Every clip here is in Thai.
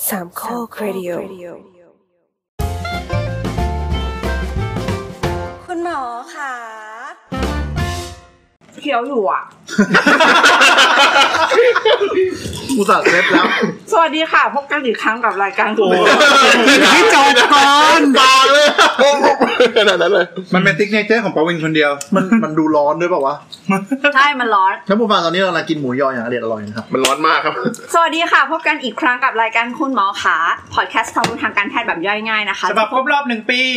สามข้อครดิโอคุณหมอค่ะเคี้ยวอยู่อ่ะอุตส่าห์เซฟแล้วสวัสดีค่ะพบกันอีกครั้งกับรายการคุณหมอให้จบก่อนบาเลยขนาดนั้นเลยมันเป็นติ๊กเนเจอร์ของปวินคนเดียวมันดูร้อนด้วยเปล่าวะใช่มันร้อนท่านผู้ฟังตอนนี้เรากำลังกินหมูยออย่างอร่อยนะครับมันร้อนมากครับสวัสดีค่ะพบกันอีกครั้งกับรายการคุณหมอขาพอดแคสต์ความรู้ทางการแพทย์แบบย่อยง่ายนะคะฉบับครบรอบ1ปี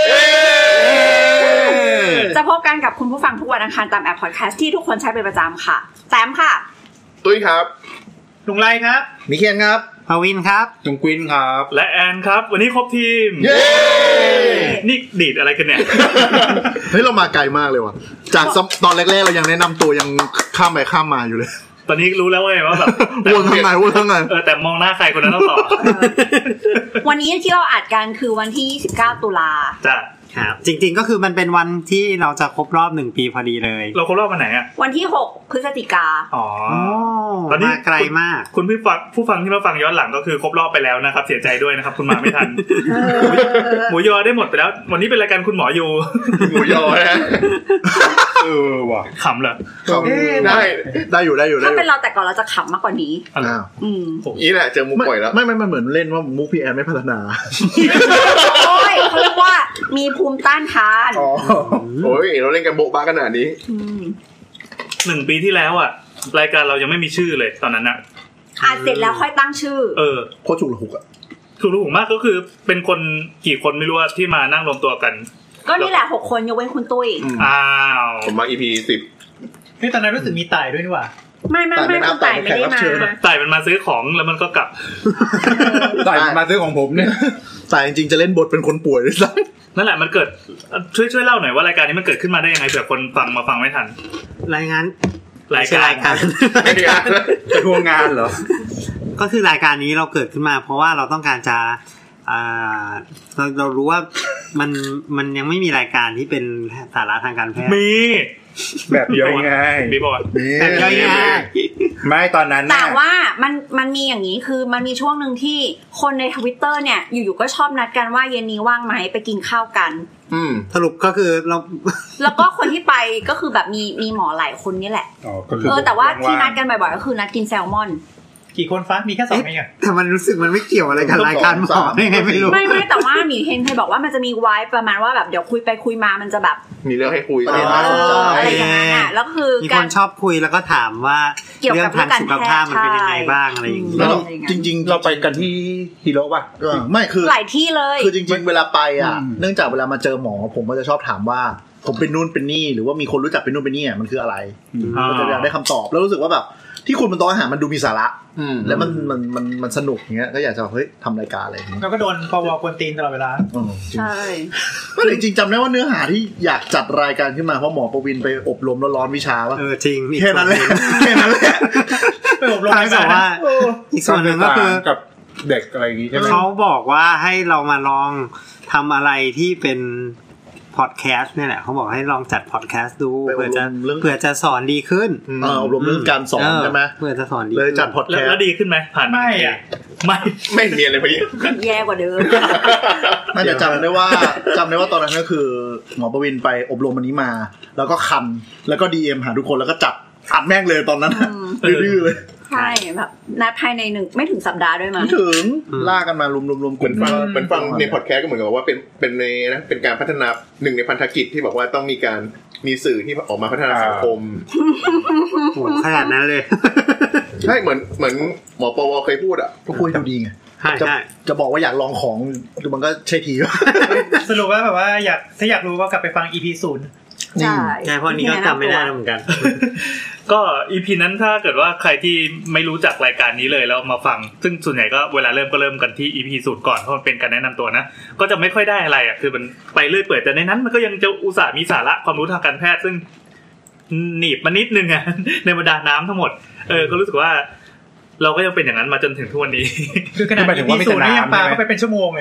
จะพบกันกับคุณผู้ฟังทุกวันอังคารตามแอปพอดแคสต์ที่ทุกคนใช้เป็นประจำค่ะแต้มค่ะตุ้ยครับลุงไลครับมิเคียนครับภวินครับจุงกวินครับและแอนครับวันนี้ครบทีมเย้นี่ดีดอะไรกันเนี่ยเฮ้ยเรามาไกลมากเลยว่ะจากตอนแรกๆเรายังแนะนำตัวยังข้ามไปข้ามมาอยู่เลยตอนนี้รู้แล้วว่าแบบวนทางไหนวนทางไหนแต่มองหน้าใครคนนั้นต้องตอบวันนี้ที่เราอัดกันคือวันที่29ตุลาจ้ะครับจริงๆก็คือมันเป็นวันที่เราจะครบรอบ1ปีพอดีเลยเราครบรอบวันไหนอ่ะวันที่6พฤศจิกาอ๋อตอนนี้ไกลมากคุณผู้ฟังที่มาฟังย้อนหลังก็คือครบรอบไปแล้วนะครับเสียใจด้วยนะครับคุณมาไม่ทันหมูยอได้หมดไปแล้ววันนี้เป็นรายการคุณหมออยู่หมูยอนะว่ะขำเหรอได้อยู่ถ้าเป็นเราแต่ก่อนเราจะขำมากกว่านี้นี่แหละเจอมุกบ่อยแล้วไม่เหมือนเล่นว่ามุกพี่แอนไม่พัฒนาโอ้ยเขาเรียกว่ามีภูมิต้านทานโอ้ยเราเล่นกันโบ๊ะบ้าขนาดนี้ 1 ปีที่แล้วอ่ะรายการเรายังไม่มีชื่อเลยตอนนั้นอ่ะเสร็จแล้วค่อยตั้งชื่อโคตรฉุกละหุกอ่ะฉุกละหุกมากก็คือเป็นคนกี่คนไม่รู้ที่มานั่งรวมตัวกันก็นี่แหละ6คนยกเว้นคุณตุ้ยผมมา EP 10 นี่ตอนนั้นรู้สึกมีต่ายด้วยนี่หว่าไม่คุณต่ายไม่ได้มาต่ายมันมาซื้อของแล้วมันก็กลับต่ายมาซื้อของผมเนี่ยต่ายจริงๆจะเล่นบทเป็นคนป่วยด้วยซ้ำนั่นแหละมันเกิดช่วยเล่าหน่อยว่ารายการนี้มันเกิดขึ้นมาได้ยังไงเผื่อคนฟังมาฟังไม่ทันรายการจะทวงงานเหรอก็คือรายการนี้เราเกิดขึ้นมาเพราะว่าเราต้องการจะเรารู้ว่ามันยังไม่มีรายการที่เป็นสาระทางการแพทย์มีแบบย่อยง่ายมีบอกแบบย่อยง่ายไม่ตอนนั้นแต่ว่ามันมีอย่างนี้คือมันมีช่วงนึงที่คนใน Twitter เนี่ยอยู่ๆก็ชอบนัดกันว่าเย็นนี้ว่างไหมไปกินข้าวกันสรุปก็คือแล้วก็คนที่ไปก็คือแบบมีหมอหลายคนนี่แหละแต่ว่าที่นัดกันบ่อยๆก็คือนัดกินแซลมอนกี่คนฟ้ามีแค่2เองแต่มันรู้สึกมันไม่เกี่ยวอะไรกับรายการหมอไม่รู้ไม่แต่ว่าหมีเฮนเคยบอกว่ามันจะมีไว้ประมาณว่าแบบเดี๋ยวคุยไปคุยมามันจะแบบมีเรื่องให้คุยอะไรอย่างนั้นน่ะแล้วคือมีคนชอบคุยแล้วก็ถามว่าเรื่องทางสุขภาพมันเป็นยังไงบ้างอะไรอย่างงี้แล้วจริงๆเราไปกันที่ฮีโร่ป่ะไม่คือหลายที่เลยคือจริงๆเวลาไปอ่ะเนื่องจากเวลามาเจอหมอผมก็จะชอบถามว่าผมเป็นนู่นเป็นนี่หรือว่ามีคนรู้จักเป็นนู่นเป็นนี่มันคืออะไรก็จะอยากได้คำตอบแล้วรู้สึกว่าแบบที่คุณบนโต๊ะอาหารมันดูมีสาระแล้วมันสนุกอย่างเงี้ยก็อยากจะเฮ้ยทำรายการอะไรอย่างเงี้ยแล้วก็โดนปวกวนตีนตลอดเวลาใช่ก็จริงๆจำได้ว่าเนื้อหาที่อยากจัดรายการขึ้นมาเพราะหมอประวินไปอบรมร้อนๆวิชาว่าจริงแค่นั้นแหละไปอบรมแต่ว่าอีกส่วนนึงก็คือกับเด็กอะไรอย่างงี้ใช่มั้ยเขาบอกว่าให้เรามาลองทำอะไรที่เป็นพอดแคสต์นี่แหละเขาบอกให้ลองจัดพอดแคสต์ดูเพื่อจะสอนดีขึ้นอบรมเรื่องการสอนใช่ไหมเพื่อจะสอนดีเลยจัดพอดแคสต์แล้วดีขึ้นไหมผ่านไม่อ่ะไม่มีอะไรพอดีแย่กว่าเดิมน่าจะจำได้ว่าตอนนั้นก็คือหมอประวินไปอบรมวันนี้มาแล้วก็คันแล้วก็ DM หาทุกคนแล้วก็จัดอัดแม่งเลยตอนนั้นดื้อเลยใช่แบบนัดภายใน1ไม่ถึงสัปดาห์ด้วยมั้ยไม่ถึงลากกันมารวมๆกลุ่มฟังในพอดแคสต์ก็เหมือนกับว่าเป็นในนะเป็นการพัฒนา1ในพันธกิจที่บอกว่าต้องมีสื่อที่ออกมาพัฒนาสังคมโหขนาดนั้นเลยใช่เหมือนหมอปวเคยพูดอ่ะก็คุยดูดีไงจะบอกว่าอยากลองของมันก็ใช่ทีสรุปว่าแบบว่าถ้าอยากรู้ก็กลับไปฟัง EP 0 ใช่พอนี้ก็จำไม่ได้เหมือนกันก็ EP นั้นถ้าเกิดว่าใครที่ไม่รู้จักรายการนี้เลยแล้วมาฟังซึ่งส่วนใหญ่ก็เวลาเริ่มกันที่ EP 0ก่อนเพราะมันเป็นการแนะนำตัวนะก็จะไม่ค่อยได้อะไรอ่ะคือมันไปเรื่อยเปื่อยแต่ในนั้นมันก็ยังจะอุตส่าห์มีสาระความรู้ทางการแพทย์ซึ่งหนีบมานิดนึงอ่ะในบรรดาน้ำทั้งหมดก็รู้สึกว่าเราก็ยังเป็นอย่างนั้นมาจนถึงทุกวันนี้คือขนาด EP 0นี่ยังปาเข้าไปเป็นชั่วโมงเลย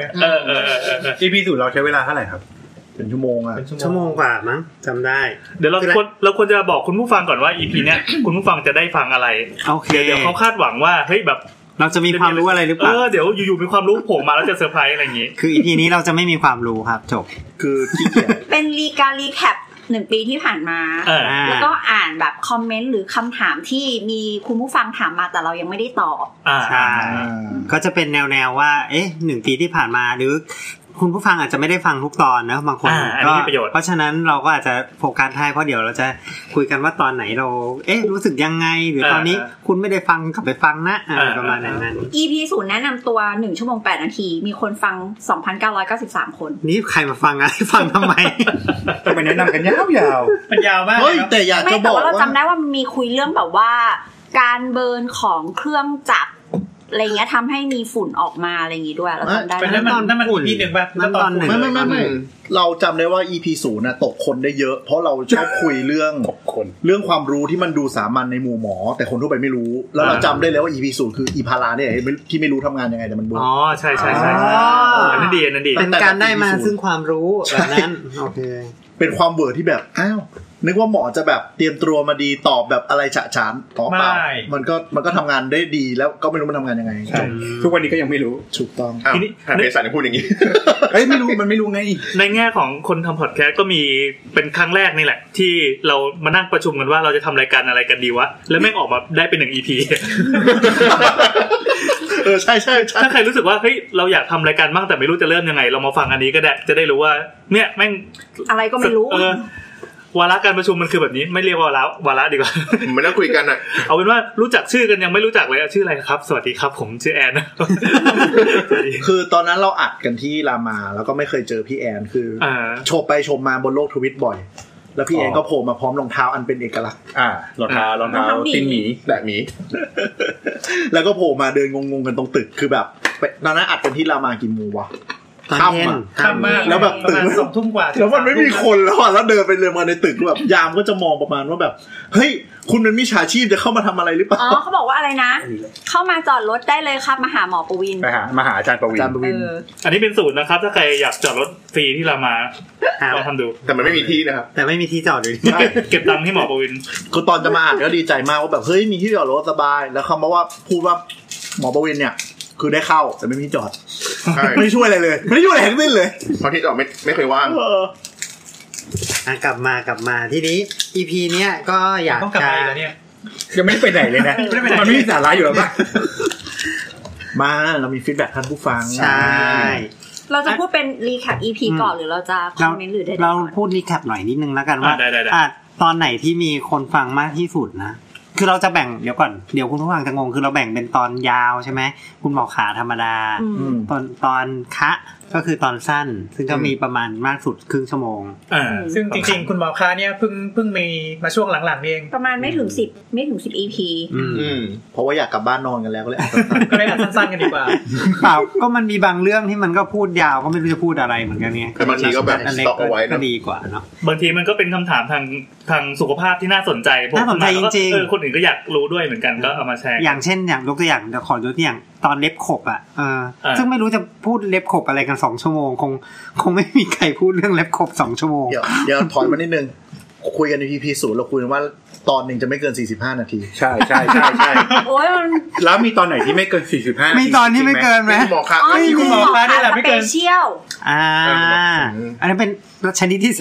EP 0เราใช้เวลาเท่าไหร่ครับเป็นชั่วโมงชั่วโมงกว่ามั้งจำได้เดี๋ยวเราควรจะบอกคุณผู้ฟังก่อนว่า EP เนี้ยคุณผู้ฟังจะได้ฟังอะไรโอเคเดี๋ยวเขาคาดหวังว่าเฮ้ยแบบเราจะมีความรู้อะไรหรือเปล่าเดี๋ยวอยู่ๆมีความรู้โผล่มาแล้วจะเซอร์ไพรส์อะไรอย่างงี้คือ EP นี้เราจะไม่มีความรู้ครับจบคือขี้เกียจเป็นรีแคป1 ปีที่ผ่านมาแล้วก็อ่านแบบคอมเมนต์หรือคำถามที่มีคุณผู้ฟังถามมาแต่เรายังไม่ได้ตอบใช่ก็จะเป็นแนวว่า1 ปีที่ผ่านมาหรือคุณผู้ฟังอาจจะไม่ได้ฟังทุกตอนนะบางคนก็เพราะฉะนั้นเราก็อาจจะโฟกัสให้เพราะเดี๋ยวเราจะคุยกันว่าตอนไหนเรารู้สึกยังไงหรือตอนนี้คุณไม่ได้ฟังกลับไปฟังนะประมาณนั้น EP 0แนะนำตัว1 ชั่วโมง 8 นาทีมีคนฟัง 2,993 คนนี่ใครมาฟังอะไรฟังทำไมต้องไปแนะนำกันยาวๆมันยาวมากแต่อยากจะบอกว่าเราจำได้ว่ามันมีคุยเรื่องแบบว่าการเบิร์นของเครื่องจักรอะไรเงี้ยทำให้มีฝุ่นออกมาอะไรอย่างงี้ด้วยเราจำได้นั่นมัน EP 1ป่ะตอน1 ไม่เราจำได้ว่า EP 0น่ะตกคนได้เยอะเพราะเราชอบคุยเรื่องเรื่องความรู้ที่มันดูสามัญในหมู่หมอแต่คนทั่วไปไม่รู้แล้วเราจำได้แล้วว่า EP 0คืออีพาราเนี่ยที่ไม่รู้ทำงานยังไงแต่มันเบิร์นใช่ๆอันนั้นดีเป็นการได้มาซึ่งความรู้แบบนั้นโอเคเป็นความเบื่อที่แบบอ้าวนึกว่าหมอจะแบบเตรียมตัวมาดีตอบแบบอะไรฉะฉานเปล่ามันก็ทำงานได้ดีแล้วก็ไม่รู้มันทำงานยังไงทุกวันนี้ก็ยังไม่รู้ถูกต้องทีนี้เภสัชพูดอย่างนี้ไม่รู้มันไม่รู้ไงในแง่ของคนทำพอดแคสต์ก็มีเป็นครั้งแรกนี่แหละที่เรามานั่งประชุมกันว่าเราจะทำรายการอะไรกันดีวะแล้วแม่งออกมาได้เป็น1 EP ใช่ถ้าใครรู้สึกว่าเฮ้ยเราอยากทำรายการบ้างแต่ไม่รู้จะเริ่มยังไงเรามาฟังอันนี้ก็ได้จะได้รู้ว่าเนี่ยแม่งอะไรก็ไม่รู้วาระการประชุมมันคือแบบนี้ไม่เรียกว่าวาระดีกว่ามันต้องคุยกันอ่ะเอาเป็นว่ารู้จักชื่อกันยังไม่รู้จักเลยชื่ออะไรครับสวัสดีครับผมชื่อแอนคือตอนนั้นเราอัดกันที่รามาแล้วก็ไม่เคยเจอพี่แอนคือโฉบไปโฉบมาบนโลกทวิตบ่อยแล้วพี่แอนก็โผล่มาพร้อมรองเท้าอันเป็นเอกลักษณ์รองเท้าตีนหมีแบบหมีแล้วก็โผล่มาเดินงงๆกันตรงตึกคือแบบตอนนั้นอัดกันที่รามากี่โมงวะค่ำมากแล้วแบบตื่น 2 ทุ่มกว่าแล้วมันไม่มีคนแล้วเดินไปเลยมาในตึกแบบยามก็จะมองประมาณว่าแบบเฮ้ยคุณเป็นมิจฉาชีพจะเข้ามาทำอะไรหรือเปล่าเขาบอกว่าอะไรนะเข้ามาจอดรถได้เลยครับมาหาหมอประวินมาหาอาจารย์ประวินอันนี้เป็นสูตรนะครับถ้าใครอยากจอดรถฟรีที่รามาลองทำดูแต่มันไม่มีที่นะครับแต่ไม่มีที่จอดเลยเก็บตังค์ที่หมอประวินคือตอนจะมาอ่านก็ดีใจมากว่าแบบเฮ้ยมีที่จอดรถสบายแล้วคำว่าพูดว่าหมอประวินเนี่ยคือได้เข้าแต่ไม่มีจอดไม่ช่วยอะไรเลยไม่ช่วยอะไรทั้งสิ้นเลยเพราะที่จอดไม่เคยว่างกลับมาทีนี้ EP เนี้ยก็อยากจะยังไม่ได้ไปไหนเลยนะมันไม่มีสาระอยู่หรอกมาเรามีฟีดแบ็กท่านผู้ฟังใช่เราจะพูดเป็นรีแคป EP ก่อนหรือเราจะคอมเมนต์หรือเราพูดรีแคปหน่อยนิดนึงแล้วกันว่าตอนไหนที่มีคนฟังมากที่สุดนะคือเราจะแบ่งเดี๋ยวก่อนเดี๋ยวคุณผู้ฟังจะงงคือเราแบ่งเป็นตอนยาวใช่ไหมคุณหมอขาธรรมดาตอนคะก็คือตอนสั้นซึ่งก็มีประมาณมากสุดครึ่งชั่วโมงซึ่งจริงๆคุณหมอคะเนี่ยเพิ่งมีมาช่วงหลังๆเองประมาณไม่ถึง10 EP เพราะว่าอยากกลับบ้านนอนกันแล้วก็เลยอัดสั้นๆกันดีกว่าเปล่าก็มันมีบางเรื่องที่มันก็พูดยาวก็ไม่รู้จะพูดอะไรเหมือนกันไงแต่บางทีก็แบบสต็อกเอาไว้ก็ดีกว่าเนาะบางทีมันก็เป็นคำถามทางสุขภาพที่น่าสนใจจริงๆคนอื่นก็อยากรู้ด้วยเหมือนกันก็เอามาแชร์อย่างเช่นอย่างยกตัวอย่างเดี๋ยวขอยกตัวอย่างตอนเล็บขบซึ่งไม่รู้จะพูดเล็บขบอะไรกัน2 ชั่วโมงคงไม่มีใครพูดเรื่องเล็บขบ2 ชั่วโมงเดี๋ยวถอยมานิดนึงคุยกันใน EP 0เราคุยกันว่าตอนนึงจะไม่เกิน45 นาทีใช่โอ้ยแล้วมีตอนไหนที่ไม่เกิน45 มีตอนที่ไม่เกินมั้ยคุณหมอคะคุณหมอคะได้แหละไม่เกินสเปเชียลอันนั้นเป็นชนิดที่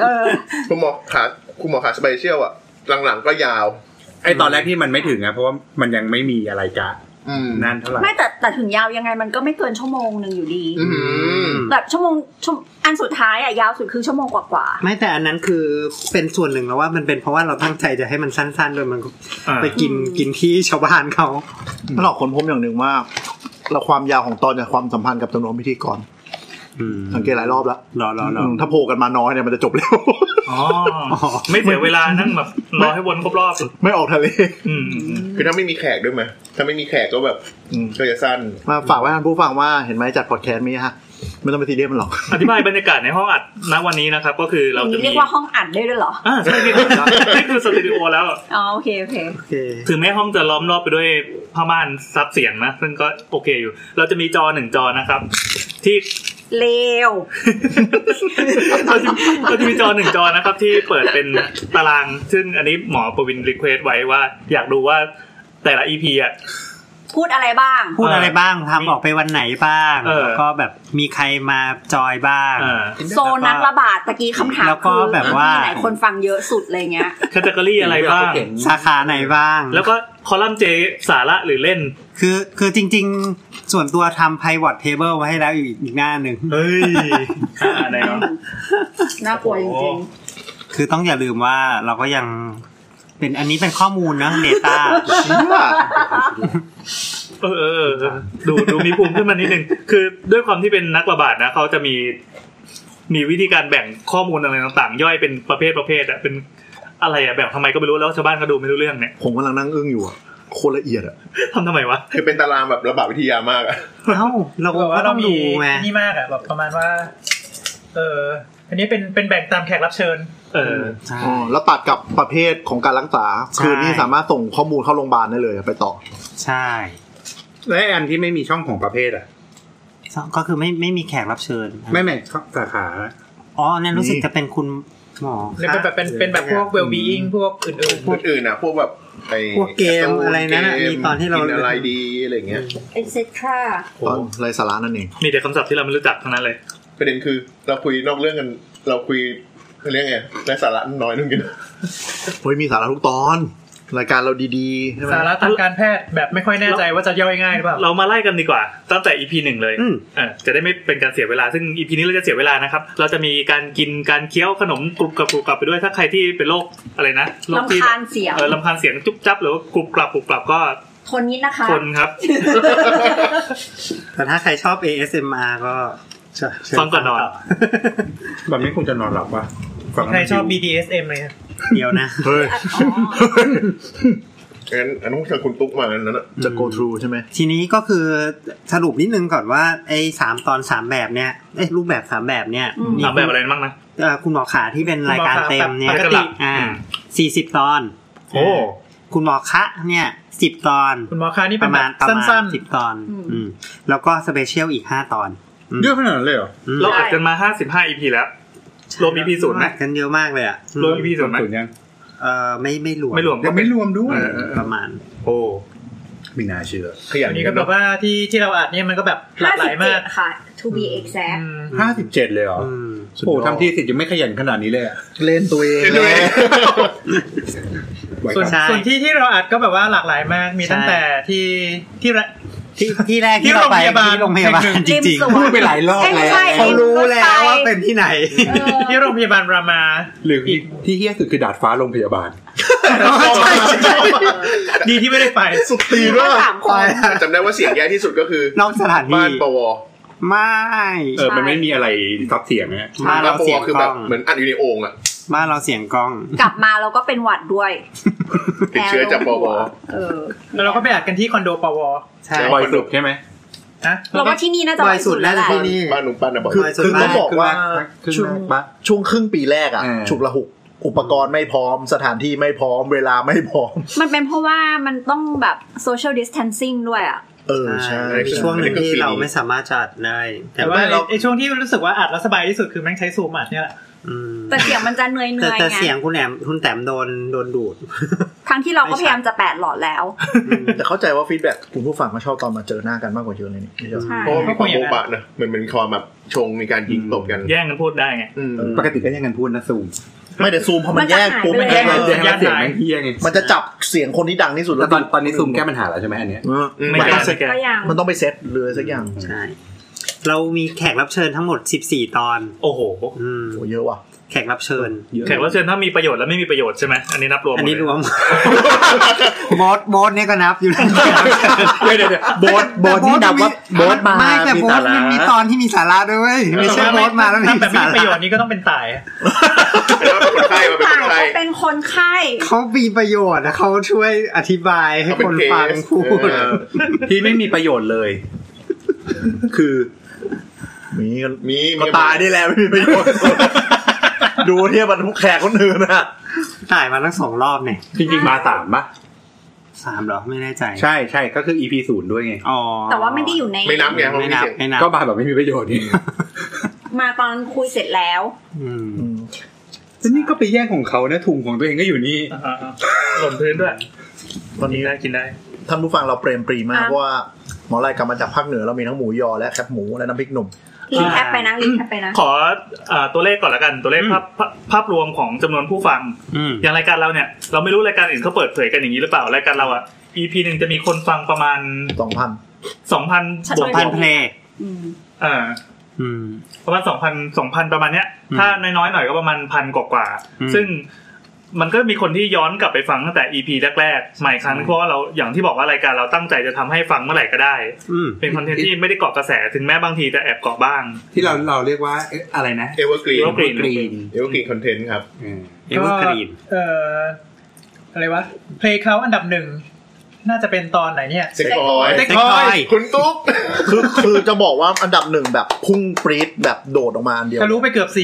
3 คุณหมอคะสเปเชียลอ่ะหลังๆก็ยาวไอ้ตอนแรกที่มันไม่ถึงอ่ะเพราะว่ามันยังไม่มีอะไรจะนั่นเท่าไหร่ไม่แต่ถึงยาวยังไงมันก็ไม่เกินชั่วโมงนึงอยู่ดีแบบชั่วโมงอันสุดท้ายอ่ะยาวสุดคือชั่วโมงกว่าไม่แต่อันนั้นคือเป็นส่วนหนึ่งแล้วว่ามันเป็นเพราะว่าเราตั้งใจจะให้มันสั้นๆโดยมันไปกินที่ชาวบ้านเขาเราค้นพบอย่างนึงว่าเราความยาวของตอนกับความสัมพันธ์กับจำนวนพิธีกรสังเกตหลายรอบแล้วถ้าโผล่กันมาน้อยเนี่ยมันจะจบเร็วไม่เสียเวลานั่งแบบรอให้วนครบรอบไม่ออกทะเลคือถ้าไม่มีแขกด้วยไหมถ้าไม่มีแขกก็แบบก็จะสั้นมาฝากไว้ท่านผู้ฟังว่าเห็นไหมจัดพอดแคสต์มีฮะไม่ต้องไปซีเรียสมันหรอกอธิบายบรรยากาศในห้องอัดณวันนี้นะครับก็คือเราจะเรียกว่าห้องอัดได้ด้วยเหรอใช่นี่คือสตูดิโอแล้วโอเคถึงแม้ห้องจะล้อมรอบไปด้วยผ้าม่านซับเสียงนะซึ่งก็โอเคอยู่เราจะมีจอ1จอนะครับที่เลวเราจะมีจอ1จอนะครับที่เปิดเป็นตารางซึ่งอันนี้หมอประวินรีเควสไว้ว่าอยากดูว่าแต่ละ EP อ่ะพูดอะไรบ้างทำออกไปวันไหนบ้างแล้วก็แบบมีใครมาจอยบ้างโซนนักระบาดตะกี้คำถามแล้วก็แบบว่าไหนคนฟังเยอะสุดอะไรเงี้ยแคตตากรีอะไรบ้างสาขาไหนบ้างแล้วก็คอลัมน์เจสาระหรือเล่นคือจริงๆส่วนตัวทำ pivot table ไว้ให้แล้วอีกหน้านึงเฮ้ยอะไรเนาะน่ากลัวจริงๆคือต้องอย่าลืมว่าเราก็ยังเป็นอันนี้เป็นข้อมูลนะ data ดูมีภูมิขึ้นมานิดนึงคือด้วยความที่เป็นนักระบาดนะเขาจะมีวิธีการแบ่งข้อมูลอะไรต่างๆย่อยเป็นประเภทอ่ะเป็นอะไรอ่ะแบ่งทำไมก็ไม่รู้แล้วชาวบ้านก็ดูไม่รู้เรื่องเนี่ยผมกำลังนั่งอึ้งอยู่อ่ะโคตรละเอียดอ่ะทำไมวะคือเป็นตารางแบบระบาดวิทยามากอ่ะเราก็ต้องดูไงนี่มากอ่ะแบบประมาณว่าอันนี้เป็นแบ่งตามแขกรับเชิญแล้วตัดกับประเภทของการรักษาคือนี่สามารถส่งข้อมูลเข้าโรงพยาบาลได้เลยไปต่อใช่และอันที่ไม่มีช่องของประเภทอ่ะก็คือไม่มีแขกรับเชิญไม่สาขาเนี่ยรู้สึกจะเป็นคุณหมอเนี่ยเป็นแบบเป็นแบบพวก well-being พวกอื่นๆนะพวกแบบพวกเกมอะไรนั่นน่ะมีตอนที่เราอะไรดีอะไรเงี้ย etc ตอนไรสาระนั่นเองมีแต่คำศัพท์ที่เราไม่รู้จักทั้งนั้นเลยประเด็นคือเราคุยนอกเรื่องกันเราคุยเรื่องไงไรสาระน้อยนึงกันเฮ้ยมีสาระทุกตอนรายการเราดีๆใช่ไหมสาระทางการแพทย์แบบไม่ค่อยแน่ใจว่าจะย่อยง่ายหรือเปล่าเรามาไล่กันดีกว่าตั้งแต่ EP 1เลยจะได้ไม่เป็นการเสียเวลาซึ่ง EP นี้เราจะเสียเวลานะครับเราจะมีการกินการเคี้ยวขนมกรุบกรับไปด้วยถ้าใครที่เป็นโรคอะไรนะโรคที่ลำคาญเสียงลำคาญเสียงจุ๊บจับหรือว่ากรุบกรับก็ทนนิดนะคะทนครับแต่ถ้าใครชอบ ASMR ก็ฟังก่อนนอนแบบนี้คงจะนอนหลับป่ะใครชอบ BDSM เลยเดี๋ยวนะเฮ้ยงั้นอันนู้นทางคุณตุ๊กมางั้นน่ะจะ go through ใช่ไหมทีนี้ก็คือสรุปนิดนึงก่อนว่าไอ้3ตอน3แบบเนี้ยรูปแบบ3แบบเนี้ย 3แบบอะไรบ้างนะคุณหมอขาที่เป็นรายการเต็มเนี่ย40ตอนโอ้คุณหมอคะเนี่ย10ตอนคุณหมอคะนี่ประมาณสั้นๆ10ตอนแล้วก็สเปเชียลอีก5ตอนเยอะขนาดนั้นเลยเหรอเราอัดกันมา55 EP แล้วรวม EP 0มั้ยกันเยอะมากเลยอ่ะรวม EP 0มั้ยยังไม่รวมยังไม่รวมด้วยประมาณโอ้ไม่น่าเชื่ออันนี้ก็แบบว่าที่เราอัดเนี่ยมันก็แบบหลากหลายมากค่ะ to be exact 57เลยเหรอโอ้ทำที่สิยังไม่ขยันขนาดนี้เลยเล่นตัวเองส่วนที่เราอัดก็แบบว่าหลากหลายมากมีตั้งแต่ที่แรกที่เราไปที่โรงพยาบาลจริงๆพูดไปหลายรอบแล้วเขารู้แล้วว่าเป็นที่ไหนที่โรงพยาบาลรามาหรือที่เหี้ยสุดคือดาดฟ้าโรงพยาบาลดีที่ไม่ได้ไปสุดตีด้วยจำได้ว่าเสียงแย่ที่สุดก็คือนอกสถานที่บ้านปวไม่มันไม่มีอะไรซับเสียงนะบ้านปวคือแบบเหมือนอัดอยู่ในโอ่งอ่ะบ้านเราเสียงกล้องกลับมาเราก็เป็นหวัดด้วยติดเชื้อจากปวแล้วเราก็ไปอัดกันที่คอนโดปวใช่บ่อยสุดใช่ไหมเราว่าที่นี่น่าจะบ่อยสุดแล้วที่นี่บ้านหนุ่มปั้นนะบ่อยคือเขาบอกว่าช่วงครึ่งปีแรกอ่ะฉุกละหุกอุปกรณ์ไม่พร้อมสถานที่ไม่พร้อมเวลาไม่พร้อมมันเป็นเพราะว่ามันต้องแบบ social distancing ด้วยอ่ะใช่ช่วงนึงที่เราไม่สามารถจัดได้แต่ว่าไอ้ช่วงที่รู้สึกว่าอัดแล้วสบายที่สุดคือแม่งใช้ซูมอัดเนี่ยแหละแต่เสียงมันจะเหนื่อยไงแต่เสียงคุณแต้มโดนดูดทั้งที่เราก็พยายามจะ8หลอดแล้วแต่เข้าใจว่าฟีดแบ็กคุณผู้ฟังก็ชอบตอนมาเจอหน้ากันมากกว่าเยอะเลยนี่เพราะมีความโบ๊ะบะนะเหมือนความแบบชงมีการยิงตบกันแย่งกันพูดได้ไงปกติก็แย่งกันพูดนะซูมไม่แต่ซูมพอมันแยกปุ๊บมันแยกเสียงแม่งเฮี้ยไงมันจะจับเสียงคนที่ดังที่สุดแล้วตอนนี้ซูมแก้ปัญหาแล้วใช่ไหมอันเนี้ยไม่ได้สักอย่างมันต้องไปเซตเลยสักอย่างใช่เรามีแขกรับเชิญทั้งหมด14ตอนโอ้โหเยอะว่ะแขกรับเชิญแขกรับเชิญถ้ามีประโยชน์และไม่มีประโยชน์ใช่ไหมอันนี้นับรวมอันนี้รวมโบสเนี่ยก็นับอยู่นะเดี๋ยวโบสที่นับว่าโบสมาไม่แต่โบสมันมีตอนที่มีสาระด้วยไม่ใช่โบสมาแล้วมีแต่ไม่มีประโยชน์นี้ก็ต้องเป็นตายแล้วเป็นคนไข้มาเป็นคนไข้เป็นคนไข้เขามีประโยชน์นะเขาช่วยอธิบายให้คนฟังพูดที่ไม่มีประโยชน์เลยคือมีก็ตายได้แล้วไม่มีประโยชน์ดูเทียบกับแขกคนอื่นนะถ่ายมาทั้ง2รอบเนี่ยจริงๆมา3ป่ะ 3เหรอไม่แน่ใจใช่ก็คือ EP 0ด้วยไงแต่ว่าไม่ได้อยู่ในไม่นับไงไม่นับก็มาแบบไม่มีประโยชน์นี่มาตอนคุยเสร็จแล้วนี่ก็ไปแย่งของเขานะถุงของตัวเองก็อยู่นี่หล่นพื้นด้วยตอนนี้ได้กินได้ท่านผู้ฟังเราเปรมปรีมากเพราะว่าหมอรายกลับมาจากภาคเหนือเรามีทั้งหมูยอและแคบหมูและน้ำพริกหนุ่มรีแคปไปนะขอตัวเลขก่อนละกันตัวเลขภาพรวมของจำนวนผู้ฟังอย่างรายการเราเนี่ยเราไม่รู้รายการอื่นเขาเปิดเผยกันอย่างนี้หรือเปล่ารายการเราอ่ะ EP นึงจะมีคนฟังประมาณ 2,000 บวกเพลงประมาณ 2,000 ประมาณเนี้ยถ้าน้อยๆหน่อยก็ประมาณ 1,000 กว่าซึ่งมันก็มีคนที่ย้อนกลับไปฟังตั้งแต่ EP แรกๆใหม่ครั้งเพราะว่าเราอย่างที่บอกว่ารายการเราตั้งใจจะทำให้ฟังเมื่อไหร่ก็ได้เป็นคอนเทนต์ที่ไม่ได้เกาะกระแสถึงแม้บางทีจะแอบเกาะบ้างที่เราเรียกว่าอะไรนะ Evergreen Content ครับ Evergreen อะไรวะเพลงเขาอันดับ1น่าจะเป็นตอนไหนเนี่ยเซ็กคอยคุณตุ๊กคือจะบอกว่าอันดับ1แบบพุ่งปรี๊ดแบบโดดออกมาอันเดียวทะลุไปเกือบ 4,000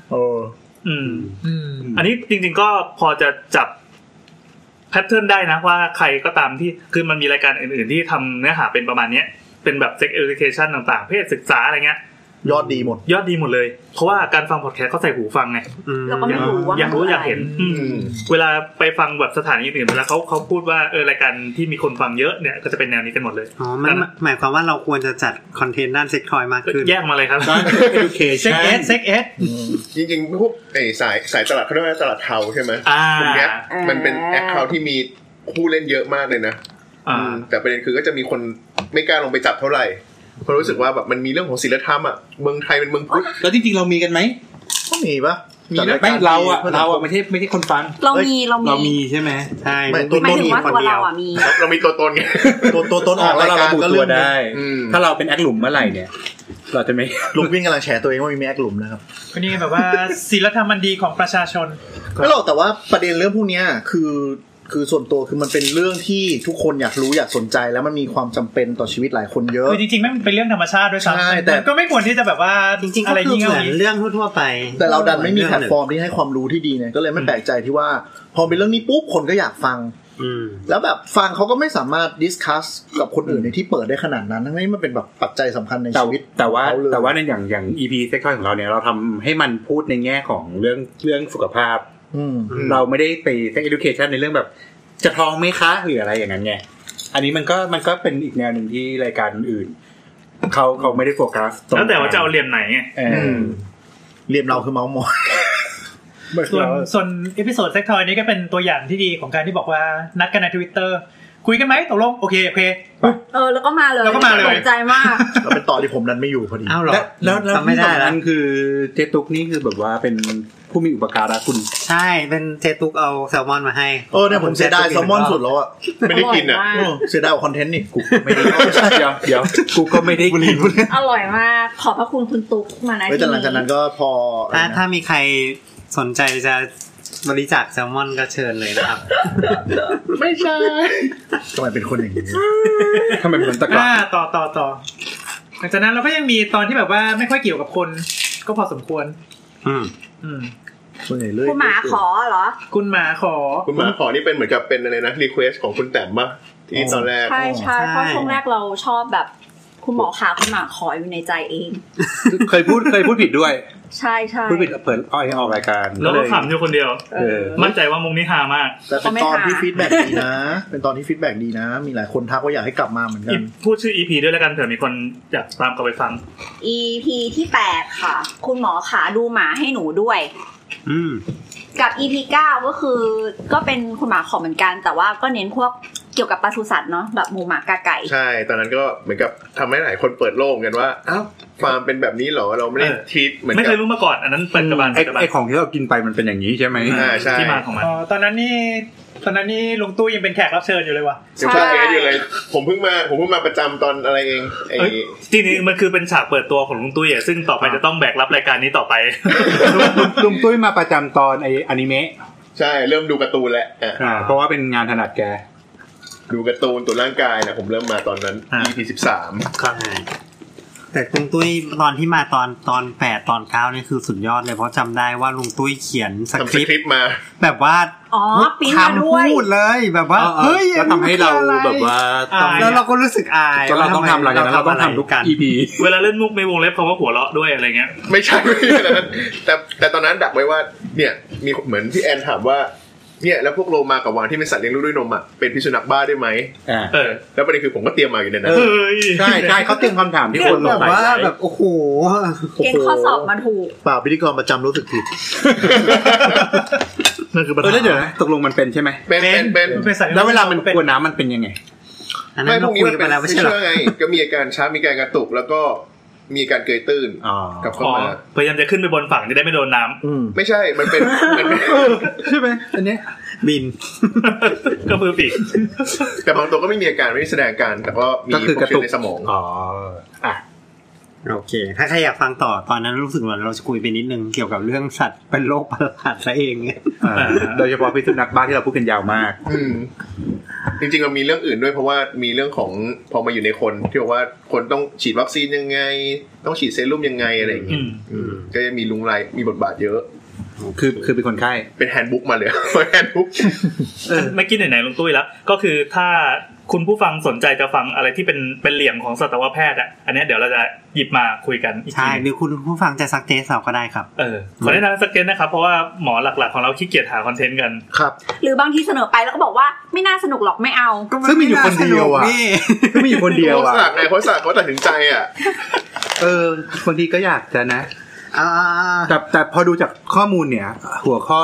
อันนี้จริงๆก็พอจะจับแพทเทิร์นได้นะว่าใครก็ตามที่คือมันมีรายการอื่นๆที่ทำเนื้อหาเป็นประมาณนี้เป็นแบบ sex education ต่างๆเพศศึกษาอะไรเงี้ยยอดดีหมดเลยเพราะว่าการฟังพอดแคสต์เขาใส่หูฟังไงเราก็ไม่รู้ว่าอยากรู้อยากเห็นเวลาไปฟังแบบสถานีอื่นๆเวลาเขาพูดว่ารายการที่มีคนฟังเยอะเนี่ยก็จะเป็นแนวนี้กันหมดเลยอ๋อมันหมายความว่าเราควรจะจัดคอนเทนต์ด้านเซ็กทอยมากขึ้นแยกมาเลยครับ education เซ็กเอสจริงๆพวกสายตลาดเขาเรียกว่าตลาดเทาใช่มั้ยพวกเนี้ยมันเป็นแอคเคาท์ที่มีผู้เล่นเยอะมากเลยนะแต่ประเด็นคือก็จะมีคนไม่กล้าลงไปจับเท่าไหร่เพราะรู้สึกว่าแบบมันมีเรื่องของศีลธรรมอ่ะเมืองไทยเป็นเมืองพุทธแล้วจริงๆเรามีกันไหมก็มีปะมีนะไม่เราไม่ใช่คนฟังเรามีใช่ไหมใช่ตัวตนมีคนเดียวเรามีตัวตนไงตัวตนออกรายการก็เรื่องได้ถ้าเราเป็นแอคหลุมเมื่อไหร่เนี่ยเราจะไม่ลุงวิ่งกำลังแฉตัวเองว่ามีแอคหลุมนะครับก็นี่แบบว่าศีลธรรมมันดีของประชาชนไม่หรอกแต่ว่าประเด็นเรื่องพวกนี้คือส่วนตัวคือมันเป็นเรื่องที่ทุกคนอยากรู้อยากสนใจแล้วมันมีความจำเป็นต่อชีวิตหลายคนเยอะคือจริงๆไม่เป็นเรื่องธรรมชาติด้วยซ้ำแต่ก็ไม่ควรที่จะแบบว่าจริงๆอะไรยิ่งเหมือนเรื่องทั่วไปแต่เราดันไม่มีแพลตฟอร์มที่ให้ความรู้ที่ดีเนี่ยก็เลยไม่แปลกใจที่ว่าพอเป็นเรื่องนี้ปุ๊บคนก็อยากฟังแล้วแบบฟังเขาก็ไม่สามารถดิสคัสกับคนอื่นในที่เปิดได้ขนาดนั้นทั้งนี้มันเป็นแบบปัจจัยสำคัญในชีวิตแต่ว่าในอย่าง EP เซ็กทอยของเราเนี่ยเราทำให้มันพูดในแง่ของเรื่องสุขภาพเราไม่ได้ไปเซ็ก education ในเรื่องแบบจะท้องไหมคะหรืออะไรอย่างนั้นไงอันนี้มันก็เป็นอีกแนวหนึ่งที่รายการอื่นเขาไม่ได้โฟกัสแล้วแต่ว่าจะเอาเหลี่ยมไหนไงเหลี่ยมเราคือเมาส์มอยส่วนเอพิโซดเซ็กทอยนี้ก็เป็นตัวอย่างที่ดีของการที่บอกว่านัดกันใน Twitter คุยกันไหมตกลงโอเคแล้วก็มาเลยสนใจมากแล้วเป็นต่อที่ผมนั้นไม่อยู่พอดีอ้าวเหรอแล้วไม่ได้แล้วคือเจตุกนี่คือแบบว่าเป็นผู้มีอุปการะคุณใช่เป็นเจตุกเอาแซลมอนมาให้เนี่ยผมเสียดายแซลมอนสุดแล้วอ่ะไม่ได้กินอ่ะเสียดายคอนเทนต์นี่กูไม่ได้เดี๋ยวกูก็ไม่ได้กินอร่อยมากขอบพระคุณคุณตุ๊กมานะแต่หลังจากนั้นก็พอถ้ามีใครสนใจจะบริจาคแซลมอนก็เชิญเลยนะครับไม่ใช่ทำไมเป็นคนอย่างนี้ทำไมเป็นตะกร้าต่อหลังจากนั้นเราก็ยังมีตอนที่แบบว่าไม่ค่อยเกี่ยวกับคนก็พอสมควรส่วนใหญ่เลยคุณหมาขอเหรอคุณหมาขอนี่เป็นเหมือนกับเป็นอะไรนะรีเควสของคุณแต้มป่ะที่ตอนแรกใช่เพราะช่วงแรกเราชอบแบบคุณหมอขาคุณหมาขออยู่ในใจเองเคยพูดผิดด้วยใช่พูดผิดเปิดออกรายการแล้วก็ขำอยู่คนเดียวมั่นใจว่ามุกนี้ฮามากแต่เป็นตอนที่ฟีดแบ็กดีนะเป็นตอนที่ฟีดแบ็กดีนะมีหลายคนทักว่าอยากให้กลับมาเหมือนกันพูดชื่อ EP ด้วยแล้วกันเผื่อมีคนอยากตามกลับไปฟัง EP ที่8ค่ะคุณหมอขาดูหมาให้หนูด้วยกับ EP 9ก็คือก็เป็นคุณหมาขอเหมือนกันแต่ว่าก็เน้นพวกเกี่ยวกับปศุสัตว์เนาะแบบหมูหมากาไก่ใช่ตอนนั้นก็เหมือนกับทำให้หลายคนเปิดโลกกันว่าอ้าวฟาร์มเป็นแบบนี้เหรอเราไม่ได้ทีเหมือนไม่เคยรู้มาก่อนอันนั้นเป็นกระบาลไอ้ของที่เรากินไปมันเป็นอย่างนี้ใช่ไหมใช่ที่มาของมันตอนนั้นนี่ลุงตู้ยังเป็นแขกรับเชิญอยู่เลยว่ะใช่อยู่เลยผมเพิ่งมาประจำตอนอะไรเองทีนี้มันคือเป็นฉากเปิดตัวของลุงตุ้ยซึ่งต่อไปจะต้องแบกรับรายการนี้ต่อไปลุงตุ้ยมาประจำตอนไอ้อนิเมะใช่เริ่มดูการ์ตูนแล้วเพราะว่าเป็นงานถนัดแกดูการ์ตูนตัวร่างกายนะผมเริ่มมาตอนนั้น EP 13 ครับแต่ลุงตุ้ยตอนที่มาตอน8ตอน9นี่คือสุดยอดเลยเพราะจำได้ว่าลุงตุ้ยเขียนสคริปต์มาแบบว่าปิ้นมาด้วยพูดเลยแบบว่าเฮ้ยก็ทำให้เราแบบว่าแล้วเราก็รู้สึกอายเราต้องทำอะไรกันเราต้องทำทุกการ EP เวลาเล่นมุกในวงเล็บคำว่าหัวเราะด้วยอะไรเงี้ยไม่ใช่แต่ตอนนั้นดักไว้ว่าเนี่ยมีเหมือนที่แอนถามว่าเนี่ยแล้วพวกโลมากับวานที่เป็นสัตว์เลี้ยงลูกด้วยนมอ่ะเป็นพิษสุนัขบ้าได้ไหมแล้วประเด็นคือผมก็เตรียมมาอยู่ในนั้นใช่ใช่เขาเตรียมคำถามที่คนสงสัยว่าแบบโอ้โหเก่งข้อสอบมาถูกเปล่าพิธีกรประจำรู้สึกผิดนั่นคือปัญหาแล้วเดี๋ยวนะตกลงมันเป็นใช่ไหมเป็นแล้วเวลามันกลัวน้ำมันเป็นยังไงไม่พวกนี้มันเป็นไม่เชื่อไงก็มีอาการช้ามีการกระตุกแล้วก็มีการเกยตื้นกับเข้ามาพยายามจะขึ้นไปบนฝั่งจะได้ไม่โดนน้ำไม่ใช่มันเป็นใช่ไหมอันนี้บินก็มือปีกแต่บางตัวก็ไม่มีอาการไม่แสดงอาการแต่ก็มีกระตุกในสมองโอเคถ้าใครอยากฟังต่อตอนนั้นรู้สึกว่าเราจะคุยไปนิดนึงเกี่ยวกับเรื่องสัตว์เป็นโรคประหลาดซะเองโดยเฉพาะพิษสุนัขบ้าที่เราพูดกันยาวมากจริงๆมันมีเรื่องอื่นด้วยเพราะว่ามีเรื่องของพอมาอยู่ในคนที่บอกว่าคนต้องฉีดวัคซีนยังไงต้องฉีดเซรุ่มยังไงอะไรอย่างเงี้ยก็จะมีลุงไรมีบทบาทเยอะคือเป็นคนไข้เป็นแฮนด์บุ๊กมาเลยแฮนด์บุ๊กไม่คิดไหนๆลุงตุ้ยแล้วก็คือถ้าคุณผู้ฟังสนใจจะฟังอะไรที่เป็นเหลี่ยมของสัตวแพทย์อ่ะอันนี้เดี๋ยวเราจะหยิบมาคุยกันใช่หรือคุณผู้ฟังจะซักเทสเราก็ได้ครับขอแนะนำซักเทสนะครับเพราะว่าหมอหลักๆของเราขี้เกียจหาคอนเทนต์กันครับหรือบางทีเสนอไปแล้วก็บอกว่าไม่น่าสนุกหรอกไม่เอาซึ่งมีอยู่คนเดียวอ่ะซึ่งมีอยู่คนเดียวอ่ะเขาสั่งเขาตัดสินใจอ่ะบางทีก็อยากจะนะแต่พอดูจากข้อมูลเนี่ยหัวข้อ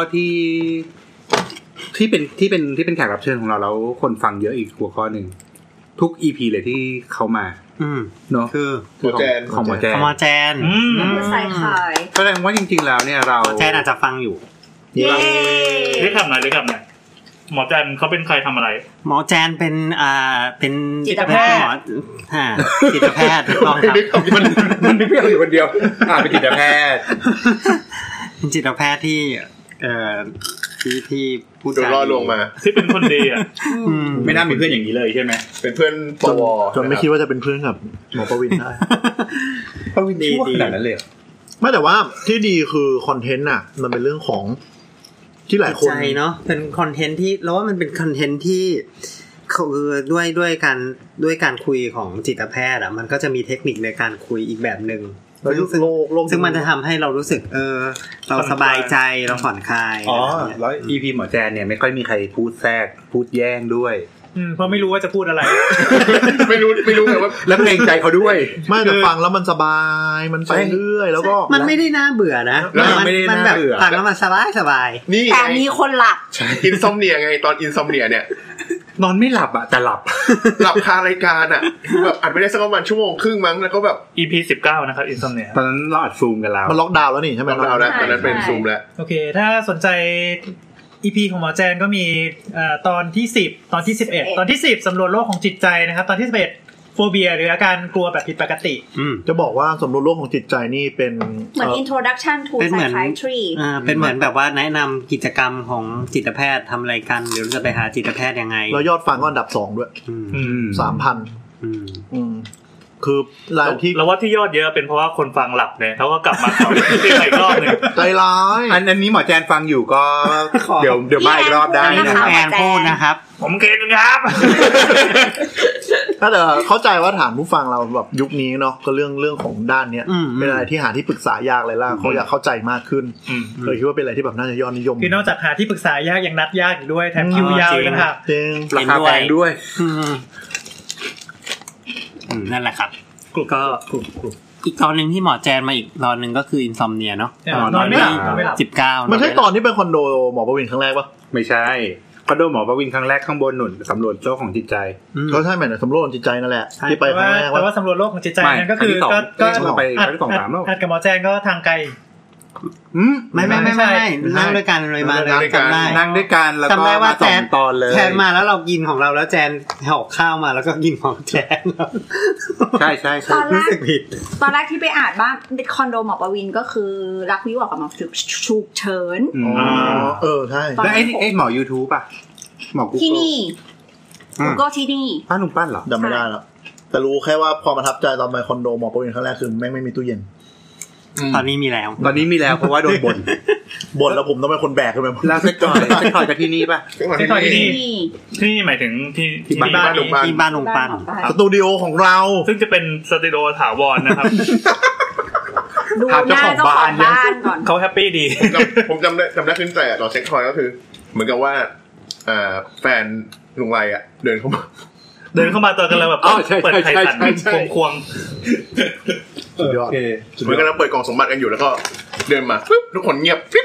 ที่เป็นแขกรับเชิญของเราแล้วคนฟังเยอะอีกหัวข้อหนึ่งทุก EP เลยที่เขามาเนาะคือของหมอแจนใส่ไข่แสดงว่าจริงๆแล้วเนี่ยเราหมอแจนอาจจะฟังอยู่เย้เรียกคำหน่อยหมอแจนเขาเป็นใครทำอะไรหมอแจนเป็นจิตแพทย์จิตแพทย์ถูกต้องครับมันนึกไม่ออกอยู่คนเดียวเป็นจิตแพทย์เป็นจิตแพทย์ที่ที่พูดล่อลวงมาที่เป็นคนดีอ่ะไม่น่ามีเพื่อนอย่างนี้เลยใช่ไหมเป็นเพื่อนปวจนไม่คิดว่าจะเป็นเพื่อนกับหมอประวินได้ประวินดีขนาดนั้นเลยไม่แต่ว่าที่ดีคือคอนเทนต์อ่ะมันเป็นเรื่องของที่หลายคนใจเนาะเป็นคอนเทนต์ที่แล้วว่ามันเป็นคอนเทนต์ที่คือด้วยการคุยของจิตแพทย์อ่ะมันก็จะมีเทคนิคในการคุยอีกแบบนึงซึ่งมันจะทำให้เรารู้สึกเราสบายใจเราผ่อนคลายแล้ว EP หมอแจนเนี่ยไม่ค่อยมีใครพูดแทรกพูดแย่งด้วยเพราะไม่รู้ว่าจะพูดอะไรไม่รู้ไงว่าแล้วเกรงใจเขาด้วยไม่แต่ฟังแล้วมันสบายมันไปเรื่อยแล้วก็มันไม่ได้น่าเบื่อนะมันแบบฟังแล้วมันสบายนี่แต่มีคนหลับอินซอมเนียไงตอนอินซอมเนียเนี่ยนอนไม่หลับอ่ะแต่หลับคารายการอ่ะแบบอัดไม่ได้สักประมาณชั่วโมงครึ่งมั้งแล้วก็แบบ EP 19นะครับอินซอมเนียตอนนั้นเราอัดซูมกันแล้วมันล็อกดาวน์แล้วนี่ใช่ไหมล็อกดาวน์แล้วตอนนั้นเป็นซูมแล้วโอเคถ้าสนใจ EP ของหมอแจนก็มีตอนที่10ตอนที่11ตอนที่10สำรวจโลกของจิตใจนะครับตอนที่11โฟเบียหรืออาการกลัวแบบผิดปกติจะบอกว่าสำรวจโลกของจิตใจนี่เป็นเหมือน introduction to psychiatry เป็นเหมือนแบบว่าแนะนำกิจกรรมของจิตแพทย์ทำอะไรกันหรือจะไปหาจิตแพทย์ยังไงแล้วยอดฟังก็อันดับ2ด้วย3,000คือรายที่แล้วว่าที่ยอดเยอะเป็นเพราะว่าคนฟังหลับเนี่ยเขาก็กลับมาเขาที่อีกรอบนึงใจร้ายอันนี้หมอแจนฟังอยู่ก็เดี๋ยวมาอีกรอบได้นะครับแอนพูดนะครับผมเคนครับถ้าเข้าใจว่าถามผู้ฟังเราแบบยุคนี้เนาะก็เรื่องของด้านเนี้ยเป็นอะไรที่หาที่ปรึกษายากเลยล่ะเขาอยากเข้าใจมากขึ้นเลยคิดว่าเป็นอะไรที่แบบน่าจะยอดนิยมคือนอกจากหาที่ปรึกษายากยังนัดยากอีกด้วยแถมคิวยาวอีกนะครับจริงราคาแพงด้วยนั่นแหละครับก็อีกตอนนึงที่หมอแจนมาอีกตอนนึงก็คืออินซอมเนียเนาะตอนที่ 19 มันใช่ตอนที่เป็นคอนโดหมอประวินครั้งแรกปะไม่ใช่คอนโดหมอประวินครั้งแรกข้างบนหนุนสำรวจโลกของจิตใจก็ใช่ไหมเนี่ยสำรวจจิตใจนั่นแหละที่ไปครั้งแรกแต่ว่าสำรวจโลกของจิตใจนั่นก็คือก็ไปครั้งที่2 3แล้วอัดกับหมอแจนก็ทางไกลไม่นั่งด้วยกันเลยมานั่งด้วยกันแล้วก็จำได้ว่าแจนมาแล้วเรากินของเราแล้วแจนหอกข้าวมาแล้วก็กินของแจนใช่รู้สึกผิดตอนแรกที่ไปอ่านบ้านคอนโดหมอประวินก็คือรักวิวกับหมอฉุกเฉินใช่แล้วไอ้หมอ YouTube ป่ะหมอที่นี่ก็ที่นี่ป้าหนุ่มปั้นเหรอจำไม่ได้แล้วแต่รู้แค่ว่าพอประทับใจตอนไปคอนโดหมอประวินครั้งแรกคือแม่งไม่มีตู้เย็นตอนนี้มีแล้วเพราะว่าโดนบ่นแล้วผมต้องเป็นคนแบกขึ้นไปแล้วเซ็ตถอยจากที่นี่ป่ะที่หมายถึงที่บ้านลุงปั้นสตูดิโอของเราซึ่งจะเป็นสตูดิโอถาวรนะครับดูหน้าเจ้าของบ้านก่อนเขาแฮปปี้ดีผมจำได้ขึ้นใจเราเซ็ตทอยก็คือเหมือนกับว่าแฟนลุงไรอ่ะเดินเข้ามาตอนกันแล้วแบบเปิดไข่สันควงสุดยอดเหมือนกำลังเปิดกล่องสมบัติกันอยู่แล้วก็เดินมาปึ๊บทุกคนเงียบปิ๊บ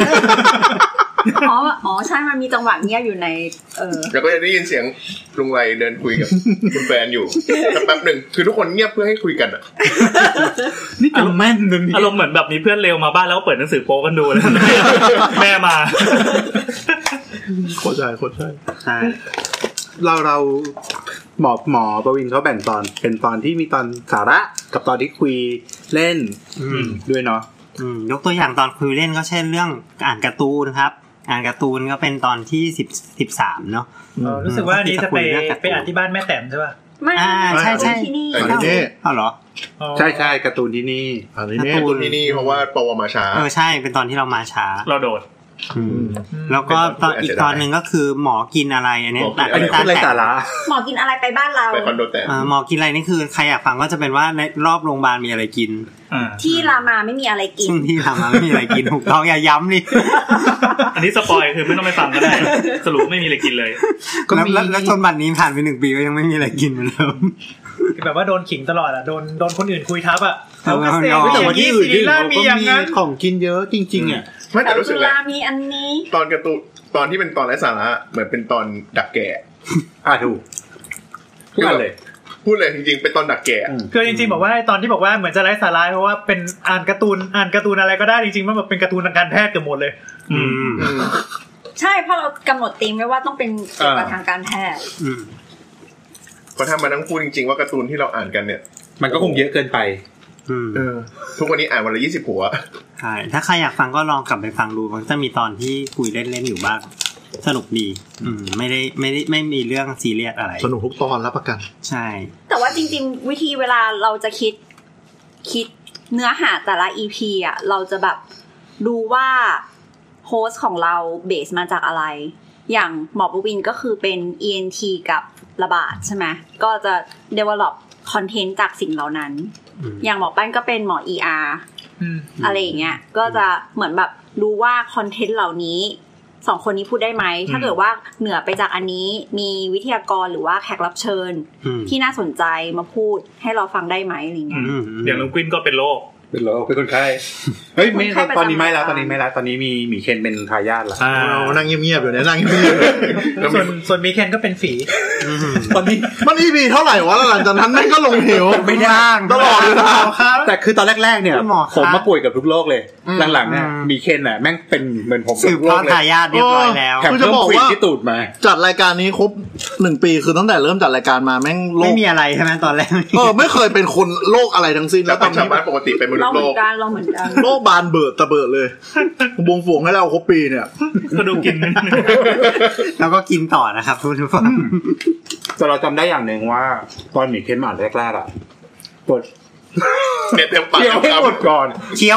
อ๋อใช่มันมีจังหวะเงียบอยู่ในแล้วก็จะได้ยินเสียงลุงไรเดินคุยกับคุณแฟนอยู่แป๊บนึงคือทุกคนเงียบเพื่อให้คุยกันอ่ะนี่จำแม่นอารมณ์เหมือนแบบมีเพื่อนเลวมาบ้านแล้วก็เปิดหนังสือโป๊กันดูเลยแม่มาโคตรใช่เราหมอประวินเขาแบ่งตอนเป็นตอนที่มีตอนสาระกับตอนที่คุยเล่นด้วยเนาะยกตัวอย่างตอนคุยเล่นก็เช่นเรื่องอ่านการ์ตูนครับอ่านการ์ตูนก็เป็นตอนที่13เนาะรู้สึกว่านี้จะไปอ่านที่บ้านแม่แต้มใช่ป่ะไม่ใช่ที่นี่อ้าวเหรอใช่การ์ตูนที่นี่การ์ตูนที่นี่เพราะว่าปวมาช้าใช่เป็นตอนที่เรามาช้าเราโดดแล้วก็ตอนอีกตอนหนึ่งก็คือหมอกินอะไรอันนี้เป็นตอนไรสาระหมอกินอะไรไปบ้านเราไปคอนโดแต่หมอกินอะไรนี่คือใครอยากฟังก็จะเป็นว่าในรอบโรงพยาบาลมีอะไรกินที่รามาไม่มีอะไรกินที่รามาไม่มีอะไรกินถูกต้องอย่าย้ำดิอันนี้สปอยคือไม่ต้องไปฟังก็ได้สรุปไม่มีอะไรกินเลยแล้วจนบัดนี้ผ่านไป1 ปีก็ยังไม่มีอะไรกินเหมือนเดิมแบบว่าโดนขิงตลอดอ่ะโดนคนอื่นคุยทับอ่ะเขาก็เสียแต่ว่าที่อื่นมีอย่างนั้นของกินเยอะจริงๆอ่ะไม่แต่รู้สึกว่ามีอันนี้ตอนการ์ตูนตอนที่เป็นตอนไร้สาระเหมือนเป็นตอนดักแก่ถูกพูดเลยจริงๆเป็นตอนดักแก่คือจริงๆบอกว่าตอนที่บอกว่าเหมือนจะไร้สาระเพราะว่าเป็นอ่านการ์ตูนอะไรก็ได้จริงๆมันแบบเป็นการ์ตูนทางการแพทย์เกือบหมดเลยใช่เพราะเรากำหนดธีมไว้ว่าต้องเป็นเกี่ยวกับทางการแพทย์พอถ้ามานั่งพูดจริงๆว่าการ์ตูนที่เราอ่านกันเนี่ยมันก็คงเยอะเกินไปทุกวันนี้อ่านวันละ20 หัวใช่ถ้าใครอยากฟังก็ลองกลับไปฟังดูมันจะมีตอนที่คุยเล่นๆอยู่บ้างสนุกดีไม่มีเรื่องซีเรียสอะไรสนุกทุกตอนรับประกันใช่แต่ว่าจริงๆวิธีเวลาเราจะคิดเนื้อหาแต่ละ EP อ่ะเราจะแบบดูว่าโฮสต์ของเราเบสมาจากอะไรอย่างหมอประวินก็คือเป็น ENT กับระบาดใช่ไหมก็จะ develop คอนเทนต์จากสิ่งเหล่านั้นอย่างหมอปั้นก็เป็นหมอ ER อะไรอย่างเงี้ยก็จะเหมือนแบบดูว่าคอนเทนต์เหล่านี้2คนนี้พูดได้ไหมถ้าเกิดว่าเหนือไปจากอันนี้มีวิทยากรหรือว่าแขกรับเชิญที่น่าสนใจมาพูดให้เราฟังได้ไหมอะไรเงี้ยอย่างลุงกวินก็เป็นโรคเป็นคนไข้เฮ้ยไม่ตอนนี้ไม่แล้วตอนนี้มีหมีเคนเป็นทายาทแล้วนั่งเงียบๆอยู่เนี่ยนั่งเงียบๆส่วนหมีเคนก็เป็นฝีตอนนี้มันEPเท่าไหร่วะหลังจากนั้นนั่นก็ลงเหวไม่ย่างตลอดเลยแต่คือตอนแรกๆเนี่ยผมมาป่วยกับทุกโรคเลยหลังๆเนี่ยหมีเคนน่ะแม่งเป็นเหมือนผมสืบทอดทายาทเรียบร้อยแล้วคือจะบอกว่าที่ตูดมาจัดรายการนี้ครบ1 ปีคือตั้งแต่เริ่มจัดรายการมาแม่งไม่มีอะไรใช่ไหมตอนแรกไม่เคยเป็นคนโรคอะไรทั้งสิ้นแล้วตอนนี้ปกติเป็นมนุษย์โรคเราเหมือนกันโลกบานเบิดตะเบิดเลยบวงสรวงให้เราครบปีเนี่ยก็ดูกินแล้วก็กินต่อนะครับทุกคนแต่เราจำได้อย่างหนึ่งว่าตอนหมีเคนมาแรกๆอ่ะปวดเต็มปากเคี้ยวให้หมดก่อน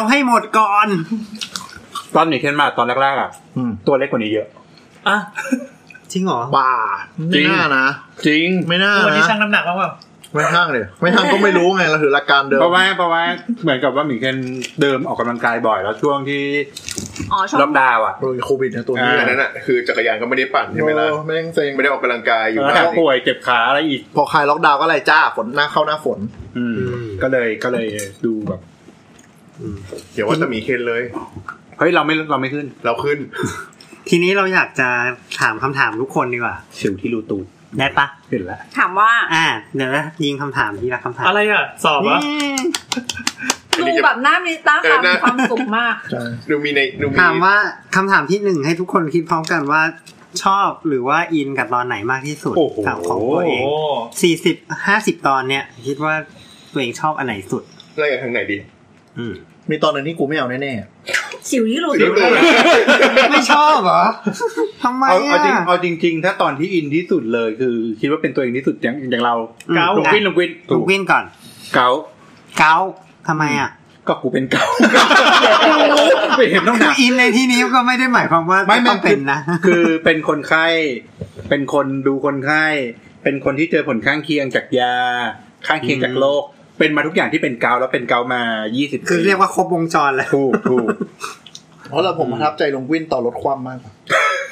ตอนหมีเคนมาตอนแรกๆอ่ะตัวเล็กกว่านี้เยอะจริงเหรอบ้าไม่น่านะจริงไม่น่าวันนี้ชั่งน้ำหนักบ้างเปล่าไม่ห้างเลยไม่ห้างก็ไม่รู้ไงเราถือหลักการเดิมเพราะว่าเหมือนกับว่าหมีเคนเดิมออกกำลังกายบ่อยแล้วช่วงที่ล็อกดาวน์อ่ะโควิดเนี่ยตัวนี้อันนั้นอ่ะคือจักรยานก็ไม่ได้ปั่นใช่ไหมล่ะไม่ได้เซ็งไม่ได้ออกกำลังกายอยู่แล้วป่วยเจ็บขาอะไรอีกพอคลายล็อกดาวน์ก็อะไรจ้าฝนหน้าเข้าหน้าฝนก็เลยดูแบบเดี๋ยวว่าจะหมีเคนเลยเฮ้ยเราไม่ขึ้นเราขึ้นทีนี้เราอยากจะถามคำถามทุกคนดีกว่าสิวที่รูตูดได้ปะเห็นแล้วถามว่าเดี๋ยวนะยิงคำถามทีละคำถามอะไรอ่ะสอบวะดูแบบหน้ามีตาความสุขมากดูมีถามว่าคำถามที่1ให้ทุกคนคิดพร้อมกันว่าชอบหรือว่าอินกับตอนไหนมากที่สุดของตัวเอง40-50 ตอนเนี่ยคิดว่าตัวเองชอบอันไหนสุดเลือกทางไหนดีมีตอนนึงที่กูไม่เอาแน่ๆสิวที่รูตูดไม่ชอบเหรอทำไมเอาจริงถ้าตอนที่อินที่สุดเลยคือคิดว่าเป็นตัวเองที่สุดอย่างเราลุงวินก่อนเกาทำไมอ่ะก็กูเป็นเกาไม่เห็นต้องอินในที่นี้ก็ไม่ได้หมายความว่าไม่ต้องเป็นนะคือเป็นคนไข้เป็นคนดูคนไข้เป็นคนที่เจอผลข้างเคียงจากยาข้างเคียงจากโรคเป็นมาทุกอย่างที่เป็นเกาแล้วเป็นเกามา20 ปีคือเรียกว่าครบวงจรแล้วถูกเพราะเราผมประทับใจลุงวินต่อรถความมาก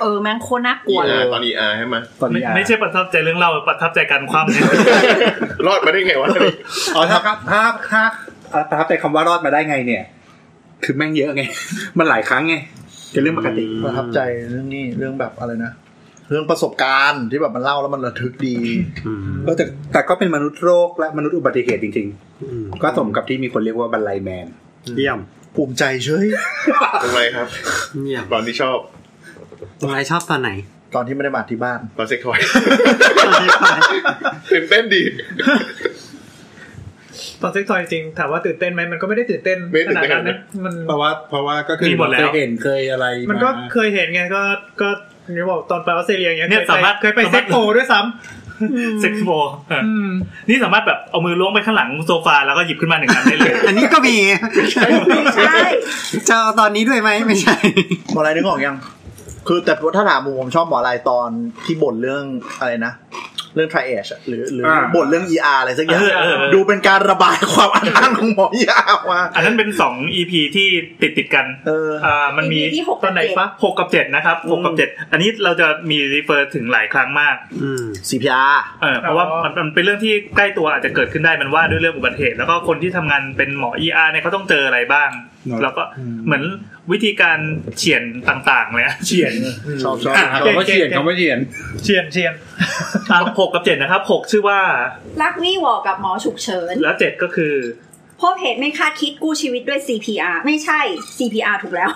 แม่งโคตรน่ากลัวเลยตอนนี้ใช่ไหมตอนนี้ไม่ใช่ประทับใจเรื่องเล่าประทับใจการคว่ำเนี่ยรอดมาได้ไงวะถ้าประทับใจคำว่ารอดมาได้ไงเนี่ยคือแม่งเยอะไงมันหลายครั้งไงเป็นเรื่องปกติประทับใจเรื่องนี้เรื่องแบบอะไรนะเรื่องประสบการณ์ที่แบบมันเล่าแล้วมันระทึกดีแต่ก็เป็นมนุษย์โรคและมนุษย์อุบัติเหตุจริงๆก็สมกับที่มีคนเรียกว่าบันไลแมนเยี่ยมภูมิใจเฉยตรงไหนครับตอนที่ชอบตรงไหนชอบตอนไหนตอนที่ไม่ได้มาที่บ้านตอนเซ็กทอยตื่นเต้นดีตอนเซ็กทอยจริงถามว่าตื่นเต้นไหมมันก็ไม่ได้ตื่นเต้นขนาดนั้นนะมันเพราะว่าก็คือเคยเห็นเคยอะไรมันก็เคยเห็นไงก็นี่บอกตอนไปออสเตรเลียอย่างเงี้ยเคยไปเซ็กโปด้วยซ้ำเซ็กโปนี่สามารถแบบเอามือล้วงไปข้างหลังโซฟาแล้วก็หยิบขึ้นมา1 อันได้เลยอันนี้ก็มีใช่จะเอาตอนนี้ด้วยไหมไม่ใช่หมออะไรนึกออกยังคือแต่ถ้าถามผมชอบหมออะไรตอนที่บ่นเรื่องอะไรนะเรื่อง triage หรือบ่นเรื่อง ER อะไรสักอย่างดูเป็นการระบายความอัดอั้นของหมอ ER มาอันนั้นเป็น2 EP ที่ติดกันมันมีตอนไหนปะ6 กับ 7นะครับ6 กับ 7อันนี้เราจะมีรีเฟอร์ถึงหลายครั้งมาก CPR เพราะว่ามันเป็นเรื่องที่ใกล้ตัวอาจจะเกิดขึ้นได้มันว่าด้วยเรื่องอุบัติเหตุแล้วก็คนที่ทำงานเป็นหมอ ER เนี่ยเขาต้องเจออะไรบ้างแล้วก็เหมือนวิธีการเฉียนต่างๆเลยเฉียนชอบเขาว่าเฉียนเขาไม่เฉียน 6 กับ 7นะครับ6ชื่อว่ารักวี่วอกับหมอฉุกเฉินแล้ว7ก็คือพบเหตุไม่คาดคิดกู้ชีวิตด้วย CPR ไม่ใช่ CPR ถูกแล้ว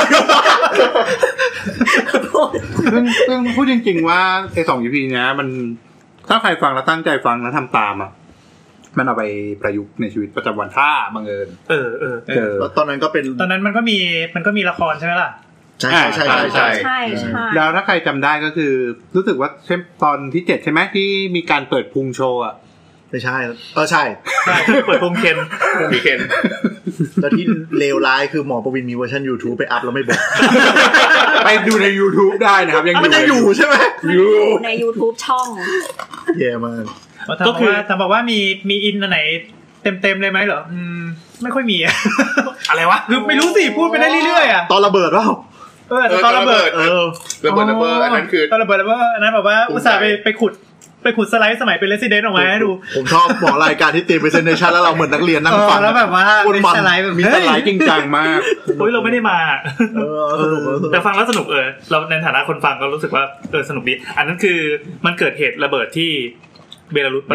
ซึ่งพูดจริงๆว่าไอ้2 EP เนี้ยมันถ้าใครฟังแล้วตั้งใจฟังแล้วทำตามอ่ะมันเอาไปประยุกต์ในชีวิตประจำวันถ้าบังเอิญแล้วตอนนั้นก็เป็นตอนนั้นมันก็มีละครใช่ไหมล่ะใช่แล้วถ้าใครจำได้ก็คือรู้สึกว่าตอนที่7ใช่ไหมที่มีการเปิดพุงโชว์อ่ะไม่ใช่ใช่เปิดพุงเคนมีเคนแต่ที่เลวร้ายคือหมอประวินมีเวอร์ชัน YouTube ไปอัพแล้วไม่บอกไปดูใน YouTube ได้นะครับยังอยู่ใช่ไหมอยู่ใน YouTube ช่องแย่มากก็คือถามบอกว่ามีอินอันไหนเต็มเลยไหมเหรอไม่ค่อยมีอะไรวะคือไม่รู้สิพูดไปได้เรื่อยๆอ่ะตอนระเบิดเปล่าตอนระเบิดอันนั้นคือตอนระเบิดอันนั้นแบบว่าอุตส่าห์ไปขุดสไลด์สมัยเป็น Resident ออกมาให้ดูผมชอบหมอรายการที่ตี presentation แล้วเราเหมือนนักเรียนนั่งฟังแล้วแบบว่ามีสไลด์จริงจังมากเราไม่ได้มาแต่ฟังแล้วสนุกเราในฐานะคนฟังก็รู้สึกว่าสนุกดีอันนั้นคือมันเกิดเหตุระเบิดที่เบลารุส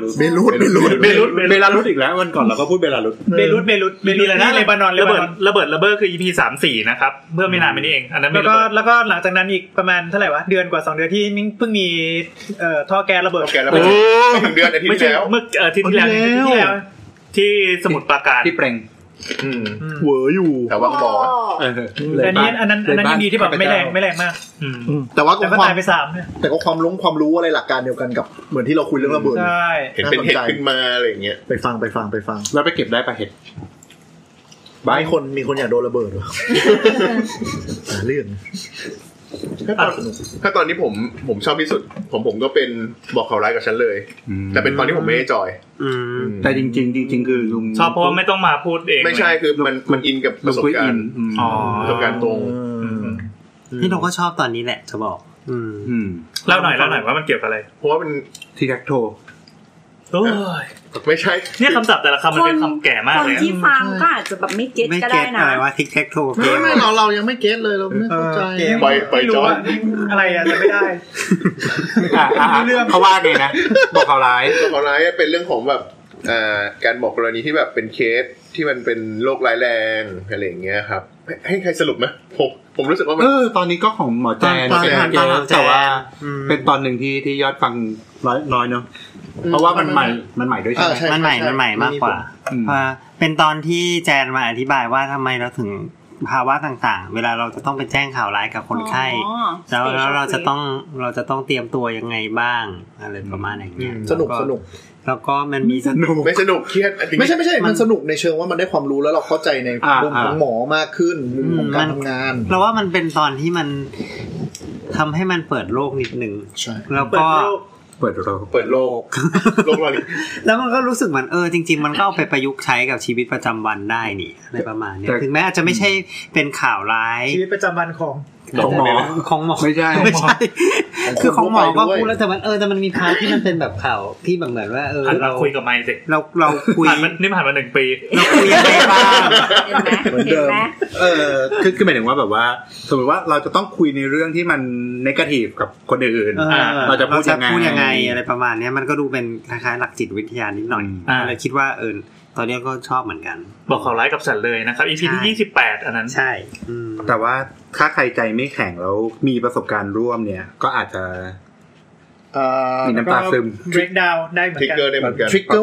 อีกแล้ววันก่อนเราก็พูดเบลารุสมีอะไรนะเลบานอนระเบิดคือ EP 34นะครับเมื่อไม่นานมานี้เองอันนั้นแล้วก็หลังจากนั้นอีกประมาณเท่าไหร่วะเดือนกว่า2 เดือนที่เพิ่งมีท่อแก๊สระเบิดไม่ถึงเดือนอาทิตย์ที่แล้วเมื่ออาทิตย์ที่แล้วที่สมุทรปราการที่เปร่งเวอร์อยู่แต่ว่าหมอแต่นี้อันนั้นยังดีที่แบบไม่แรงมากแต่ว่าก็ตายไป3เนี่ยแต่ก็ความรู้อะไรหลักการเดียวกันกับเหมือนที่เราคุยเรื่องระเบิดใช่เห็นเป็นเห็ดขึ้นมาอะไรอย่างเงี้ยไปฟังแล้วไปเก็บได้ปะเห็ดมีคนอยากโดนระเบิดเหรอเรื่องถ้าตอนนี้ผมชอบที่สุดผมก็เป็นบอกข่าวร้ายกับฉันเลยแต่เป็นตอนที่ผมไม่ได้จอยแต่จริงคือลุงชอบเพราะไม่ต้องมาพูดเองไม่ใช่คือมันอินกับประสบการณ์ตรงนี่เราก็ชอบตอนนี้แหละจะบอกเล่าหน่อยว่ามันเกี่ยวกับอะไรเพราะว่ามันทีแท็กโทไม่ใช่เนี่ยคำศัพท์แต่ละคำมันเป็นคำแก่มากเลยคนที่ฟังก็อาจจะแบบไม่เก็ตก็ได้นะอะไรว่าทิกแท็กโทไม่เรายังไม่เก็ตเลยเราไม่เข้าใจไปจอยอะไรอ่ะจะไม่ได้เรื่องเขาว่าไงนะบอกข่าวร้ายเป็นเรื่องของแบบการบอกกรณีที่แบบเป็นเคสที่มันเป็นโรคร้ายแรงอะไรอย่างเงี้ยครับให้ใครสรุปไหมผมรู้สึกว่าตอนนี้ก็ของหมอแจนแต่ว่าเป็นตอนหนึ่งที่ยอดฟังน้อยเนาะเพราะว่ามันใหม่ด้วยใช่ไหมมันใหม่มากกว่าเป็นตอนที่แจนมาอธิบายว่าทำไมเราถึงภาวะต่างๆเวลาเราจะต้องไปแจ้งข่าวร้ายกับคนไข้แล้วเราจะต้องเตรียมตัวยังไงบ้างอะไรประมาณอย่างเงี้ยสนุกแล้วก็มันมีสนุกไม่สนุกเครียดไม่ใช่มันสนุกในเชิงว่ามันได้ความรู้แล้วเราเข้าใจในมุมของหมอมากขึ้นมุมของการทำงานเราว่ามันเป็นตอนที่มันทำให้มันเปิดโลกนิดนึงแล้วก็เปิดโลกแล้วมันก็รู้สึกเหมือนจริงๆมันก็เอาไปประยุกต์ใช้กับชีวิตประจำวันได้นี่อะไรประมาณนี้ถึงแม้อาจจะไม่ใช่เป็นข่าวร้ายชีวิตประจำวันของหมอไม่ใช่คือของหมอก็พูดแล้วแต่มันมีพาร์ทที่มันเป็นแบบข่าวที่แบบเหมือนว่าเราคุยกับไมค์สิเราคุยนี่ผ่านมา1 ปีเราคุยยังไงบ้างเหมือนเดิมคือหมายถึงว่าแบบว่าสมมติว่าเราจะต้องคุยในเรื่องที่มันเนกาทีฟกับคนอื่นเราจะพูดยังไงอะไรประมาณนี้มันก็ดูเป็นคล้ายๆหลักจิตวิทยานิดหน่อยเลยคิดว่าตอนนี้ก็ชอบเหมือนกันบอกข่าวร้ายกับสันเลยนะครับ EP ที่28อันนั้นใช่แต่ว่าถ้าใครใจไม่แข็งแล้วมีประสบการณ์ร่วมเนี่ยก็อาจจะมีน้ำตาซึม break down ได้เหมือนกัน trigger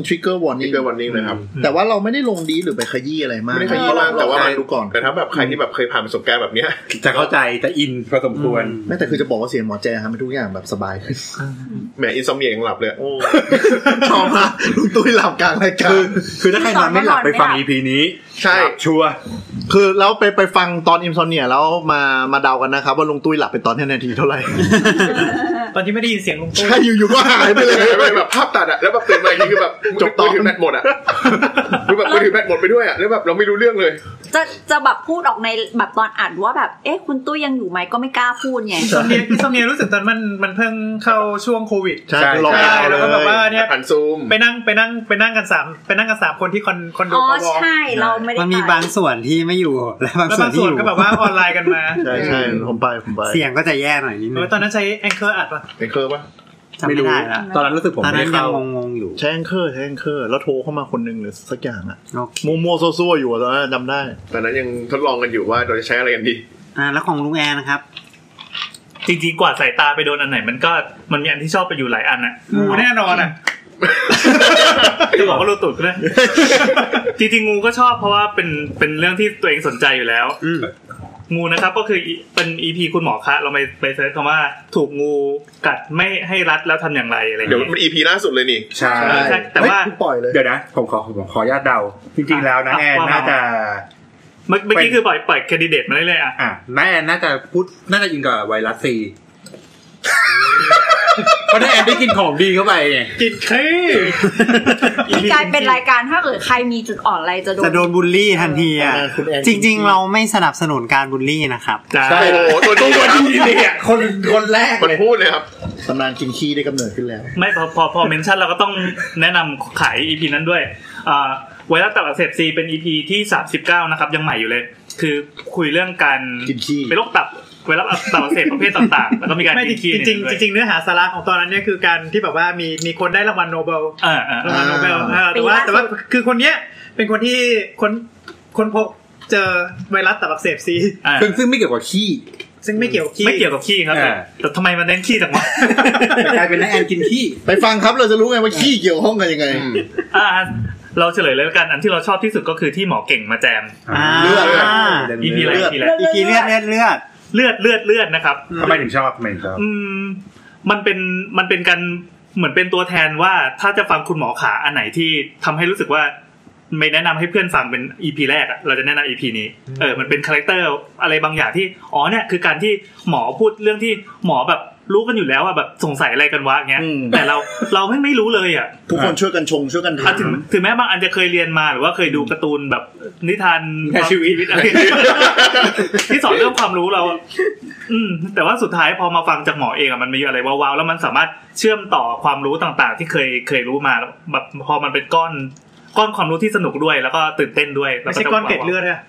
warning นะครับแต่ว่าเราไม่ได้ลงดีหรือไปขยี้อะไรมากไม่ได้ขยี้มากแต่ว่ามันรู้ก่อนแต่ถ้าแบบใครที่แบบเคยผ่านประสบการณ์แบบนี้จะเข้าใจจะอินพอสมควรไม่แต่คือจะบอกว่าเสียงหมอแจทำให้ทุกอย่างแบบสบายขึ้นแหมอินซอมเนียยังหลับเลยชอบมากลุงตุ้ยหลับกลางรายการคือถ้าใครนอนไม่หลับไปฟัง EP นี้ใช่ชัวร์คือแล้วไปฟังตอนอินซอมเนียแล้วมาเดากันนะครับว่าลุงตุ้ยหลับไปตอนนาทีเท่าไหร่ตอนที่ไม่ได้ยินเสียงลุงตุ้ยใช่อยู่ๆก็หายไปเลยแบบภาพตัดอะแล้วแบบเปลี่ยนไปทีคือแบบจบตอนแบตหมดอะคือแบบมือถือแบตหมดไปด้วยอะแล้วแบบเราไม่รู้เรื่องเลยจะแบบพูดออกในแบบตอนอัดว่าแบบคุณตุ้ยยังอยู่ไหมก็ไม่กล้าพูดไงซอมเนียรู้สึกตอนมันเพิ่งเข้าช่วงโควิดใช่แล้วก็แบบว่าเนี่ยผ่านซูมไปนั่งกัน3คนที่คอนโดอ๋อใช่เราไม่ได้มันมีบางส่วนที่ไม่อยู่และบางส่วนที่อยู่ก็แบบว่าออนไลน์กันมาใช่ผมไปเสียงก็จะแย่หน่อยนิดนึงตอนนั้นใช้ Anchor อัดป่ะ Anchor ป่ะไม่รู้ตอนนั้นรู้สึกผมไม่เข้างงอยู่ใช้ Anchor แล้วโทรเข้ามาคนนึงหรือสักอย่างอ่ะมัวๆซั่วๆอยู่ตอนนั้นจำได้ตอนนั้นยังทดลองกันอยู่ว่าเราจะใช้อะไรกันดีแล้วของลุงแอร์นะครับจริงๆกว่าสายตาไปโดนอันไหนมันมีอันที่ชอบไปอยู่หลายอันน่ะงูแน่นอนอ่ะจะบอกว่ารู้ตุดก็ได้จริงๆงูก็ชอบเพราะว่าเป็นเรื่องที่ตัวเองสนใจอยู่แล้วงูนะครับก็คือเป็น EP คุณหมอคะเราไปเสิร์ชคำว่าถูกงูกัดไม่ให้รัดแล้วทำอย่างไรอะไรอย่างเงี้ยเดี๋ยวมัน EP ล่าสุดเลยนี่ใช่แต่ว่าเดี๋ยวนะผมขออนุญาตเดาจริงๆแล้วนะแอนน่าจะเมื่อกี้คือปล่อยแคนดิเดตมาเรื่อยๆอ่ะแม่น่าจะน่าจะอิงกับไวรัสซีเพราะถ้าแอนได้กินของดีเข้าไปไงกินกลายเป็นรายการถ้าเกิดใครมีจุดอ่อนอะไรจะโดนบูลลี่ทันทีอ่ะจริงๆเราไม่สนับสนุนการบูลลี่นะครับใช่โอ้โหตัวที่เนี่ยคนแรกคนพูดเลยครับตำนานกินขี้ได้กำเนิดขึ้นแล้วไม่พอเมนชั่นเราก็ต้องแนะนำขาย EP นั้นด้วยไวรัสตับอักเสบซีเป็น EP ที่39นะครับยังใหม่อยู่เลยคือคุยเรื่องการกินขี้เป็นโรคตับไวรัสตับอักเสบประเภทต่างๆแล้วก็มีการกินขี้จริงเนื้อหาสาระของตอนนั้นเนี่ยคือการที่แบบว่ามีคนได้รางวัลโนเบลรางวัลโนเบลแต่ว่าคือคนเนี้ยเป็นคนที่คนพบเจอไวรัสตับอักเสบซีซึ่งไม่เกี่ยวกับขี้ซึ่งไม่เกี่ยวกับขี้ครับแต่ทำไมมันเน้นขี้จังวะกลายเป็นนักแอนกินขี้ไปฟังครับเราจะรู้ไงว่าขี้เกี่ยวข้องกันยังไงเราเฉลยเลยกันอันที่เราชอบที่สุดก็คือที่หมอเก่งมาแจมเลือด EP เลือดนะครับทำไมถึงชอบมันเป็นการเหมือนเป็นตัวแทนว่าถ้าจะฟังคุณหมอขาอันไหนที่ทำให้รู้สึกว่าไม่แนะนำให้เพื่อนฟังเป็น EP แรกอ่ะเราจะแนะนำ EP นี้มันเป็นคาแรคเตอร์อะไรบางอย่างที่เนี่ยคือการที่หมอพูดเรื่องที่หมอแบบรู้กันอยู่แล้วอ่ะแบบสงสัยอะไรกันวะเงี้ยแต่เราไม่รู้เลยอ่ะทุกคนช่วยกันชงช่วยกันทำถึงแม้บางอันจะเคยเรียนมาหรือว่าเคยดูการ์ตูนแบบนิทานชีวิตอะไรที่สอนเรื่องความรู้เราแต่ว่าสุดท้ายพอมาฟังจากหมอเองอ่ะมันมีอะไรว้าวๆแล้วมันสามารถเชื่อมต่อความรู้ต่างๆที่เคยรู้มาแล้วแบบพอมันเป็นก้อนความรู้ที่สนุกด้วยแล้วก็ตื่นเต้นด้วยไม่ใช่ก้อนเกล็ดเลือดอะ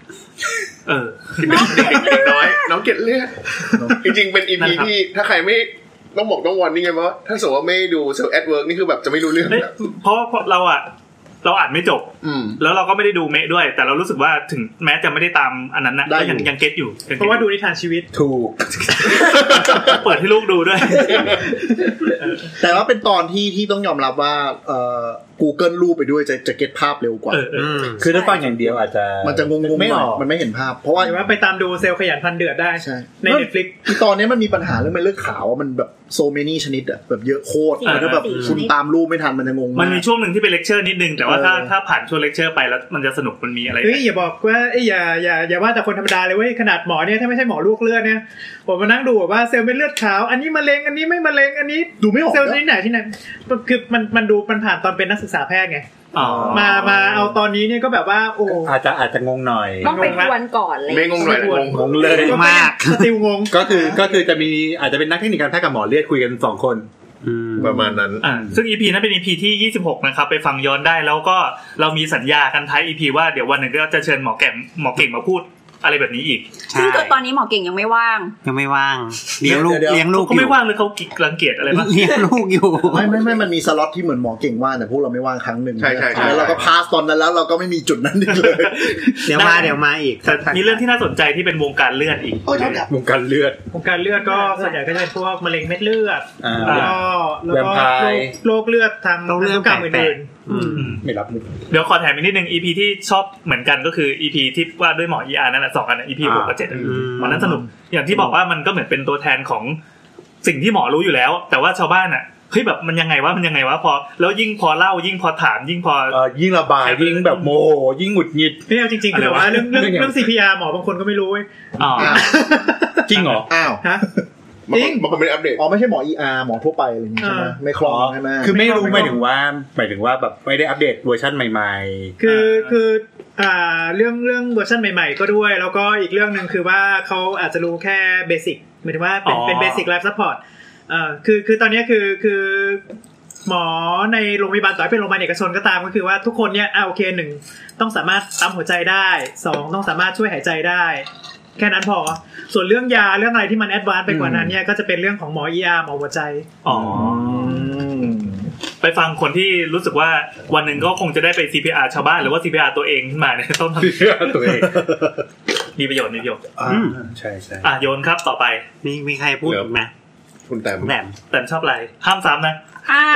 เด็กน้อยน้องเกล็ดเลือดจริงๆเป็น EP ที่ถ้าใครไม่ต้องวอร์นิ่งไงว่าถ้าสมมติว่าไม่ดูเซลล์แอดเวิร์กนี่คือแบบจะไม่รู้เรื่องเพราะเราอ่านไม่จบแล้วเราก็ไม่ได้ดูเมะด้วยแต่เรารู้สึกว่าถึงแม้จะไม่ได้ตามอันนั้นนะก็ยังเก็ตอยู่เพราะว่าดูนิทานชีวิตถูกเปิดให้ลูกดูด้วยแต่ว่าเป็นตอนที่ต้องยอมรับว่าGoogle รูปไปด้วยจะเก็ตภาพเร็วกว่าคือถ้าฟังอย่างเดียวอาจจะมันจะงงๆไม่ออกมันไม่เห็นภาพเพราะว่าไปตามดูเซลล์ขยันพันเดือดได้ใน Netflix ตอนนี้มันมีปัญหาเรื่องเม็ดเลือดขาวมันแบบโซเมนี่ชนิดอ่ะแบบเยอะโคตรแล้วก็แบบคุณตามรูปไม่ทันมันจะงงมันมีช่วงนึงที่เป็นเลคเชอร์นิดนึงแต่ว่าถ้าผ่านช่วงเลคเชอร์ไปแล้วมันจะสนุกมันมีอะไรอย่าบอกว่าอย่าว่าแต่คนธรรมดาเลยเว้ยขนาดหมอเนี่ยถ้าไม่ใช่หมอลวกเลือดเนี่ยผมมานั่งดูว่าเซลล์เม็ดเลือดขาวอันนี้มะเร็งอันนี้ไม่มะเร็งอันนี้ดูไม่ออกเซลล์ที่ไหนคือมันดูมันผ่านตอนเป็นนักศึกศึกษาแพทย์ไงมาเอาตอนนี้เนี่ยก็แบบว่าโอ้อาจจะงงหน่อยต้องไปทวนก่อนเลยไม่งงหน่อยงงเลยมากสติวงงก็คือจะมีอาจจะเป็นนักเทคนิคการแพทย์กับหมอเลือดคุยกัน2คนประมาณนั้นซึ่ง EP นั้นเป็น EP ที่26นะครับไปฟังย้อนได้แล้วก็เรามีสัญญากันท้าย EP ว่าเดี๋ยววันหนึ่งก็จะเชิญหมอเก่งมาพูดอะไรแบบนี้อีกซึ่งตอนนี้หมอเก่งยังไม่ว่างเลี้ยงลูกเขาไม่ว่างเลยเขารังเกียจอะไรบ้างเลี้ยงลูกอยู่ไม่มันมีสล็อตที่เหมือนหมอเก่งว่างแต่พวกเราไม่ว่างครั้งนึงใช่แล้วเราก็พาสตอนนั้นแล้วเราก็ไม่มีจุดนั้นอีกเลยเดี๋ยวมาอีกมีเรื่องที่น่าสนใจที่เป็นวงการเลือดอีกวงการเลือดก็ส่วนใหญ่ก็จะเป็นพวกมะเร็งเม็ดเลือดแล้วก็โรคเลือดทางพันธุกรรมอื่นไม่รับมุกเดี๋ยวขอแถมอีกนิดนึง EP ที่ชอบเหมือนกันก็คือ EP ที่ว่าด้วยหมอ ER นั่นแหละ2อัน EP 6กับ7มันนั้นสนุกอย่างที่บอกว่ามันก็เหมือนเป็นตัวแทนของสิ่งที่หมอรู้อยู่แล้วแต่ว่าชาวบ้านอ่ะเฮ้ยแบบมันยังไงวะพอแล้วยิ่งพอเล่ายิ่งพอถามยิ่งพอยิ่งระบายยิ่งแบบโมโหยิ่งหงุดหงิดไม่เอาจริงๆคือว่าเรื่อง CPR หมอบางคนก็ไม่รู้เว้ยจริงเหรออ้าวฮะจริงมันเป็นอัปเดตไม่ใช่หมอ ER หมอทั่วไปอะไรอย่างงี้ใช่มั้ยไม่คลองใช่มั้ยคือไม่รู้หมายถึงว่าแบบไม่ได้อัปเดตเวอร์ชั่นใหม่ๆคือเรื่องเวอร์ชันใหม่ๆก็ด้วยแล้วก็อีกเรื่องนึงคือว่าเขาอาจจะรู้แค่เบสิกหมายถึงว่าเป็นเบสิกไลฟ์ซัพพอร์ตคือตอนนี้คือหมอในโรงพยาบาลต่อให้เป็นโรงพยาบาลเอกชนก็ตามก็คือว่าทุกคนเนี่ยโอเค1ต้องสามารถปั๊มหัวใจได้2ต้องสามารถช่วยหายใจได้แค่นั้นพอส่วนเรื่องยาเรื่องอะไรที่มันแอดวานซ์ไปกว่านั้นเนี่ยก็จะเป็นเรื่องของหมอ ER หมอหัวใจไปฟังคนที่รู้สึกว่าวันหนึ่งก็คงจะได้ไป CPR ชาวบ้านหรือว่า CPR ตัวเองขึ้นมาเนี่ยต้องทำ CPR ตัวเองมีประโยชน์ใช่โยนครับต่อไปมีใครพูดอีกไหมคุณแต้มชอบอะไรห้ามซ้ำนะ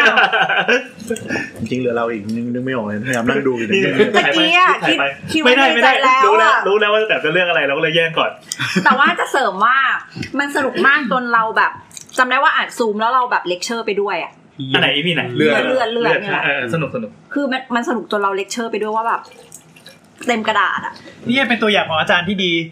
จริงๆเหลือเราอีกนึงไม่ออกเลยพยายามนั่งดูอยู่เนี่ยเมื่อกี้คิดไม่ได้รู้แล้วว่าแต่จะเลือกอะไรเราก็เลยแย่งก่อนแต่ว่าจะเสริมว่ามันสนุกมากจนเราแบบจำได้ว่าอ่านซูมแล้วเราแบบเลคเชอร์ไปด้วยอันไหนอีพีไหนเลือดเนี่ยแหละสนุกคือมันสนุกจนเราเลคเชอร์ไปด้วยว่าแบบเต็มกระดาษนี่เป็นตัวอย่างของอาจารย์ที่ดี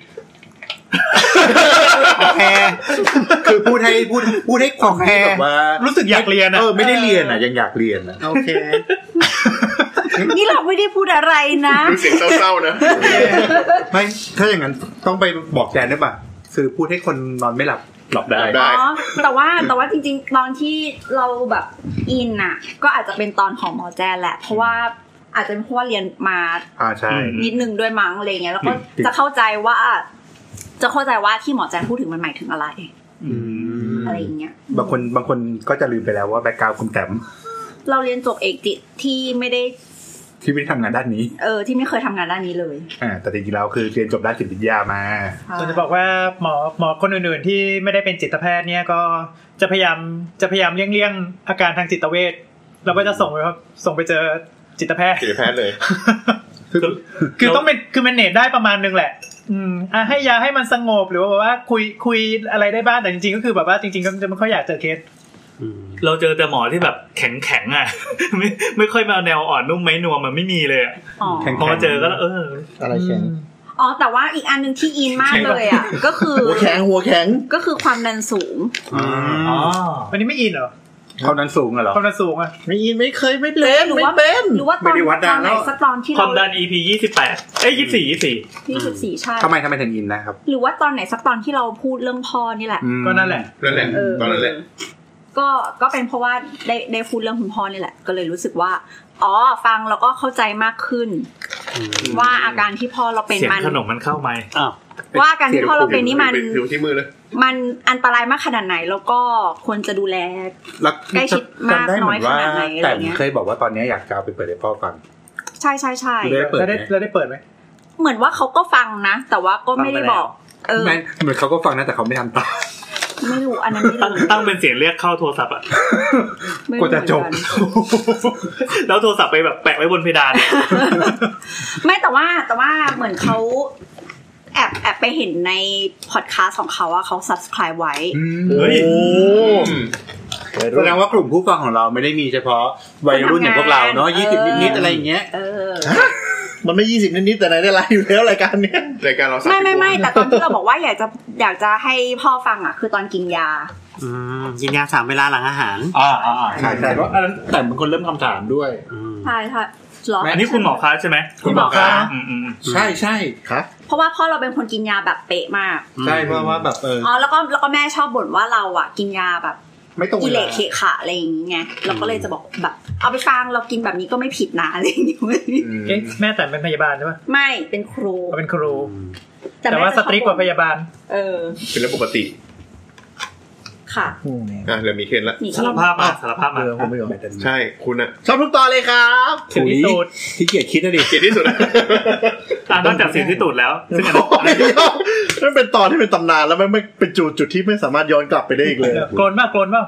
โอเคคือพูดให้ความแบบว่ารู้สึกอยากเรียนไม่ได้เรียนยังอยากเรียนโอเคนี่เราไม่ได้พูดอะไรนะเสียงเศร้าๆนะไม่ถ้าอย่างนั้นต้องไปบอกแจนได้ป่ะคือพูดให้คนนอนไม่หลับได้แต่ว่าจริงๆตอนที่เราแบบอินน่ะก็อาจจะเป็นตอนของหมอแจนแหละเพราะว่าอาจจะเพราะว่าเรียนมาใช่นิดนึงด้วยมั้งอะไรเงี้ยแล้วก็จะเข้าใจว่าที่หมอแจนพูดถึงมันหมายถึงอะไรอะไรอย่างเงี้ยบางคนก็จะลืมไปแล้วว่าแบ็คกราวด์คุณแต้มเราเรียนจบเอกจิตที่ไม่ได้ทำงานด้านนี้ที่ไม่เคยทำงานด้านนี้เลยแต่จริงๆแล้วคือเรียนจบด้านจิตวิทยามาจะบอกว่าหมอคนอื่นๆที่ไม่ได้เป็นจิตแพทย์เนี่ยก็จะพยายามเลี่ยงอาการทางจิตเวชเราก็จะส่งไปเจอจิตแพทย์เลยคือต้องเป็นคือมันเนตได้ประมาณนึงแหละให้ยาให้มันสงบหรือว่าคุยอะไรได้บ้างแต่จริงๆก็คือแบบว่าจริงๆก็จะไม่ค่อยอยากเจอเคสเราเจอแต่หมอที่แบบแข็งอ่ะไม่ค่อยมาแนวอ่อนนุ่มไม้นวมมันไม่มีเลยอ่ะพอเจอก็อะไรแข็งแต่ว่าอีกอันนึงที่อินมากเลยอ่ะก็คือหัวแข็งก็คือความดันสูงวันนี้ไม่อินเหรอความดันสูงเหรอความดันสูงอ่ะไม่เคยไม่เป็นหรือว่าตอนไหนสักตอนที่ความดัน EP 2824 ใช่ทำไมถึงอินนะครับหรือว่าตอนไหนสักตอนที่เราพูดเรื่องพ่อนี่แหละก็นั่นแหละตอนนั้นแหละก็เป็นเพราะว่าได้พูดเรื่องคุณพ่อนี่แหละก็เลยรู้สึกว่าฟังแล้วก็เข้าใจมากขึ้นว่าอาการที่พ่อเราเป็นมันขนมมันเข้าไหมว่าการที่พ่อเราเป็นนี่มันผิวที่มือเลยมันอันตรายมากขนาดไหนแล้วก็ควรจะดูแลใกล้ชิดมากน้อยขนาดไหนอะไรเงี้ยเคยบอกว่าตอนนี้อยากจะไปเปิดให้พ่อฟังใช่แล้วได้เปิดไหมเหมือนว่าเขาก็ฟังนะแต่ว่าก็ไม่ได้บอกไม่เหมือนเขาก็ฟังนะแต่เขาไม่ทำต่อไม่รู้อันนั้นไม่รู้ตั้งเป็นเสียงเรียกเข้าโทรศัพท์อ่ะก็จะจบแล้วโทรศัพท์ไปแบบแปะไว้บนเพดานไม่แต่ว่าเหมือนเขาแอบไปเห็นในพอดคาสต์ของเขาว่าเขา subscribe ไว้แสดงว่ากลุ่มผู้ฟังของเราไม่ได้มีเฉพาะวัยรุ่นอย่างพวกเราเนาะ20นิดๆอะไรอย่างเงี้ยมันไม่20นิดๆแต่ไหนได้ไลฟ์อยู่แล้วรายการเนี้ยรายการเราไม่แต่ตอนที่เราบอกว่าอยากจะให้พ่อฟังอ่ะคือตอนกินยากินยา3 เวลาหลังอาหารใช่เพราะอันนั้นแต่บางคนเริ่มคำถามด้วยใช่หรออันนี้คุณหมอคะใช่ไหมคุณหมอคะใช่ครับเพราะว่าพ่อเราเป็นคนกินยาแบบเป๊ะมากใช่เพราะว่าแบบแล้วก็แม่ชอบบ่นว่าเราอ่ะกินยาแบบไม่ตรงเวลากิเลสเขะขะอะไรอย่างเงี้ยเราก็เลยจะบอกแบบเอาไปฟังเรากินแบบนี้ก็ไม่ผิดนะอะไรอย่างเงี้ยแม่แต่เป็นพยาบาลใช่ปะไม่เป็นครูเป็นครูแต่ว่าสตรีกกว่าพยาบาลเป็นเรื่องปกติค่ะเดี๋ยวมีเคนละสารภาพมาผมไม่ยอมใช่คุณอะชอบทุกตอนเลยครับเสียที่ตูดที่เกียจคิดนะดิเกียจที่สุดนอกจากเสียที่ตูดแล้วซึ่งอันนั้นเป็นตอนที่เป็นตำนานแล้วไม่เป็นจุดที่ไม่สามารถย้อนกลับไปได้อีกเลยโกนมากกลนะ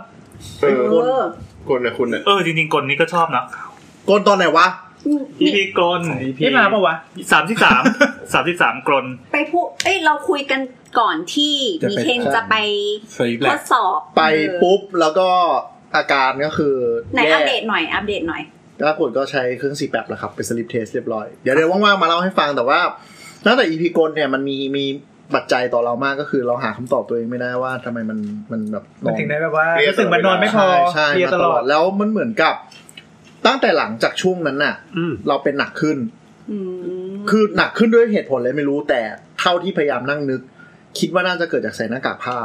คุณอะจริงๆกลนี่ก็ชอบนะกลตอนไหนวะ EP กลพี่มาปะวะ 33กลไปพูดเราคุยกันก่อนที่มีเคนจะไปทดสอบไปปุ๊บแล้วก็อาการก็คือไหนอัปเดตหน่อยล่าสุดก็ใช้เครื่อง CPAP แล้วครับเป็น sleep test เรียบร้อยเดี๋ยวว่างๆมาเล่าให้ฟังแต่ว่าตั้งแต่ EP กลเนี่ยมันมีปัจจัยต่อเรามากก็คือเราหาคำตอบตัวเองไม่ได้ว่าทำไมมันแบบมันถึงได้แบบว่ารู้สึกมันนอนไม่พอเครียดตลอดแล้วมันเหมือนกับตั้งแต่หลังจากช่วงนั้นน่ะเราเป็นหนักขึ้นคือหนักขึ้นด้วยเหตุผลอะไรไม่รู้แต่เท่าที่พยายามนั่งนึกคิดว่าน่าจะเกิดจากใส่หน้ากากผ้า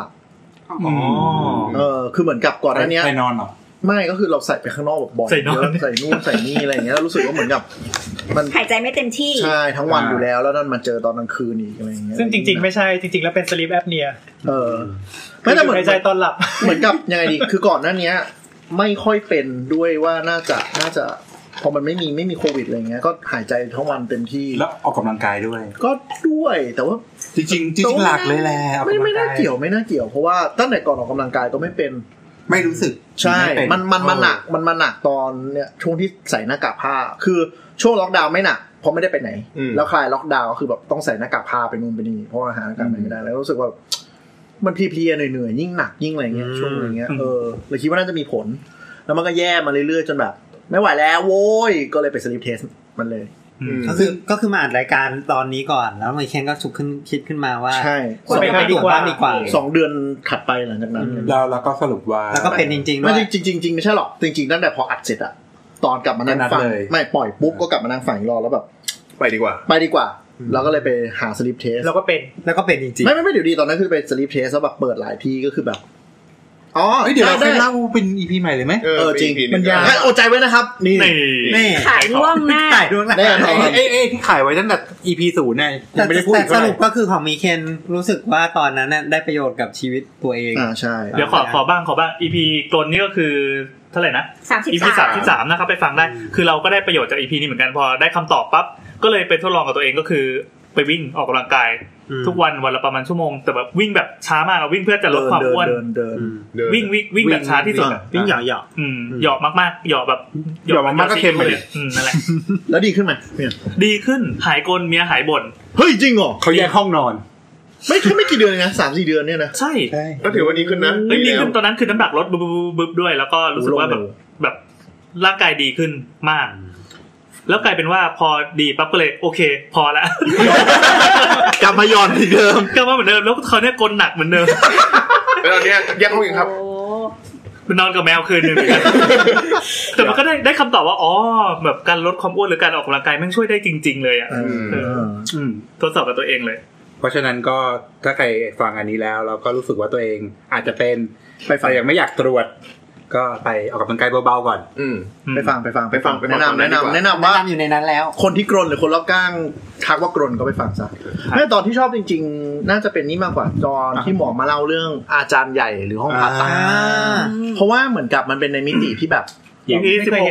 คือเหมือนกับก่อนหน้านี้ใส่นอนหรอไม่ก็คือเราใส่ไปข้างนอกแบบบ่อยเยอะใส่นู่นใส่นี่อะไรอย่างเงี้ยรู้สึกว่าเหมือนกับมันหายใจไม่เต็มที่ใช่ทั้งวันอยู่แล้วนั่นมาเจอตอนกลางคืนอีกอะไรอย่างเงี้ยซึ่งจริงๆไม่ใช่จริงๆแล้วเป็น sleep apnea ไม่ได้เหมือนหายใจตอนหลับเหมือนกับยังไงดีคือก่อนหน้านี้ไม่ค่อยเป็นด้วยว่าน่าจะพอมันไม่มีโควิดอะไรเงี้ยก็หายใจทั้งวันเต็มที่แล้วออกกำลังกายด้วยก็ด้วยแต่ว่าจริงหลักเลยแหละไม่น่าเกี่ยวเพราะว่าตั้งแต่ก่อนออกกำลังกายก็ไม่เป็นไม่รู้สึกใช่มันหนักตอนเนี่ยช่วงที่ใส่หน้ากากผ้าคือช่วงล็อกดาวน์ไม่หนักเพราะไม่ได้ไปไหนแล้วคลายล็อกดาวน์ก็คือแบบต้องใส่หน้ากากผ้าไปนู่นไปนี่เพราะว่าหาอากาศไม่ได้แล้วรู้สึกว่ามันเพลียๆเหนื่อยๆยิ่งหนักยิ่งอะไรเงี้ยช่วงอย่างเงี้ยเลยคิดว่าน่าจะมีผลแล้วมันก็แย่มาเรื่อยๆจนแบบไม่ไหวแล้วโว้ยก็เลยไปสลิปเทสมันเลยก็คือมาอัดรายการตอนนี้ก่อนแล้วไมเคนก็ฉุกคิดขึ้นมาว่าใช่ไปดีกว่า 2 เดือนถัดไปหลังจากนั้นแล้วก็สรุปว่าแล้วก็เป็นจริงๆไม่จริงไม่ใช่หรอกจริงๆตั้งแต่พออัดเสร็จอะตอนกลับมานั่งฟังไม่ปล่อยปุ๊บก็กลับมานั่งฟังอีกรอบแล้วแบบไปดีกว่าแล้วก็เลยไปหาสลิปเทสแล้วก็เป็นจริงๆไม่เดี๋ยวดีตอนนั้นคือไปสลิปเทสแล้วแบบเปิดหลายที่ก็คือแบบเดี๋ยวเราเล่าเป็น EP ใหม่เลยไหมจริงมันยากอดใจไว้นะครับนี่ขายล่วงหน้าแน่นอนที่ขายไว้ตั้งแต่ EP 0เนี่ยไม่ได้พูดแต่สรุปก็คือของมีเคนรู้สึกว่าตอนนั้นได้ประโยชน์กับชีวิตตัวเองใช่เดี๋ยวขอบ้าง EP ตนนี้ก็คือเท่าไหร่นะ EP 33นะครับไปฟังได้คือเราก็ได้ประโยชน์จาก EP นี้เหมือนกันพอได้คำตอบปั๊บก็เลยไปทดลองกับตัวเองก็คือไปวิ่งออกกำลังกายทุกวันละประมาณชั่วโมงแต่แบบวิ่งแบบช้ามากวิ่งเพื่อจะลดความอ้วนวิ่งแบบช้าที่สุดวิ่งหยาะหยาะมากๆหยาะแบบหยาะมากๆก็เค็มไปเลยนั่นแหละแล้วดีขึ้นไหมดีขึ้นหายกลเมียหายบ่นเฮ้ยจริงเหรอเขาแยกห้องนอนไม่กี่เดือนนะ 3-4 เดือนเนี่ยนะใช่ก็ถือว่าดีขึ้นนะดีขึ้นตอนนั้นคือน้ำหนักลดบึ๊บด้วยแล้วก็รู้สึกว่าแบบร่างกายดีขึ้นมากแล้วกลายเป็นว่าพอดีปั๊บก็เลยโอเคพอละกลับมาย้อนเหมือนเดิมกลับมาเหมือนเดิมแล้วเขาเนี่ยกลหนักเหมือนเดิมแล้วตอนนี้แยกห้องอีกครับมันนอนกับแมวคืนนึงแต่มันก็ได้คำตอบว่าอ๋อแบบการลดความอ้วนหรือการออกกำลังกายมันช่วยได้จริงๆเลยอ่ะทดสอบกับตัวเองเลยเพราะฉะนั้นก็ถ้าใครฟังอันนี้แล้วเราก็รู้สึกว่าตัวเองอาจจะเป็นแต่ยังไม่อยากตรวจก็ไปออกกำลังกายเบาๆก่อนไปฟังแนะนำว่าอยู่ในนั้นแล้วคนที่กรนหรือคนรอบข้างทักว่ากรนก็ไปฟังซะแม่ตอนที่ชอบจริงๆน่าจะเป็นนี่มากกว่าตอนที่หมอมาเล่าเรื่องอาจารย์ใหญ่หรือห้องผ่าตัดเพราะว่าเหมือนกับมันเป็นในมิติที่แบบ EP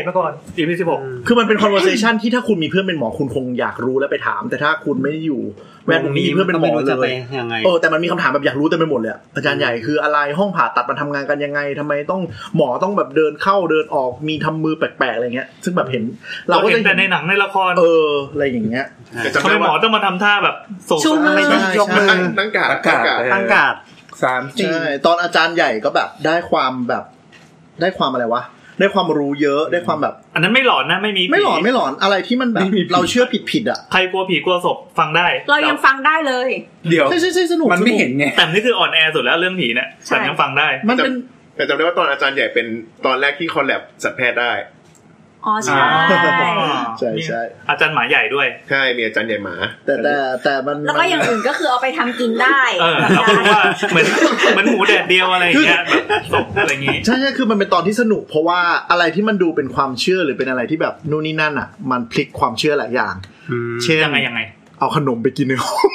16 EP 16 คือมันเป็น conversation ที่ถ้าคุณมีเพื่อนเป็นหมอคุณคงอยากรู้และไปถามแต่ถ้าคุณไม่ได้อยู่แวดวงนี้เพื่อนเป็นหมอเลยแต่มันมีคำถามแบบอยากรู้เต็มไปหมดเลยอาจารย์ใหญ่คืออะไรห้องผ่าตัดมันทำงานกันยังไงทำไมต้องหมอต้องแบบเดินเข้าเดินออกมีทำมือแปลกๆอะไรเงี้ยซึ่งแบบเห็นเราก็เห็นแต่ในหนังในละครอะไรอย่างเงี้ยทำไมหมอต้องมาทำท่าแบบชูมือยกมือตั้งการ 3 4ตอนอาจารย์ใหญ่ก็แบบได้ความอะไรวะได้ความรู้เยอะได้ความแบบอันนั้นไม่หลอนนะไม่หลอนอะไรที่มันแบบเราเชื่อผิดอ่ะใครกลัวผีกลัวศพฟังได้เรายังฟังได้เลยเดี๋ยวใช่สนุกมันไม่เห็นไงแต่นี่คืออ่อนแอสุดแล้วเรื่องผีเนี่ยแต่ยังฟังได้มันเป็นแต่จำได้ว่าตอนอาจารย์ใหญ่เป็นตอนแรกที่คอลแลบสัตวแพทย์ได้อ๋อใช่อาจารย์หมาใหญ่ด้วยใช่มีอาจารย์ใหญ่หมาแต่มันแล้วก็อย่างอื่นก็คือเอาไปทำกินได้เราพูดว่าเหมือนหมูแดดเดียวอะไรอย่างเงี้ยแบบศพอะไรอย่างงี้ใช่คือมันเป็นตอนที่สนุกเพราะว่าอะไรที่มันดูเป็นความเชื่อหรือเป็นอะไรที่แบบนู่นนี่นั่นอ่ะมันพลิกความเชื่อหลายอย่างเช่นยังไงเอาขนมไปกินในห้อง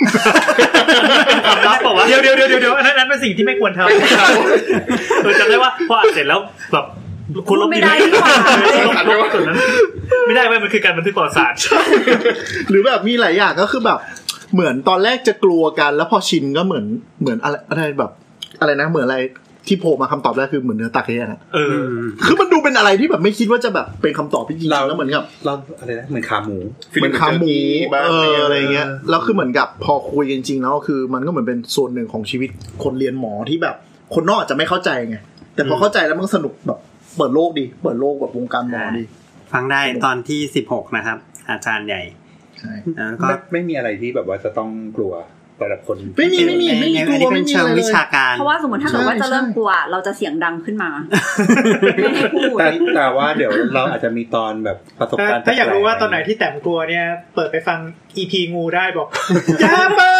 เดี๋ยวอันนั้นเป็นสิ่งที่ไม่ควรทำจำได้ว่าพออ่านเสร็จแล้วแบบคุณลบไม่ได้ดีกว่าส่วนนั้นไม่ได้มันคือการบันทึกประวัติศาสตร์หรือแบบมีหลายอย่างก็คือแบบเหมือนตอนแรกจะกลัวกันแล้วพอชินก็เหมือนอะไรแบบอะไรนะเหมือนอะไรที่โผล่มาคำตอบแรกคือเหมือนเนื้อตาเคียนคือมันดูเป็นอะไรที่แบบไม่คิดว่าจะแบบเป็นคำตอบที่จริงแล้วเหมือนกับเราอะไรนะเหมือนขาหมูอะไรเงี้ยแล้วคือเหมือนกับพอคุยกันจริงแล้วคือมันก็เหมือนเป็นส่วนหนึ่งของชีวิตคนเรียนหมอที่แบบคนนอกอาจจะไม่เข้าใจไงแต่พอเข้าใจแล้วมันสนุกแบบเปิดโลกแบบวงการหมอดีฟังได้ตอนที่16นะครับอาจารย์ใหญ่ใช่ก็ไม่มีอะไรที่แบบว่าจะต้องกลัวสำหรับคนไม่มีอันนี้เป็นเชิงวิชาการเพราะว่าสมมติถ้าเกิดว่าจะเริ่มกลัวเราจะเสียงดังขึ้นมาไม่ให้พูดแต่ว่าเดี๋ยวเราอาจจะมีตอนแบบประสบการณ์ถ้าอยากรู้ว่าตอนไหนที่แต้มกลัวเนี่ยเปิดไปฟัง EP งูได้บอกอย่าเปิ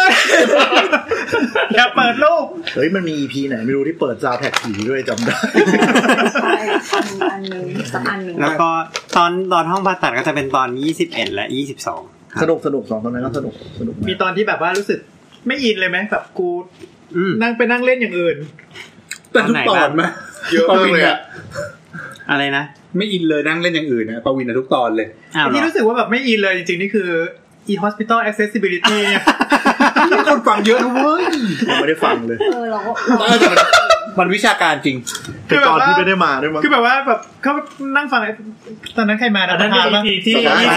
ดลูกเฮ้ยมันมี EP ไหนไม่รู้ที่เปิดซาวด์แท็กผีด้วยจำได้ใช่อันนึงแล้วก็ตอนห้องผ่าตัดก็จะเป็นตอน21และ22 สนุก2ตอนนั้นก็สนุกมีตอนที่แบบว่ารู้สึกไม่อินเลยไหมแบบกูนั่งไปนั่งเล่นอย่างอื่นแต่ทุกตอนมั้ยเยอะมากเลยอะไรนะไม่อินเลยนั่งเล่นอย่างอื่นนะปวินทุกตอนเลยที่รู้สึกว่าแบบไม่อินเลยจริงๆนี่คือ e-hospital accessibility เนี่ยมีคนฟังเยอะนะเว้ยผมไม่ได้ฟังเลยเราก็มันวิชาการจริงคือตอนที่ไม่ได้มาด้วยมั้งคือแบบว่าแบบเขานั่งฟังตอนนั้นใครมาตอนนั้นที่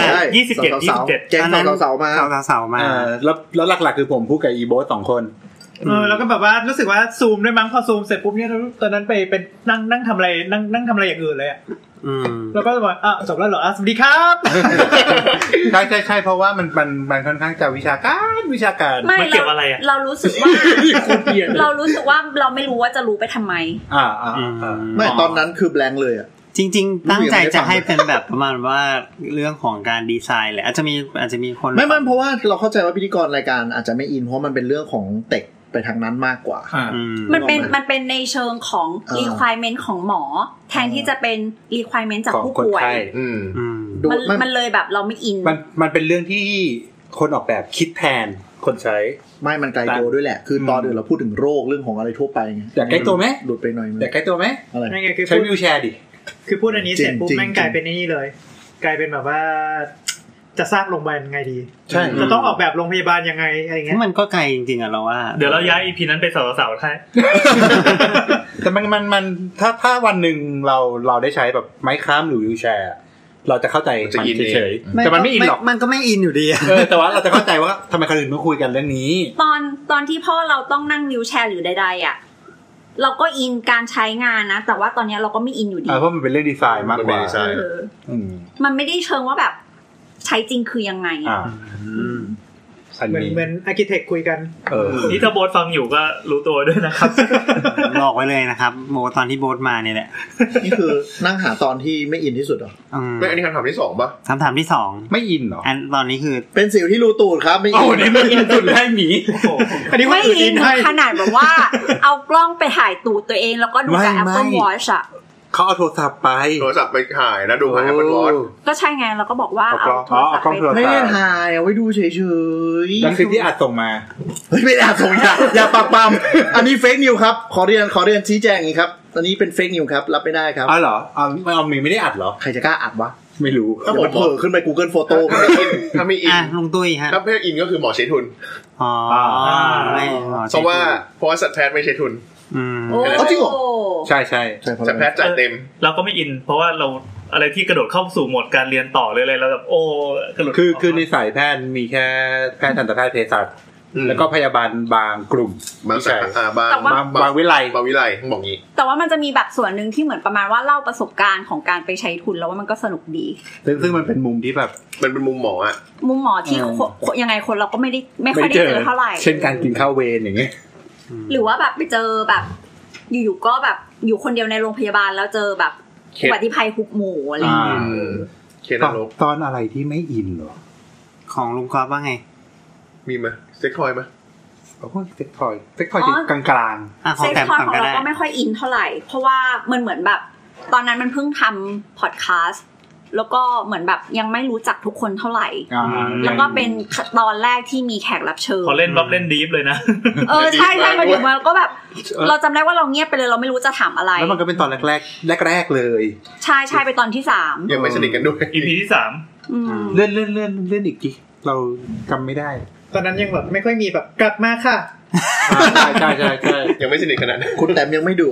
27 แก๊งสาวมาแล้วหลักๆคือผมพูดกับอีโบ๊ท2คนแล้วก็แบบว่ารู้สึกว่าซูมด้วยมั้งพอซูมเสร็จปุ๊บเนี่ยตอนนั้นไปเป็นนั่งทำอะไรนั่งทำอะไรอย่างอื่นเลยอ่ะแล้วก็บอกจบแล้วเหรอสวัสดีครับใช่เพราะว่ามันค่อนข้างจะวิชาการมันเกี่ยวอะไรอ่ะเรารู้สึกว่าเราไม่รู้ว่าจะรู้ไปทำไมไม่ตอนนั้นคือแบลงค์เลยอ่ะจริงๆตั้งใจจะให้เป็นแบบประมาณว่าเรื่องของการดีไซน์แหละอาจจะมีคนไม่เพราะว่าเราเข้าใจว่าพิธีกรรายการอาจจะไม่อินเพราะมันเป็นเรื่องของเทคไปทางนั้นมากกว่ามันเป็นในเชิงของ requirement ของหมอแทนที่จะเป็น requirement จากผู้ป่วยมันเลยแบบเราไม่อินมันเป็นเรื่องที่คนออกแบบคิดแทนคนใช้ไม่มันไกลตัวด้วยแหละคือตอนอื่นเราพูดถึงโรคเรื่องของอะไรทั่วไปไงอยากใกล้ตัวไหมหลุดไปหน่อยอยากใกล้ตัวไหมอะไรใช้วิวแชร์ดิคือพูดอันนี้เสร็จปุ๊บแม่งกลายเป็นนี่เลยกลายเป็นแบบว่าจะสร้างโรงพยาบาลไงดีจะต้องออกแบบโรงพยาบาลยังไงอะไรเงี้ยมันก็ไกลจริงๆอ่ะเราว่าเดี๋ยวเราย้าย EP นั้นไปเสาๆใช่แต่มันถ้าวันนึงเราได้ใช้แบบไม้ค้ำหรือวิวแชร์เราจะเข้าใจมันเฉยๆแต่มันไม่อินหรอกมันก็ไม่อินอยู่ดีแต่ว่าเราจะเข้าใจว่าทำไมคนอื่นไม่คุยกันเรื่องนี้ตอนที่พ่อเราต้องนั่งวิวแชร์หรือใดๆอ่ะเราก็อินการใช้งานนะแต่ว่าตอนนี้เราก็ไม่อินอยู่ดีเพราะมันเป็นเรื่องดีไซน์มากกว่ามันไม่ได้เชิงว่าแบบใช้จริงคือยังไงเหมือนอาร์คิเทคคุยกันนี่ถ้าโบ๊ทฟังอยู่ก็รู้ตัวด้วยนะครับบอกไว้เลยนะครับโมตอนที่โบ๊ทมาเนี่ยแหละนี่คือนั่งหาตอนที่ไม่อินที่สุดหรอไม่อันนี้คำถามที่2ป่ะคำถามที่2 ไม่อินเหรอตอนนี้คือเป็นสิวที่รูตูดครับไม่อินนี่ไม่อินสุดให้หมีอันนี้ไม่อินขนาดแบบว่าเอากล้องไปถ่ายตูดตัวเองแล้วก็ดูกับ Apple Watch อ่ะเขาเอาโทรศัพท์ไปถ่ายนะดูผ่าน Apple Watch ก็ใช่ไงเราก็บอกว่าเอาโทรศัพท์ไปไม่ได้ถ่ายเอาไว้ดูเฉยๆนั่นคือที่อัดส่งมาเฮ้ยไม่ได้อัดส่งอย่าปากปั๊มอันนี้เฟคนิวครับขอเรียนชี้แจงอย่างนี้ครับอันนี้เป็นเฟคนิวครับรับไม่ได้ครับเหรอเอาไม่ได้อัดเหรอใครจะกล้าอัดวะไม่รู้ถ้าผมเผลอขึ้นไป Google Photo ถ้าไม่อินลงตุ้ยฮะถ้าไม่อินก็คือหมอใช้ทุนเพราะว่าสัตวแพทย์ไม่ใช้ทุนจริงเหรอใช่สัตวแพทย์จ่ายเต็มเราก็ไม่อินเพราะว่าเราอะไรที่กระโดดเข้าสู่โหมดการเรียนต่อเลยอะไรเราแบบกระโดดคือในสายแพทย์มีแค่แพทย์ทันตแพทย์เภสัชแล้วก็พยาบาลบางกลุ่มบางบางวิไลต้องบอกงี้แต่ว่ามันจะมีแบบส่วนหนึ่งที่เหมือนประมาณว่าเล่าประสบการณ์ของการไปใช้ทุนแล้วว่ามันก็สนุกดีซึ่งมันเป็นมุมที่แบบมันเป็นมุมหมออะมุมหมอที่ยังไงคนเราก็ไม่ค่อยได้เจอเท่าไหร่เช่นการกินข้าวเวรอย่างเงี้ยหรือว่าแบบไปเจอแบบอยู่ๆก็แบบอยู่คนเดียวในโรงพยาบาลแล้วเจอแบบอุบัติภัยคุกหมู่อะไรอย่างเงี้ยตอนอะไรที่ไม่อินหรอของลุงกอล์ฟว่าไงมีมั้ยเซ็กทอยมั้ยเซ็กทอยกลางๆเซ็กทอยของเราก็ไม่ค่อยอินเท่าไหร่เพราะว่ามันเหมือนแบบตอนนั้นมันเพิ่งทำพอดคาสต์แล้วก็เหมือนแบบยังไม่รู้จักทุกคนเท่าไหร่แล้วก็เป็นตอนแรกที่มีแขกรับเชิญพอเล่นเล่นดีฟเลยนะใช่ๆมาถึงมาก็แบบเราจำได้ว่าเราเงียบไปเลยเราไม่รู้จะถามอะไรแล้วมันก็เป็นตอนแรกเลยใช่ๆไปตอนที่3 ยังไม่สนิทกันด้วย EP ที่3 เลื่อนอีกทีเราจำไม่ได้ตอนนั้นยังแบบไม่ค่อยมีแบบกลับมาค่ะใช่ยังไม่สนิทขนาดนั้นคุณแต้มยังไม่ดู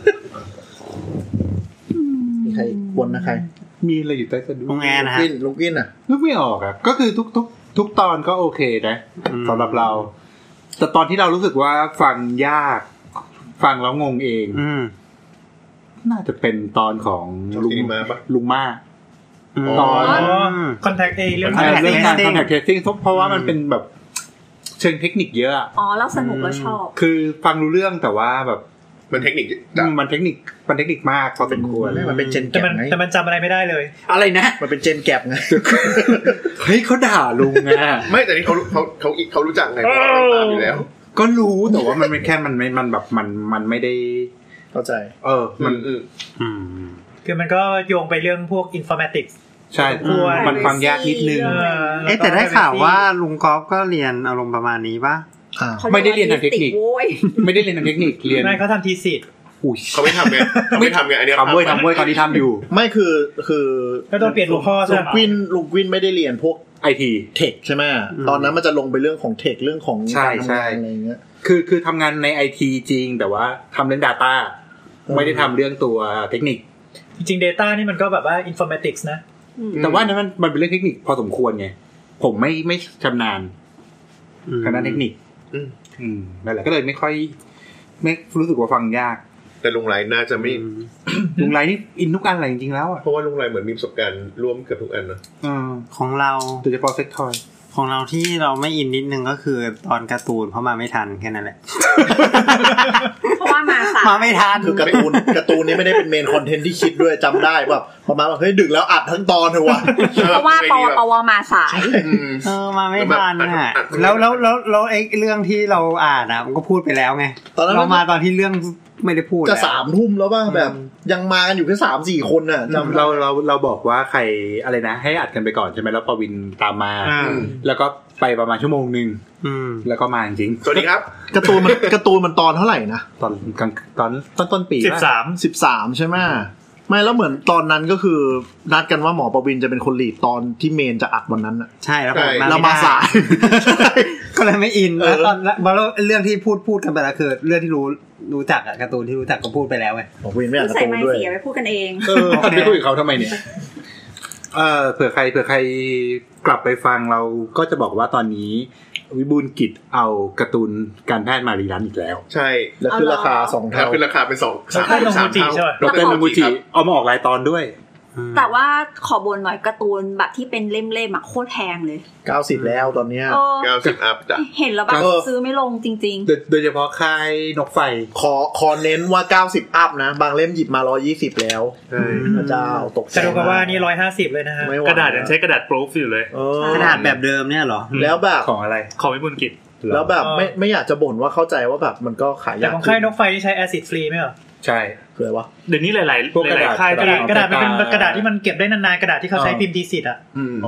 มีใครบนนะใครมีอะไรอยู่ใต้สะดุ้งลุงแอนนะฮะลุงกินอ่ะนึกไม่ออกอ่ะก็คือทุกตอนก็โอเคนะสำหรับเราแต่ตอนที่เรารู้สึกว่าฟังยากฟังแล้วงงเองน่าจะเป็นตอนของลุงมาตอน contact เรื่อง contact tracing เพราะว่ามันเป็นแบบเชิงเทคนิคเยอะแล้วสนุกแล้วชอบคือฟังรู้เรื่องแต่ว่าแบบมันเทคนิคมากพอสมควรมันเป็นเจนแกปแต่มันจำอะไรไม่ได้เลยอะไรนะมันเป็นเจนแกปไงเฮ้ยเขาด่าลุงไงไม่แต่นี่เขารู้จักไงเพราะเราตามอยู่แล้วก็รู้แต่ว่ามันไม่แค่มันแบบมันไม่ได้เข้าใจมันคือมันก็โยงไปเรื่องพวก informatics ใช่มันฟังยากนิดนึงแต่ได้ข่าวว่าลุงกอล์ฟก็เรียนอารมณ์ประมาณนี้ป่ะไม่ได้เรียนทางเทคนิคไม่ได้เรียนทางเทคนิคเรียนไม่เขาทำทีสิทธ์เขาไม่ทำไงอันนี้ทำเว้ยตอนนี้ทำอยู่ไม่คือก็ต้องเปลี่ยนหัวข้อลุงกวินไม่ได้เรียนพวก IT เทคใช่ไหมตอนนั้นมันจะลงไปเรื่องของเทคเรื่องของการทำงานอะไรเงี้ยคือทำงานใน IT จริงแต่ว่าทำเรื่อง data ไม่ได้ทำเรื่องตัวเทคนิคจริงๆ data นี่มันก็แบบว่า informatics นะแต่ว่านั้นมันเป็นเรื่องเทคนิคพอสมควรไงผมไม่ชำนาญทางด้านเทคนิคนั่นแหละก็เลยไม่รู้สึกว่าฟังยากแต่ลุงไรน่าจะไม่ลุงไรนี่อินทุกอันอะไรจริงๆแล้วอ่ะเพราะว่าลุงไรเหมือนมีประสบการณ์ร่วมกับทุกอันนะของเราโดยเฉพาะเซ็กทอยของเราที่เราไม่อินนิดนึงก็คือตอนการ์ตูนเพราะมาไม่ทันแค่นั้นแหละเพราะว่ามาไม่ทันคือการ์ตูนนี้ไม่ได้เป็นเมนคอนเทนต์ที่คิดด้วยจำได้แบบพอมาเฮ้ยดึกแล้วอัดทั้งตอนเถอะว่ะเพราะว่าปวมาสายมาไม่ทันอ่ะแล้วไอ้เรื่องที่เราอ่านอ่ะมันก็พูดไปแล้วไงเรามาตอนที่เรื่องไม่ได้พูดจะ3 ทุ่มแล้วป่ะแบบยังมากันอยู่แค่ 3-4 คนน่ะเราบอกว่าใครอะไรนะให้อัดกันไปก่อนใช่ไหมแล้วปวินตามมาแล้วก็ไปประมาณชั่วโมงนึงแล้วก็มาจริงสวัสดีครับการ์ตูนมันตอนเท่าไหร่นะตอนต้นปี 13ใช่ไหมไม่แล้วเหมือนตอนนั้นก็คือนัดกันว่าหมอประวินจะเป็นคนลีดตอนที่เมนจะอัดวันนั้นอ่ะใช่แล้วเรามาสายก็เลยไม่อินแล้วตอนเรื่องที่พูดกันไปแล้วคือเรื่องที่รู้จักอะการ์ตูนที่รู้จักก็พูดไปแล้วไงหมอประวินไม่อ่านการ์ตูนด้วยใส่ไม้เสียไปพูดกันเองไปคุยกับเขาทำไมเนี่ยเผื่อใครกลับไปฟังเราก็จะบอกว่าตอนนี้วิบูลย์กิจเอาการ์ตูนการแพทย์มารีรันอีกแล้วใช่แล้วขึ้นราคา2เท่าขึ้นราคาเป็น3 เท่าดร.โนมูจิเอามาออกรายตอนด้วยแต่ว่าขอบ่นหน่อยการ์ตูนแบบที่เป็นเล่มๆอ่ะโคตรแพงเลย 90แล้วตอนเนี้ย 90อัพจ้ะเห็นแล้วแบบซื้อไม่ลงจริงๆโดยเฉพาะค่ายนกไฟขอเน้นว่า90อัพนะบางเล่มหยิบมา120แล้วพระเจ้าตกใจแต่ดูกันว่านี่150เลยนะฮะกระดาษยังใช้กระดาษโปรฟอยู่เลยกระดาษแบบเดิมเนี่ยเหรอแล้วแบบของอะไรของวิบูลย์กิจแล้วแบบไม่อยากจะบ่นว่าเข้าใจว่าแบบมันก็ขายยากแต่ของค่ายนกไฟที่ใช้แอซิดฟรีมั้ยเหรอใช่คืออะไรวะเดี๋ยวนี้หลายๆค่ายกระดาษมันเป็นกระดาษที่มันเก็บได้นานๆกระดาษที่เขาใช้พิมพ์ทีสิทธิ์อ่ะ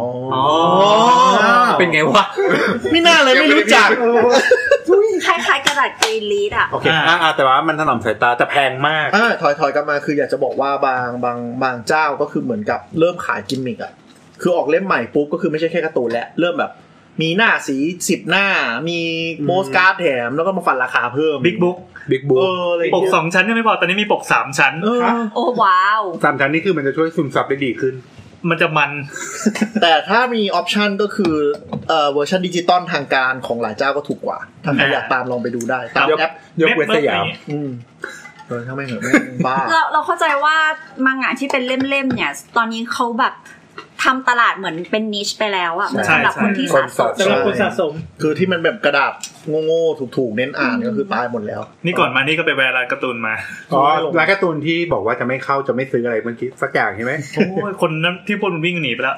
เป็นไงวะไม่น่าเลยไม่รู้จักคล้ายๆกระดาษกรีนลีดอ่ะโอเคแต่ว่ามันถนอมสายตาแต่แพงมากถอยกลับมาคืออยากจะบอกว่าบางเจ้าก็คือเหมือนกับเริ่มขายกิมมิกอ่ะคือออกเล่มใหม่ปุ๊บก็คือไม่ใช่แค่การ์ตูนแล้วเริ่มแบบมีหน้าสี10หน้ามีโปสการ์ดแถมแล้วก็มาฟันราคาเพิ่มบิ๊กบุ๊กปก2ชั้นยังไม่พอตอนนี้มีปก3ชั้นโอ้ว้าว 3ชั้นนี่คือมันจะช่วยซึมซับได้ดีขึ้นมันจะมันแต่ถ้ามีออปชันก็คือเวอร์ชันดิจิตอลทางการของหลายเจ้าก็ถูกกว่าถ้าใครอยากตามลองไปดูได้ตามแอปยกเว้นสยามถ้าไม่เหมือนบ้าเราเข้าใจว่ามังงะที่เป็นเล่มๆเนี่ยตอนนี้เขาแบบทำตลาดเหมือนเป็นนิชไปแล้วอ่ะสำหรับคนที่สะสมสำหรับคนสะสมคือที่มันแบบกระดาษโง่ๆถูกๆเน้นอ่านก็คือตายหมดแล้วนี่ก่อนมานี่ก็ไปแวะร้านการ์ตูนมาร้านการ์ตูนที่บอกว่าจะไม่เข้าจะไม่ซื้ออะไรเมื่อกี้สักอย่างใช่ไหมโอ้ยคนนั้นที่พูดมันวิ่งหนีไปแล้ว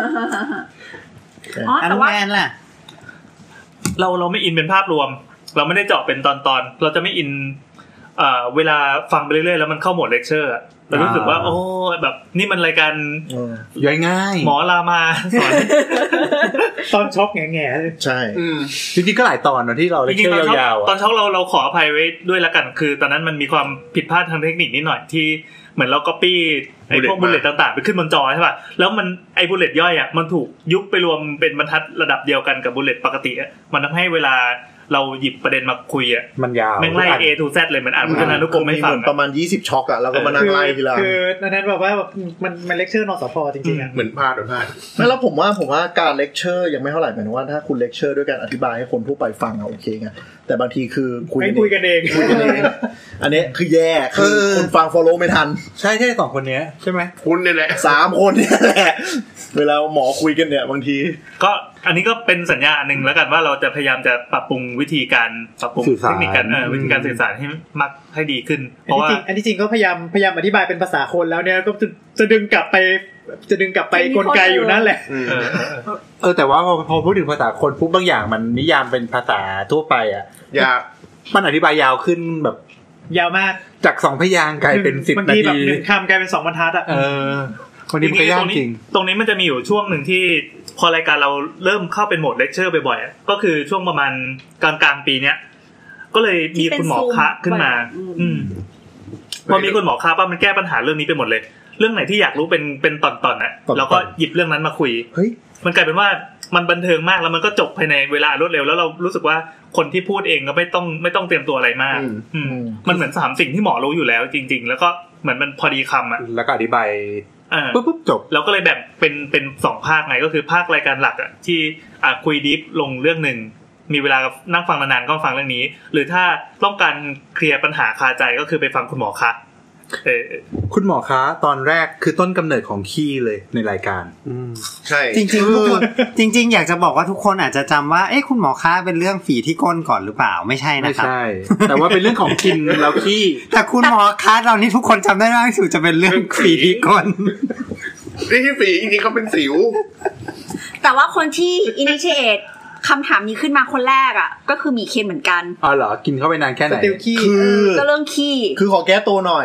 แต่ว่าล่ะเราไม่อินเป็นภาพรวมเราไม่ได้เจาะเป็นตอนเราจะไม่อินเวลาฟังไปเรื่อยๆแล้วมันเข้าโหมดเลคเชอร์เรารู้สึกว่าโอ้แบบนี่มันรายการย่อยง่ายหมอรามาสอนตอนช็อกแง่ๆใช่จริงๆก็หลายตอนนะที่เราเลคเชอร์ยาวๆตอนช็อกเราขออภัยไว้ด้วยละกันคือตอนนั้นมันมีความผิดพลาดทางเทคนิคนิดหน่อยที่เหมือนเราก๊อปปี้ไอ้พวกบุลเลตต่างๆไปขึ้นบนจอใช่ป่ะแล้วมันไอ้บุลเลตย่อยอ่ะมันถูกยุบไปรวมเป็นบรรทัดระดับเดียวกันกับบุลเลตปกติอ่ะมันทำให้เวลาเราหยิบประเด็นมาคุยอ่ะมันยาวแม่งไล่ A to Z เลยเหมือนอ่านพจนานุกรมไม่ฟังประมาณ20ช็อกอ่ะแล้วก็มานั่งไล่ทีละคือนั้นแบบว่ามันเลคเชอร์นสพจริงๆอ่ะเหมือนพลาดแล้วผมว่าการเลคเชอร์ยังไม่เท่าไหร่หมายถึงว่าถ้าคุณเลคเชอร์ด้วยการอธิบายให้คนทั่วไปฟังอ่ะโอเคไงแต่บางทีคือคุยกันเองอันนี้คือแย่คือคนฟัง follow ไม่ทันใช่2คนนี้ใช่ไหมคุณนี่แหละ 3คนนี่แหละเวลาหมอคุยกันเนี่ยบางทีก็อันนี้ก็เป็นสัญญาณนึงแล้วกันว่าเราจะพยายามจะปรับปรุงวิธีการปรับปรุงเทคนิคการวิธีการสื่อสารให้มักให้ดีขึ้นเพราะว่าอันที่จริงก็พยายามอธิบายเป็นภาษาคนแล้วเนี่ยก็จะดึงกลับไปกลไกอยู่นั่นแหละแต่ว่าพอพูดถึงภาษาคนปุ๊บบางอย่างมันนิยามเป็นภาษาทั่วไปอ่ะยากมันอธิบายยาวขึ้นแบบยาวมากจาก2พยางค์กลายเป็น10นาทีแบบ1คำกลายเป็น2บรรทัดอ่ะคนนี้มันก็ยากจริงตรงนี้มันจะมีอยู่ช่วงนึงที่พอรายการเราเริ่มเข้าเป็นโหมดเลคเชอร์บ่อยๆก็คือช่วงประมาณกลางปีเนี้ยก็เลยมีคุณหมอคะขึ้นมาพอมีคุณหมอคะป่ะมันแก้ปัญหาเรื่องนี้ไปหมดเลยเรื่องไหนที่อยากรู้เป็นตอนๆนะเราก็หยิบเรื่องนั้นมาคุยเฮ้ยมันกลายเป็นว่ามันบันเทิงมากแล้วมันก็จบภายในเวลารวดเร็วแล้วเรารู้สึกว่าคนที่พูดเองก็ไม่ต้องเตรียมตัวอะไรมากมันเหมือน3สิ่งที่หมอรู้อยู่แล้วจริงๆแล้วก็เหมือนมันพอดีคำอ่ะแล้วก็อธิบายปุ๊บจบเราก็เลยแบ่งเป็น2ภาคไงก็คือภาครายการหลักอ่ะที่คุยดิฟลงเรื่องนึงมีเวลานั่งฟังนานๆก็ฟังเรื่องนี้หรือถ้าต้องการเคลียร์ปัญหาคาใจก็คือไปฟังคุณหมอคะคุณหมอคะตอนแรกคือต้นกำเนิดของขี้เลยในรายการใช่จริงๆทุกคนจริงๆอยากจะบอกว่าทุกคนอาจจะจำว่าคุณหมอคะเป็นเรื่องฝีที่ก้นก่อนหรือเปล่าไม่ใช่นะครับไม่ใช่แต่ว่าเป็นเรื่องของกินแล้วขี้แต่คุณหมอคะตอนนี้ทุกคนจำได้มากที่สุดจะเป็นเรื่องฝีที่ก้นนี่ที่ฝีจริงๆเขาเป็นสิวแต่ว่าคนที่ initiate คำถามนี้ขึ้นมาคนแรกอ่ะก็คือมีเคนเหมือนกันอ๋อเหรอกินเข้าไปนานแค่ไหนคือก็เรื่องขี้คือขอแก้ตัวหน่อย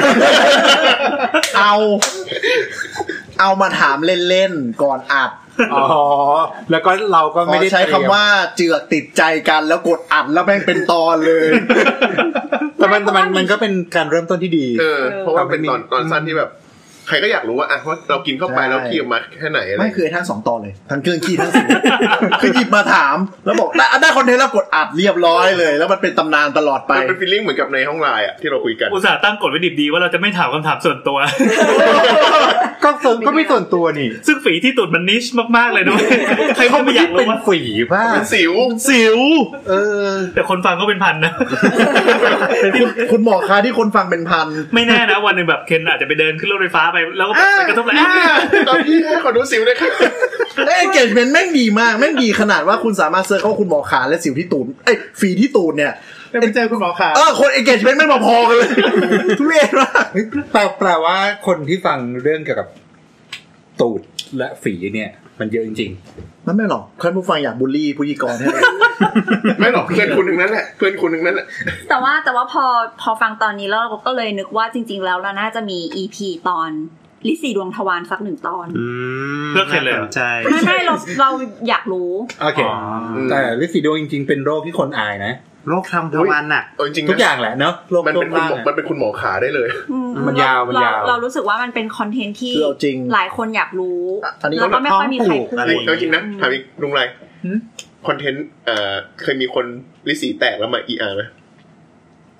เอามาถามเล่นๆก่อนอัดแล้วก็เราก็ไม่ได้ใช้คำว่าเจือกติดใจกันแล้วกดอัดแล้วแม่งเป็นตอนเลยแต่มันก็เป็นการเริ่มต้นที่ดีเพราะว่าเป็นตอนสั้นที่แบบใครก็อยากรู้ว่าว่าเรากินเข้าไปแล้วขี้ออกมาแค่ไหนอะไรไม่คือทั้ง2ตอนเลยทั้งเครื่องขี้ทั้งสิ่งคือหยิบมาถามแล้วบอกได้คอนเทนต์แล้วกดอัดเรียบร้อยเลยแล้วมันเป็นตำนานตลอดไปมันเป็นฟีลลิ่งเหมือนกับในห้องไลน์อ่ะที่เราคุยกันอุตส่าห์ตั้งกฎไว้ดิบดีว่าเราจะไม่ถามคำถามส่วนตัวก็ไม่ส่วนตัวนี่ซึ่งฝีที่ตุ่นมันนิชมากๆเลยด้วยใครเขาไม่อยากรู้ว่าฝีป่ะเป็นสิวแต่คนฟังก็เป็นพันนะคุณหมอคะที่คนฟังเป็นพันไม่แน่นะวันนึงแบบเคนอาจจะไปเดินขึ้นรถไฟฟ้าไปแล้วก็ไปกระทบอะไรตอนพี่ขอดูสิวเลยครับ engagement แม่งดีมากแม่งดีขนาดว่าคุณสามารถเซิร์ชเข้าคุณหมอขาและสิวที่ตูดฝีที่ตูดเนี่ยไปเจอคุณหมอขาคน engagement แม่งพอกันเลยทุเรศมากแปลว่าคนที่ฟังเรื่องเกี่ยวกับตูดและฝีเนี่ยมันเยอะจริงๆมันไม่หรอกท่านผู้ฟังอยากบูลลี่ผู้ยิกรแท้ไม่หรอกเพื่อนคุณนึงนั่นแหละเพื่อนคุณนึงนั่นแหละแต่ว่าพอฟังตอนนี้แล้วเราก็เลยนึกว่าจริงๆแล้วเราน่าจะมี EP ตอนลิสีดวงทวารสัก1ตอนเพื่อใครเลยใช่ไม่เราอยากรู้โอเคแต่ลิสีดวงจริงๆเป็นโรคที่คนอายนะโรคทำทวารหนักทุกอย่างแหละเนาะมันเป็นคุณหมอขาได้เลยมันยาวเรารู้สึกว่ามันเป็นคอนเทนต์ที่หลายคนอยากรู้แล้วก็ไม่ค่อยมีใครพูดจริงนะถามอีกลุงไรคอนเทนต์เคยมีคนลิสีแตกแล้วมา ER ไหม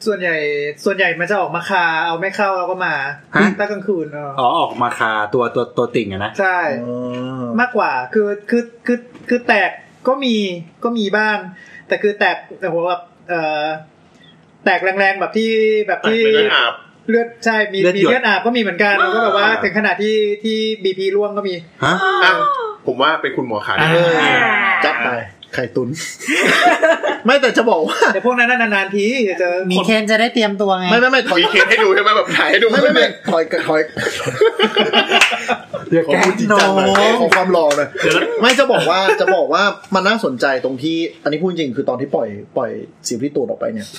ส่วนใหญ่มันจะออกมาคาเอาไม่เข้าแล้วก็มาตั้งกลางคืนออกมาคาตัวติ่งอะนะใช่มากกว่าคือแตกก็มีบ้างแต่คือแตกแต่หัวแบบแตกแรงๆแบบที่เลือดใช่มีเลือดอาบก็มีเหมือนกันแล้วก็แบบว่าถึงขนาดที่ BP ร่วงก็มีผมว่าเป็นคุณหมอขาจัดไปไข่ตุนไม่แต่จะบอกว่าแต่พวกนั้นนานๆทีจะมีเคนจะได้เตรียมตัวไงไม่ถอยเคนให้ดูใช่ไหมแบบถ่ายให้ดูไม่ถอยเดี๋ยวแกจริงจังเลยของความหล่อเลยไม่จะบอกว่ามันน่าสนใจตรงที่อันนี้พูดจริงคือตอนที่ปล่อยสิวที่ตูดออกไปเนี่ย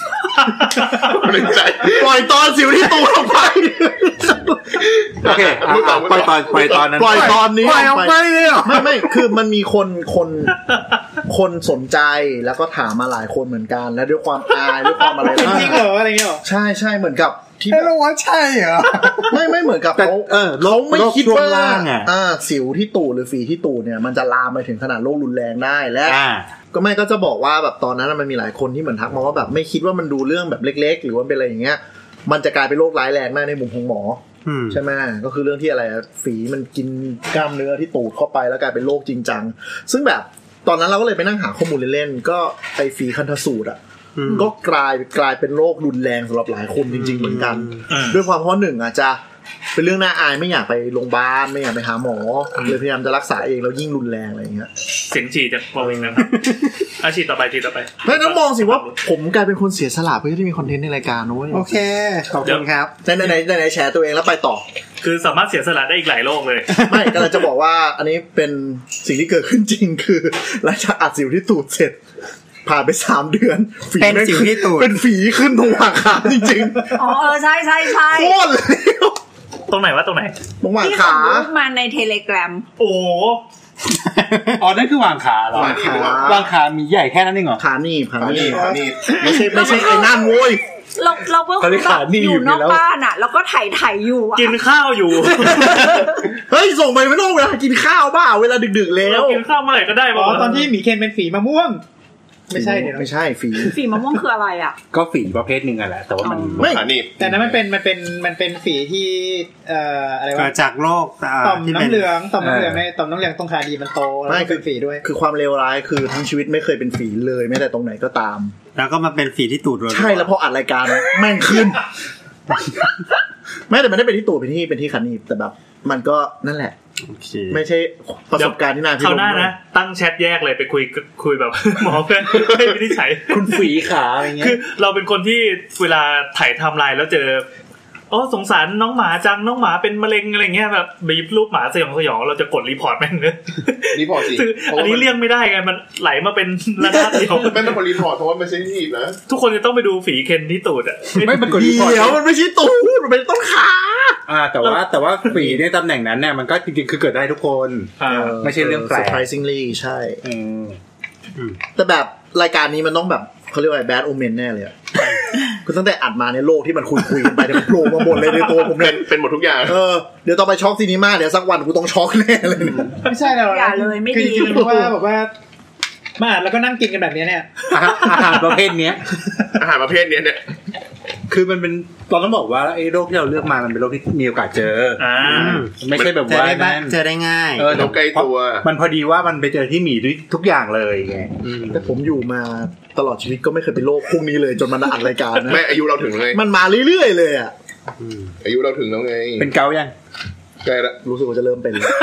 ปล่อยตอนสิวที่ตูดออกไปโอเคปล่อยตอนนั้นปล่อยตอนนี้ปล่อยออกไปเลยไม่คือมันมีคนสนใจแล้วก็ถามมาหลายคนเหมือนกันและด้วยความอายด้วยความอะไรจริงเหรออะไรเงี้ยใช่เหมือนกับที่เราว่าใช่เหรอไม่เหมือนกับเขาไม่คิดว่าสิวที่ตูดหรือฝีที่ตูดเนี่ยมันจะลามไปถึงขนาดโรครุนแรงได้และก็จะบอกว่าแบบตอนนั้นมันมีหลายคนที่เหมือนทักมาว่าแบบไม่คิดว่ามันดูเรื่องแบบเล็กๆหรือว่าเป็นอะไรอย่างเงี้ยมันจะกลายเป็นโรคร้ายแรงมากในมุมของหมอใช่ไหมก็คือเรื่องที่อะไรฝีมันกินกล้ามเนื้อที่ตูดเข้าไปแล้วกลายเป็นโรคจริงจังซึ่งแบบตอนนั้นเราก็เลยไปนั่งหาข้อมูลเล่นๆก็ไอฝีคันธสูตรก็กลายเป็นโรครุนแรงสำหรับหลายคนจริงๆเหมือนกันด้วยความเพราะหนึ่งอาจจะเป็นเรื่องน่าอายไม่อยากไปโรงพยาบาลไม่อยากไปหาหมอเลยพยายามจะรักษาเองแล้วยิ่งรุนแรงอะไรอย่างเงี้ยเสียงฉีดจากปอวิงนะครับฉีดต่อไปไม่ต้องมองสิว่าผมกลายเป็นคนเสียสละเพื่อที่มีคอนเทนต์ในรายการนะเว้ยโอเคขอบคุณครับไหนแชร์ตัวเองแล้วไปต่อคือสามารถเสียสละได้อีกหลายโลกเลยไม่กำลังจะบอกว่าอันนี้เป็นสิ่งที่เกิดขึ้นจริงคือหลังจากอัดสิวที่ตูดเสร็จผ่านไป3เดือนเป็นสิวที่ตูดเป็นฝีขึ้นตรงหางขาจริงๆอ๋อใช่โคตรเลยตรงไหนวะตรงไหนตรงหางขามาใน Telegram โอ้อ๋อนั่นคือวางขาเหรอวางขามีใหญ่แค่นั้นเองเหรอขานี่ไม่ใช่ไอ้นั่นโว้ยเราเพิ่งอยู่นอกบ้านอ่ะแล้วก็ถ่ายอยู่กินข้าวอยู่เฮ้ยส่งไปไม่ต้องเวลากินข้าวบ้าเวลาดึกๆแล้วกินข้าวเมื่อไหร่ก็ได้อ๋อตอนที่หมีเคนเป็นฝีมะม่วงไม่ใช่เนี่ยไม่ใช่ฝีมะม่วงคืออะไรอ่ะก็ฝีประเภทนึงอ่ะแหละแต่ว่ามันไม่แต่นั้นมันเป็นฝีที่อะไรวะจากโรคต่อมน้ำเหลืองในต่อมน้ำเหลืองตรงขาดีมันโตไม่เป็นฝีด้วยคือความเลวร้ายคือทั้งชีวิตไม่เคยเป็นฝีเลยแม้แต่ตรงไหนก็ตามแล้วก็มาเป็นฝีที่ตูดใช่แล้วพออัดรายการแม่งขึ้นไม่แต่มันได้เป็นที่ตูดเป็นที่ขานีแต่แบบมันก็นั่นแหละไม่ใช่ประสบการณ์ที่น่าพิจารณาเขาหน้านะตั้งแชทแยกเลยไปคุยแบบหมอเพื่อนให้วินิจฉัยคุณฝีขาอะไรเงี้ยคือเราเป็นคนที่เวลาถ่ายไทม์ไลน์แล้วเจอสงสารน้องหมาจังน้องหมาเป็นมะเร็งอะไรเงี้ยแบบบีบรูปหมาสยองเราจะกดรีพอร์ตแม่งเลยรีพอร์ตสิอันนี้เลี่ยงไม่ได้ไงมันไหลมาเป็นระดับเดียวไม่เป็นคนรีพอร์ตเพราะว่ามันเซนซิทีฟนะทุกคนจะต้องไปดูฝีเคนที่ตูดอ่ะไม่มันกดรีพอร์ตเดี๋ยวมันไม่ใช่ตูดมันเป็นต้นขาแต่ว่าฝีในตำแหน่งนั้นเนี่ยมันก็จริงๆคือเกิดได้ทุกคนไม่ใช่เรื่องแปลก surprisingly ใช่แต่แบบรายการนี้มันต้องแบบเขาเรียกว่า bad omen แน่เลยอ่ะคือตั้งแต่อัดมาในโลกที่มันคุยกันไปเนี่ยมันโผล่มาหมดเลยในตัวผมเลยเป็นหมดทุกอย่างเดี๋ยวต่อไปช็อกซีนีมาเดี๋ยวสักวันกูต้องช็อกแน่เลยไม่ใช่แล้วอย่าเลยไม่ดีเพราะว่าแบบว่ามาอัดแล้วก็นั่งกินกันแบบนี้เนี่ยอาหารประเภทนี้เนี่ยคือมันเป็นตอนต้องบอกว่าไอ้โรคที่เราเลือกมามันเป็นโรคที่มีโอกาสเจอไม่ใช่แบบว่าเจอได้ง่ายใกล้ตัวมันพอดีว่ามันไปเจอที่หมีด้วยทุกอย่างเลยไงแต่ผมอยู่มาตลอดชีวิตก็ไม่เคยเป็นโรคพวกนี้เลยจนมันอัดรายการนะไม่อายุเราถึงเลยมันมาเรื่อยๆเลยอ่ะอายุเราถึงแล้วไงเป็นเกายังใกล้ละรู้สึกว่าจะเริ่มเป็นแล้ว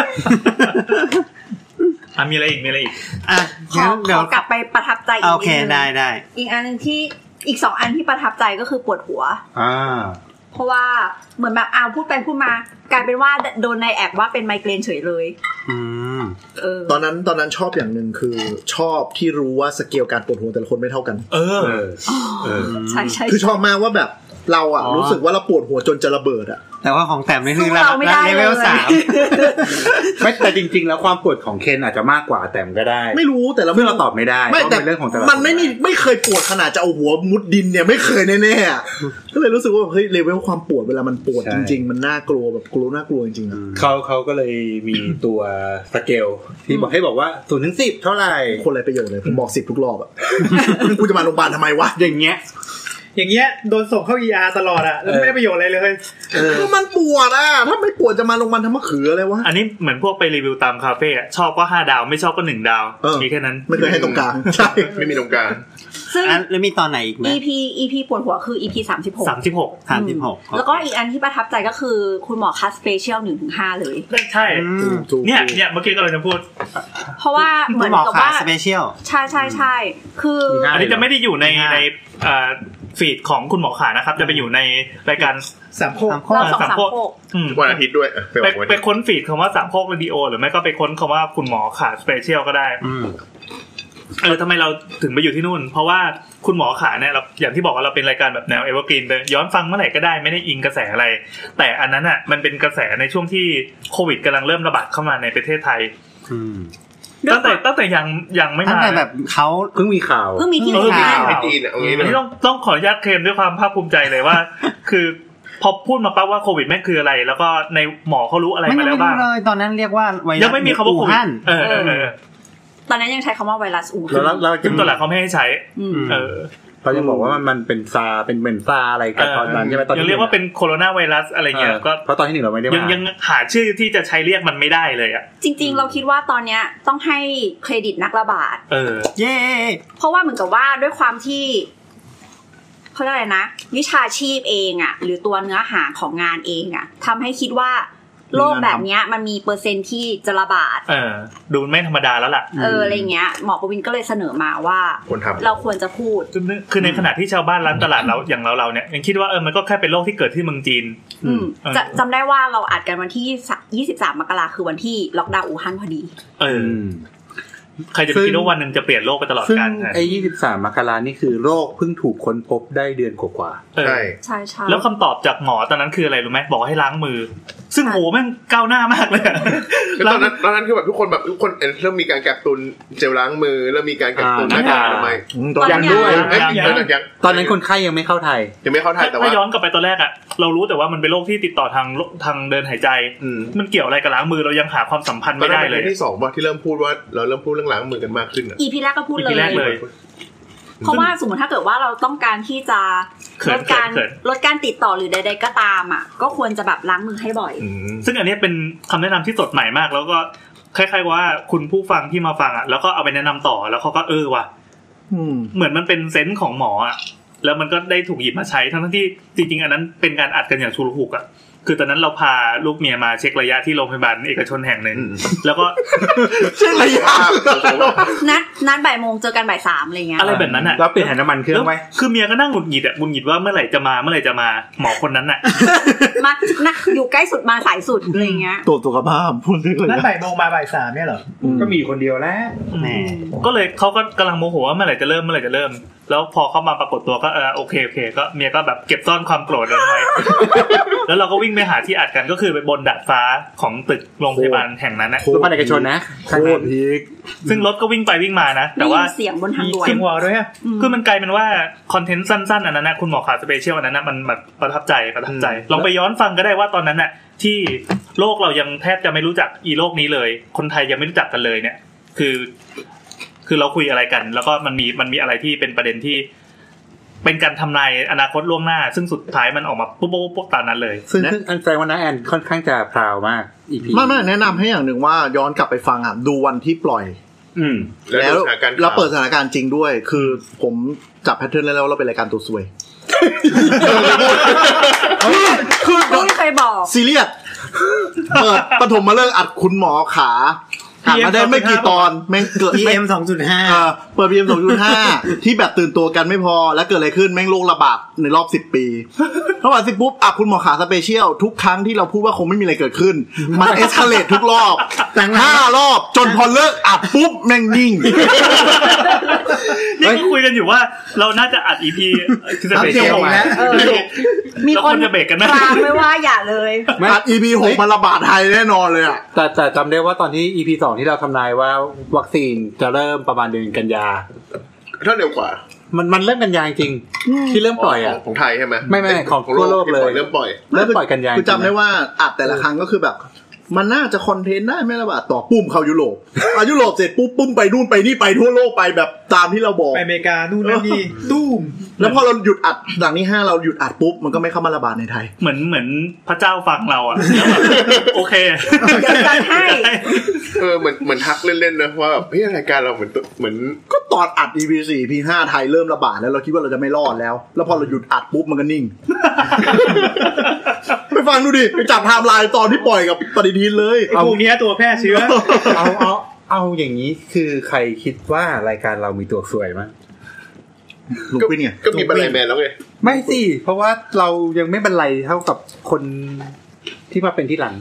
มีอะไรอีกขอกลับไปประทับใจอีกโอเคได้อีกอันนึงที่อีก2อันที่ประทับใจก็คือปวดหัวเพราะว่าเหมือนแบบพูดไปพูดมากลายเป็นว่าโดนในแอบว่าเป็นไมเกรนเฉยเลยตอนนั้นชอบอย่างนึงคือชอบที่รู้ว่าสเกลการปวดหัวแต่ละคนไม่เท่ากันใช่คือชอบมากว่าแบบเราอ่ะรู้สึกว่าเราปวดหัวจนจะระเบิดอ่ะแต่ว่าของแต้มนี่คือเลเวล3 ไม่แต่จริงๆแล้วความปวดของเคนอาจจะมากกว่าแต้มก็ได้ไม่รู้แต่เราตอบไม่ได้เพราะเป็นเรื่องของแต่ละมันไม่เคยปวดขนาดจะเอาหัวมุดดินเนี่ยไม่เคยแน่ๆก็เลยรู้สึกว่าเฮ้ยเลเวลความปวดเวลามันปวดจริงๆมันน่ากลัวแบบน่ากลัวจริงๆอ่ะเขาก็เลยมีตัวสเกลที่บอกให้บอกว่า0 ถึง 10เท่าไหร่คนไรประโยชน์เลยผมบอก10ทุกรอบอ่ะกูจะมาโรงพยาบาลทำไมวะอย่างเงี้ยอย่างเงี้ยโดนส่งเข้า ER ตลอดอ่ะแล้วไม่ได้ประโยชน์อะไรเลยคือมันปวดอ่ะถ้าไม่ปวดจะมาโรงพยาบาลทำมะเขืออะไรวะอันนี้เหมือนพวกไปรีวิวตามคาเฟ่ชอบก็5ดาวไม่ชอบก็1ดาวมีแค่นั้นไม่เคยให้ตรงกลางใช่ไม่มีตรงกลางซึ่งแล้วมีตอนไหนอีกมั้ย EP ปวดหัวคือ EP 36แล้วก็อีกอันที่ประทับใจก็คือคุณหมอคัสสเปเชียล 1-5 เลยใช่เนี่ยเมื่อกี้กำลังจะพูดเพราะว่าเหมือนกับว่าสเปเชียลใช่ๆๆคืออันนี้จะไม่ได้อยู่ในฟีดของคุณหมอขานะครับจะไปอยู่ในรายการสามโคกวันอาทิตย์ด้วยไปค้นฟีดคำว่าสามโคกเรดิโอหรือไม่ก็ไปค้นคำว่าคุณหมอขาสเปเชียลก็ได้ทำไมเราถึงไปอยู่ที่นู่นเพราะว่าคุณหมอขาเนี่ยเราอย่างที่บอกว่าเราเป็นรายการแบบแนวเอเวอร์กรีนย้อนฟังเมื่อไหร่ก็ได้ไม่ได้อิงกระแสอะไรแต่อันนั้นอ่ะมันเป็นกระแสในช่วงที่โควิดกำลังเริ่มระบาดเข้ามาในประเทศไทยตั้งแต่ยังไม่มาตั้งแต่แบบเขาเพิ่งมีข่าวเพิ่งมีที่ข่าวอันนี้ต้องขออนุญาตเคลมด้วยความภาคภูมิใจเลยว่าคือพอพูดมาปั๊บว่าโควิดแม่งคืออะไรแล้วก็ในหมอเขารู้อะไรมาแล้วบ้างเลยตอนนั้นเรียกว่าไวรัสยังไม่มีคำว่าโควิดตอนนั้นยังใช้คำว่าไวรัสอู่ฮั่นแล้วซึ่งตัวหลักเขาไม่ให้ใช้เขายังบอกว่ามันเป็นซาเป็นเหมือนซาอะไรกันตอนนั้นใช่ไหมตอนยังเรียกว่าเป็นโคโรนาไวรัสอะไรเงี้ยก็เพราะตอนที่1เราไม่ได้ยังหาชื่อที่จะใช้เรียกมันไม่ได้เลยอ่ะจริงๆเราคิดว่าตอนเนี้ยต้องให้เครดิตนักระบาดเย้เพราะว่าเหมือนกับว่าด้วยความที่เขาเรียกอะไรนะวิชาชีพเองอ่ะหรือตัวเนื้อหาของงานเองอ่ะทำให้คิดว่าโรคแบบนี้มันมีเปอร์เซ็นต์ที่จะระบาดดูไม่ธรรมดาแล้วล่ะอะไรเงี้ยหมอประวินก็เลยเสนอมาว่าเราควรจะพูดคือในขณะที่ชาวบ้านร้านตลาดเราอย่างเราเนี่ยยังคิดว่ามันก็แค่เป็นโรคที่เกิดที่เมืองจีนจำได้ว่าเราอัดกันวันที่23มกราคมคือวันที่ล็อกดาวน์อู่ฮั่นพอดีใครจะคิดว่าวันนึงจะเปลี่ยนโลกไปตลอดกาลไอ้23มกราคมนี่คือโรคเพิ่งถูกค้นพบได้เดือนกว่าๆใช่แล้วคำตอบจากหมอตอนนั้นคืออะไรรู้ไหมบอกให้ล้างมือซึ่งโหแม่งก้าวหน้ามากเลยตอนนั้นคือแบบทุกคนเริ่มมีการกักตุนเจลล้างมือเริ่มมีการกักตุนหน้ากากอนามัยยังด้วยตอนนั้นคนไข้ยังไม่เข้าไทยแต่ว่าย้อนกลับไปตอนแรกอ่ะเรารู้แต่ว่ามันเป็นโรคที่ติดต่อทางเดินหายใจมันเกี่ยวอะไรกับล้างมือเรายังหาความสัมพันธ์ไม่ได้เลยที่2ว่าที่เริ่มพูดว่าเราเริ่มพูดเรื่องล้างมือกันมากขึ้นอีพีแรกก็พูดเลยเพราะว่าสมมติถ้าเกิดว่าเราต้องการที่จะลดการติดต่อหรือใดๆก็ตามอ่ะก็ควรจะแบบล้างมือให้บ่อยซึ่งอันนี้เป็นคำแนะนำที่สดใหม่มากแล้วก็คล้ายๆว่าคุณผู้ฟังที่มาฟังอ่ะแล้วก็เอาไปแนะนำต่อแล้วเขาก็ว่ะเหมือนมันเป็นเซนส์ของหมออ่ะแล้วมันก็ได้ถูกหยิบมาใช้ทั้งที่จริงๆอันนั้นเป็นการอัดกันอย่างชุลมุนอ่ะคือตอนนั้นเราพาลูกเมียมาเช็คระยะที่โรงพยาบาลเอกชนแห่งหนึ่งแล้วก็เช็คระยะนัดบ่ายโมงเจอกันบ่ายสามอะไรเงี้ยอะไรแบบนั้นอ่ะแล้วเปลี่ยนน้ำมันเครื่องไว้คือเมียก็นั่งหงุดหงิดว่าเมื่อไหร่จะมาหมอคนนั้นอ่ะมาอยู่ใกล้สุดมาสายสุดอะไรเงี้ยตัวสุขภาพพูดถึงเลยนัดบ่ายโมงมาบ่ายสามเนี่ยเหรอก็มีคนเดียวแล้วแหมก็เลยเขาก็กำลังโมโหว่าเมื่อไหร่จะเริ่มแล้วพอเข้ามาปรากฏตัวก็โอเคก็เมียก็แบบเก็บซ่อนความโกรธไว้แล้วเราก็วิ่งไปหาที่อัดกันก็คือไปบนดาดฟ้าของตึกโรงพยาบาลแห่งนั้นนะโรงพยาบาลเอกชนนะโคตรพีคซึ่งรถก็วิ่งไปวิ่งมานะแต่ว่าเสียงบนทางด่วนเสียงหัวด้วยอ่ะคือมันกลายเป็นว่าคอนเทนต์สั้นๆอันนั้นนะคุณหมอขาสเปเชียลอันนั้นนะมันแบบประทับใจลองไปย้อนฟังก็ได้ว่าตอนนั้นน่ะที่โลกเรายังแทบจะไม่รู้จักอีโลกนี้เลยคนไทยยังไม่รู้จักกันเลยเนี่ยคือเราคุยอะไรกันแล้วก็มันมีอะไรที่เป็นประเด็นที่เป็นการทำนายอนาคตล่วงหน้าซึ่งสุดท้ายมันออกมาปุ๊บตามนั้นเลยซึ่งอันแสดงว่าน้าแอนค่อนข้างจะพราวมากไม่แนะนำให้อย่างหนึ่งว่าย้อนกลับไปฟังดูวันที่ปล่อยแล้วเปิดสถานการณ์จริงด้วยคือผมจับแพทเทิร์นแล้วเราเป็นรายการตัวซวยคือไม่เคยบอกซีเรียสเปิดปฐมฤกษ์อัดคุณหมอขามาได้ไม่กี่ตอนแม่งเกิด PM 2.5 เปิด PM 2.5 ที่แบบตื่นตัวกันไม่พอแล้วเกิดอะไรขึ้นแม่งโรคระบาดในรอบ10ปีระหว่าง10ปุ๊บคุณหมอขาสเปเชียลทุกครั้งที่เราพูดว่าคงไม่มีอะไรเกิดขึ้นมันเอ็กซ์คาเลตทุกรอบ5รอบจนพอเลิกอัดปุ๊บแม่งนิ่งนี่ก็คุยกันอยู่ว่าเราน่าจะอัด EP สเปเชียลแล้วมีคนจะเบรกกันมั้ยไม่ว่าอย่าเลยอัด EP 6มันระบาดไทยแน่นอนเลยอ่ะแต่จำได้ว่าตอนที่ EP 2ที่เราทำนายว่าวัคซีนจะเริ่มประมาณเดือนกันยาถ้าเร็วกว่ามันเริ่มกันยาจริงที่เริ่มปล่อยอ่ะของไทยใช่ไหมไม่ของทั่วโลกเลยเริ่มปล่อยกันยาคือจำได้ว่าอัดแต่ละครั้งก็คือแบบมันน่าจะคอนเทนต์ได้ไม่ระบาดต่อปุ้มเข้ายุโรปยุโรปเสร็จปุ๊บปุ้มไปนู่นไปนี่ไปทั่วโลกไปแบบตามที่เราบอกไปอเมริกานู่นนั่นนี่ตุ้มแล้วพอเราหยุดอัดหลังนี้5เราหยุดอัดปุ๊บมันก็ไม่เข้ามาระบาดในไทยเหมือนพระเจ้าฟังเราอ่ะโอเคจัดให้เหมือนทักเล่นๆนะว่าแบบเฮ้ยรายการเราเหมือนก็ตอนอัด EP 4 EP 5ไทยเริ่มระบาดแล้วเราคิดว่าเราจะไม่รอดแล้วพอเราหยุดอัดปุ๊บมันก็นิ่งไปฟังดูดิไปจับไทม์ไลน์ตอนที่ปล่อยกับปฏิทินเลยไอ้พวกนี้ตัวแพร่เชื้อเอาอย่างนี้คือใครคิดว่ารายการเรามีตัวสวยมั้ยลุงปิ้นเนี่ยก็มีบรรลัยแมนแล้วไงไม่สิเพราะว่าเรายังไม่บรรลัยเท่ากับคนที่มาเป็นที่หลัง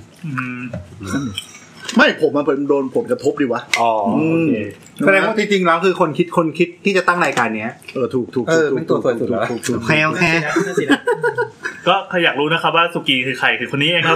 ไม่ผมมันโดนผลกระทบดิวะอ๋อโอเคแสดงว่าจริงๆแล้วคือคนคิดที่จะตั้งรายการเนี้ยถูกเป็นตัวสวยสุดแล้วโอเคก็ใครอยากรู้นะครับว่าสุกีคือใครคือคนนี้เองครับ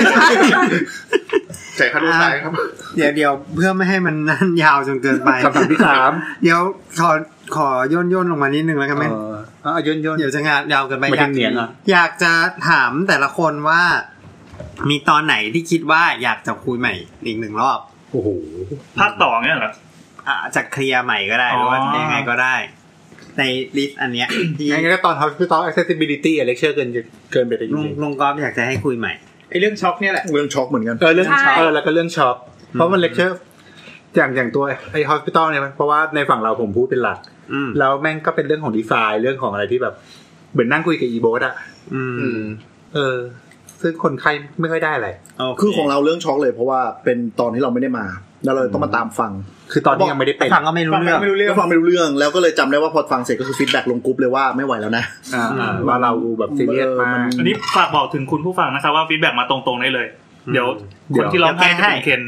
ใจคารุตายครับเดี๋ยวเพื่อไม่ให้มันนั่นยาวจนเกินไปคำถามที่3 เดี๋ยวขอย่นลงมานิดนึงแล้วกันมั้ยย่นเดี๋ยวจะงานยาวเกินไปอยากจะถามแต่ละคนว่ามีตอนไหนที่คิดว่าอยากจะคุยใหม่อีก1รอบโอ้โหภาคต่อเงี้ยเหรอจะเคลียร์ใหม่ก็ได้หรือว่ายังไงก็ได้ในลิสต์อันเนี้ยงั้นก็ตอน Hospital Accessibility Lecture เกินไปได้จริงๆลุงก๊อฟอยากจะให้คุยใหม่ไอ้เรื่องช็อคเนี่ยแหละเรื่องช็อคเหมือนกันเรื่องช็อคแล้วก็เรื่องช็อคเพราะมัน Lecture อย่างตัวไอ้ Hospital เนี่ยเพราะว่าในฝั่งเราผมพูดเป็นหลักแล้วแม่งก็เป็นเรื่องของดีไซน์เรื่องของอะไรที่แบบเหมือนนั่งคุยกับอีโบสอ่ะซึ่งคนไข้ไม่ค่อยได้อะไรคือของเราเรื่องช็อคเลยเพราะว่าเป็นตอนที่เราไม่ได้มาแล้วเราต้องมาตามฟังคือตอนที่ยังไม่ได้เป็นฟังก็ไม่รู้เรื่องฟังไม่รู้เรื่องแล้วก็เลยจำได้ว่าพอฟังเสร็จก็คือฟีดแบ็กลงกรุ๊ปเลยว่าไม่ไหวแล้วนะว่าเราแบบซีเรียสมากอันนี้ฝากบอกถึงคุณผู้ฟังนะครับว่าฟีดแบ็กมาตรงๆได้เลยเดี๋ยวคนที่ร้องไห้จะเป็นเคน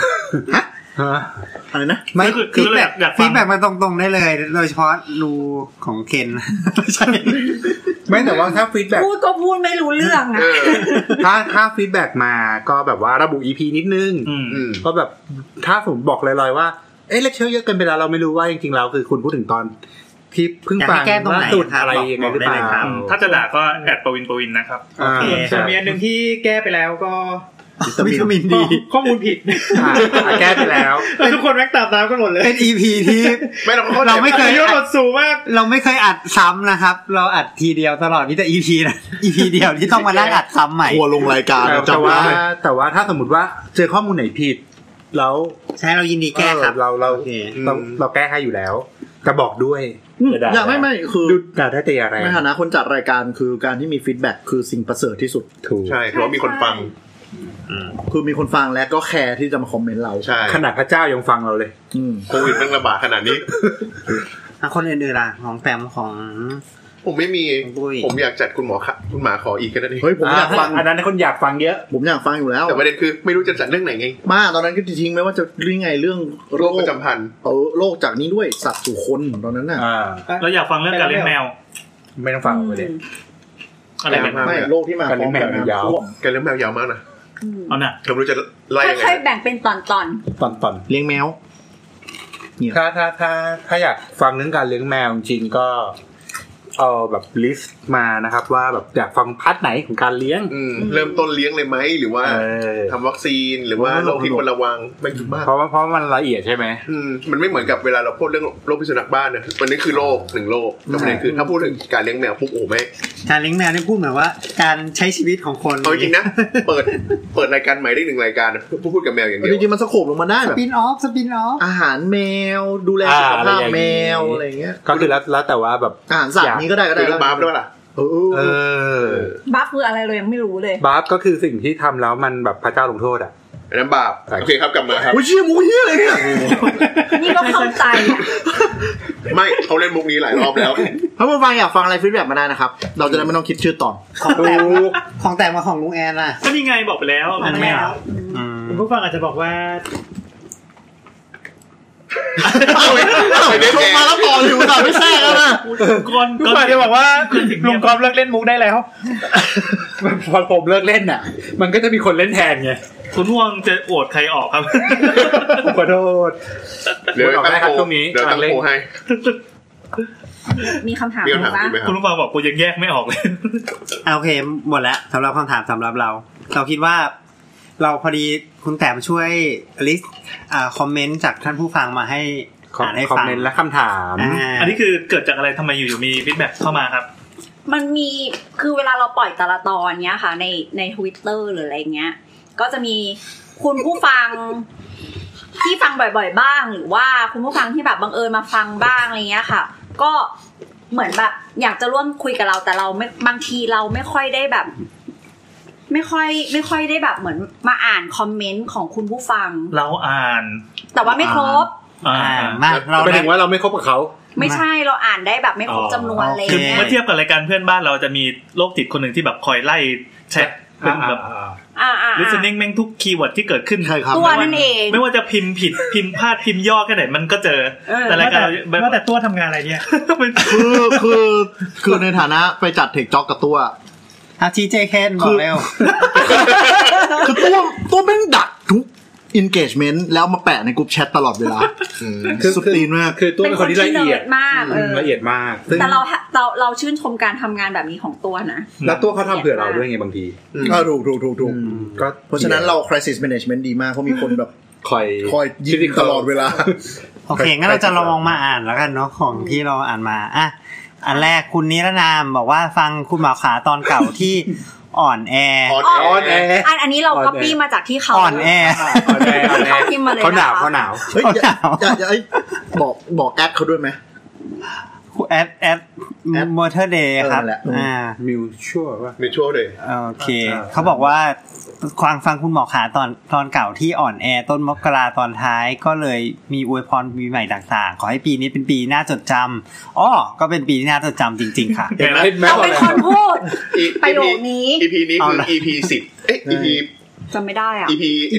อะไรนะไม่คือฟีดแบ็กมาตรงๆได้เลยโดยเฉพาะรูของเคนใช่ไม่แต่ว่าถ้าฟีดแบ็กพูดก็พูดไม่รู้เรื่องอ่ะถ้าฟีดแบ็กมาก็แบบว่าระบุ EP นิดนึงก็แบบถ้าผมบอกลอยๆว่าเลคเชอร์เยอะเกินไปแล้วเราไม่รู้ว่าจริงๆแล้วคือคุณพูดถึงตอนที่เพิ่งฟังล่าสุดอะไรยังไงหรือเปล่าถ้าจะด่าก็แอดปวินนะครับโอเคส่วนมีอันนึงที่แก้ไปแล้วก็วิตามินดีข้อมูลผิดแก้ไปแล้วทุกคนแม็กตามกันหมดเลยเป็น EP ที่เราไม่เคยยอดสูงมากเราไม่เคยอัดซ้ำนะครับเราอัดทีเดียวตลอดมีแต่ EP นะ EP เดียวที่ต้องมานั่งอัดซ้ำใหม่ทัวร์ลงรายการแต่ว่าถ้าสมมติว่าเจอข้อมูลไหนผิดแล้วใช่เรายินดีแก้ครับเราแก้ให้อยู่แล้วจะบอกด้วยอย่าไม่คือด่าได้แต่อะไรในฐานะคนจัดรายการคือการที่มีฟีดแบ็กคือสิ่งประเสริฐที่สุดถูกใช่เพราะมีคนฟังคือมีคนฟังแล้วก็แคร์ที่จะมาคอมเมนต์เราขนาดพระเจ้ายังฟังเราเลยโควิดมันระบาดขนาดนี้คนอื่นๆล่ะของแต้มของผมไม่มีผมอยากจัดคุณหมอขออีกก็ได้เฮ้ยผมอยากฟังอันนั้นคนอยากฟังเยอะผมอยากฟังอยู่แล้วแต่ประเด็นคือไม่รู้จะจัดเรื่องไหนไงมาตอนนั้นก็ทิ้งไหมว่าจะเรื่องไงเรื่องโรคประจำพันธุ์โรคจากนี้ด้วยสัตว์สู่คนตอนนั้นน่ะเราอยากฟังเรื่องการเลี้ยงแมวไม่ต้องฟังเลยอะไรไม่โรคที่มาการเลี้ยงแมวยาวการเลี้ยงแมวยาวมากนะเอาน่ะผมรู้จะไล่ยังไงค่อยๆแบ่งเป็นตอนเลี้ยงแมวถ้าอยากฟังเรื่องการเลี้ยงแมวจริงก็เอาแบบลิสต์มานะครับว่าแบบอยากฟังพาร์ทไหนของการเลี้ยงเริ่มต้นเลี้ยงเลยไหมหรือว่าทำวัคซีนหรือว่าโรคที่ควรระวังไม่ถูกมากเพราะมันละเอียดใช่ไหมมันไม่เหมือนกับเวลาเราพูดเรื่องโรคพิษสุนัขบ้านเนี่ยวันนี้คือโรค1โรคแต่ประเด็นคือถ้าพูดถึงการเลี้ยงแมวปุ๊บโอ้แม่การเลี้ยงแมวนี่พูดเหมือนว่าการใช้ชีวิตของคนเอาจริงนะเปิดรายการใหม่ได้1รายการพูดกับแมวอย่างเดียวจริงๆมันสโคปลงมาได้แบบสปินออฟอาหารแมวดูแลสุขภาพแมวอะไรอย่างเงี้ยก็คือแล้วแต่ว่าแบบอาหารสัตว์นี้ก็ได้บาฟด้วยล่ะบัฟคืออะไรเรายังไม่รู้เลยบัฟก็คือสิ่งที่ทำแล้วมันแบบพระเจ้าลงโทษอ่ะน้ำบาปโอเคครับกลับมาครับโอ้ยเชี่ยมุกเฮียอะไรเนี่ยนี่ก็เข้าใจไม่เขาเล่นมุกนี้หลายรอบแล้วถ้าผู้ฟังอยากฟังอะไรฟีดแบ็กมาได้นะครับเราจะได้ไม่ต้องคิดชื่อตอนของแต่มาของลุงแอนล่ะก็นี่ไงบอกไปแล้วคุณผู้ฟังอาจจะบอกว่าลงมาแล้วต่ออยู่ต่อไม่แทรกแล้วนะก็จะบอกว่าลุงกอล์ฟเลิกเล่นมุกได้แล้วพอผมเลิกเล่นน่ะมันก็จะมีคนเล่นแทนไงคุณห่วงจะโอดใครออกครับขอโทษเดี๋ยวตั้งโพช่วงนี้เดี๋ยวตั้งโพให้มีคำถามไหมคุณผู้ฟังบอกกูยังแยกไม่ออกเลยโอเคหมดแล้วสำหรับคำถามสำหรับเราคิดว่าเราพอดีคุณแต้มช่วยลิสต์คอมเมนต์จากท่านผู้ฟังมาให้อ่านให้ฟังคอมเมนต์และคำถามอันนี้คือเกิดจากอะไรทำไมอยู่ๆมีฟีดแบ็กเข้ามาครับมันมีคือเวลาเราปล่อยแต่ละตอนเนี้ยค่ะใน Twitter หรืออะไรเงี้ยก็จะมีคุณผู้ฟังที่ฟังบ่อยๆบ้างหรือว่าคุณผู้ฟังที่แบบบังเอิญมาฟังบ้างอะไรเงี้ยค่ะก็เหมือนแบบอยากจะร่วมคุยกับเราแต่เราไม่บางทีเราไม่ค่อยได้แบบไม่ค่อยได้แบบเหมือนมาอ่านคอมเมนต์ของคุณผู้ฟังเราอ่านแต่ว่าไม่ครบมากเราไม่ถึงว่าเราไม่ครบกับเขาไม่ใช่เราอ่านได้แบบไม่ครบจำนวนเลยคือเมื่อเทียบกับรายการเพื่อนบ้านเราจะมีโรคจิตคนหนึ่งที่แบบคอยไล่แชทเป็นแบบlistening แม่งทุกคีย์เวิร์ดที่เกิดขึ้นตัวนั่นเองไม่ว่าจะพิมพ์ผิดพิมพ์พลาดพิมพ์ย่อแค่ไหนมันก็เจอแต่รายการว่าแต่ตัวทำงานอะไรเนี่ยคือในฐานะไปจัดเทคจ็อกกับตัวทีเจเคนบอกแล้วคือตัวแม่งดักทุก engagement แล้วมาแปะในกลุ่มแชทตลอดเวลาคือสุดตีนมากคือตัวเป็นคนที่ละเอียดมากละเอียดมากแต่เราชื่นชมการทำงานแบบนี้ของตัวนะแล้วตัวเขาทำเผื่อเราด้วยไงบางทีถูกก็เพราะฉะนั้นเรา crisis management ดีมากเพราะมีคนแบบคอยยิงตลอดเวลาโอเคงั้นเราจะลองมาอ่านแล้วกันเนาะของที่เราอ่านมาอันแรกคุณนิรนามบอกว่าฟังคุณหมอขาตอนเก่าที่อ่อนแออันนี้เราก๊อปปี้มาจากที่เขาอ่อนแอเขาหนาวเฮ้ยอย่าบอกแอดเขาด้วยไหมแอดมอเตอร์เดย์ครับมิวชัวว่ามิวชัวเดย์โอเคเขาบอกว่าฟังคุณหมอขาตอนเก่าที่อ่อนแอต้นมกราตอนท้ายก็เลยมีอวยพรปีใหม่ต่างๆขอให้ปีนี้เป็นปีน่าจดจำก็เป็นปีที่น่าจดจำจริงๆค่ะเราเป็นคนพูดประโยคนี้ EP นี้คือ EP 10 EP จำไม่ได้อ่ะ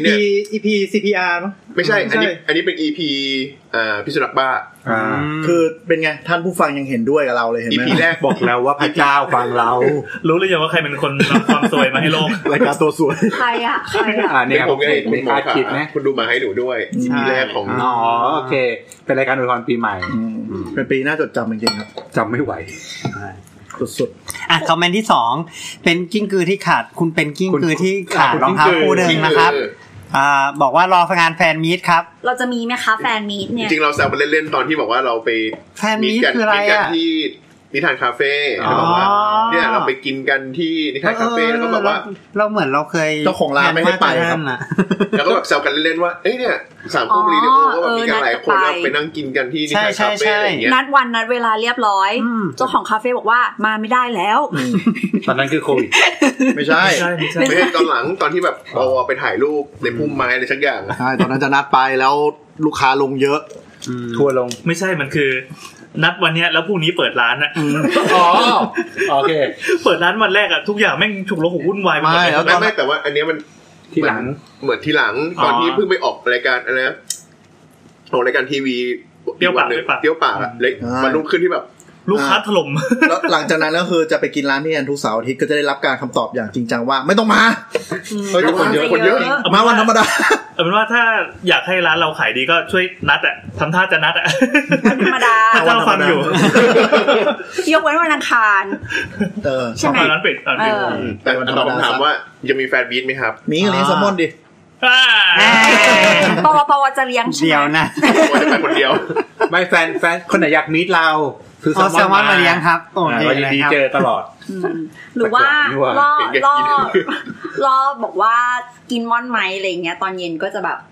EP CPR มั้งไม่ใช่อันนี้เป็น EP พิษณุบ้าคือเป็นไงท่านผู้ฟังยังเห็นด้วยกับเราเลยเห็นไหม EP แรกบอกแล้วว่าพระเจ้าฟังเรารู้หรือยังว่าใครเป็นคนนำความสวยมาให้โลกรายการตัวสวยใครอ่ะเนี่ยผมไม่คาดคิดนะคุณดูมาให้หนูด้วย EP แรกของโอเคเป็นรายการอวยพรปีใหม่เป็นปีน่าจดจำจริงๆครับจำไม่ไหวสุดๆคอมเมนต์ที่2เป็นกิ้งกือที่ขาดคุณเป็นกิ้งกือที่ขาดรองเท้าคู่นึงนะครับบอกว่ารองานแฟนมีตครับเราจะมีไหมคะแฟนมีตเนี่ยจริงเราแซวกันเล่นๆตอนที่บอกว่าเราไปแฟนมีตคืออะไรอ่ะที่นิทานคาเฟ่แล้วบอกว่าเนี่ยเราไปกินกันที่นิทานคาเฟ่แล้วก็บอกว่าเราเหมือนเราเคยเจ้าของร้านไม่ให้ไปครับแล้วก็แบบแซวกันเล่นๆว่าเอ้ยเนี่ย3คู่รีดิโอก็แบบมีกันหลายคนแล้วไปนั่งกินกันที่นิทานคาเฟ่อะไรอย่างเงี้ยนัดวันนัดเวลาเรียบร้อยเจ้าของคาเฟ่บอกว่ามาไม่ได้แล้วตอนนั้นคือโควิดไม่ใช่ตอนหลังตอนที่แบบเราไปถ่ายรูปในพุ่มไม้อะไรสักอย่างใช่ตอนนั้นจะนัดไปแล้วลูกค้าลงเยอะทัวร์ลงไม่ใช่มันคือนัดวันนี้แล้วพรุ่งนี้เปิดร้านโอเคเปิดร้านวันแรกอะทุกอย่างแม่งฉุกละหุกวุ่นวายหมดไม่แต่ว่าอันนี้มันทีหลังเหมือนทีหลังตอนที่เพิ่งไปออกรายการอะไรนะออกรายการทีวีเตี้ยวปากเล็กมาลุกขึ้นที่แบบลูกค้าถล่มแล้วหลังจากนั้นก็คือจะไปกินร้านที่แอนทุกเสาร์อาทิตย์ก็จะได้รับการคำตอบอย่างจริงจังว่าไม่ต้องมาคนเยอะมาวันธรรมดาเอาเป็นว่าถ้าอยากให้ร้านเราขายดีก็ช่วยนัดทำท่าจะนัดวันธรรมดาเจ้าฟังอยู่ยกเว้นวันอังคารใช่ไหมร้านปิดแต่ตอบคำถามว่าจะมีแฟนบีทไหมครับมีก็เลี้ยงแซลมอนดิปวจะเลี้ยงเดียวนะจะไปคนเดียวไม่แฟนคนไหนอยากมีดเราคือแซลมอนมาเลี้ยงครับโอเคยินดีเจอตลอดหรือว่าล่อบอกว่ากินม่อนไหมอะไรเงี้ยตอนเย็นก็จะแบบ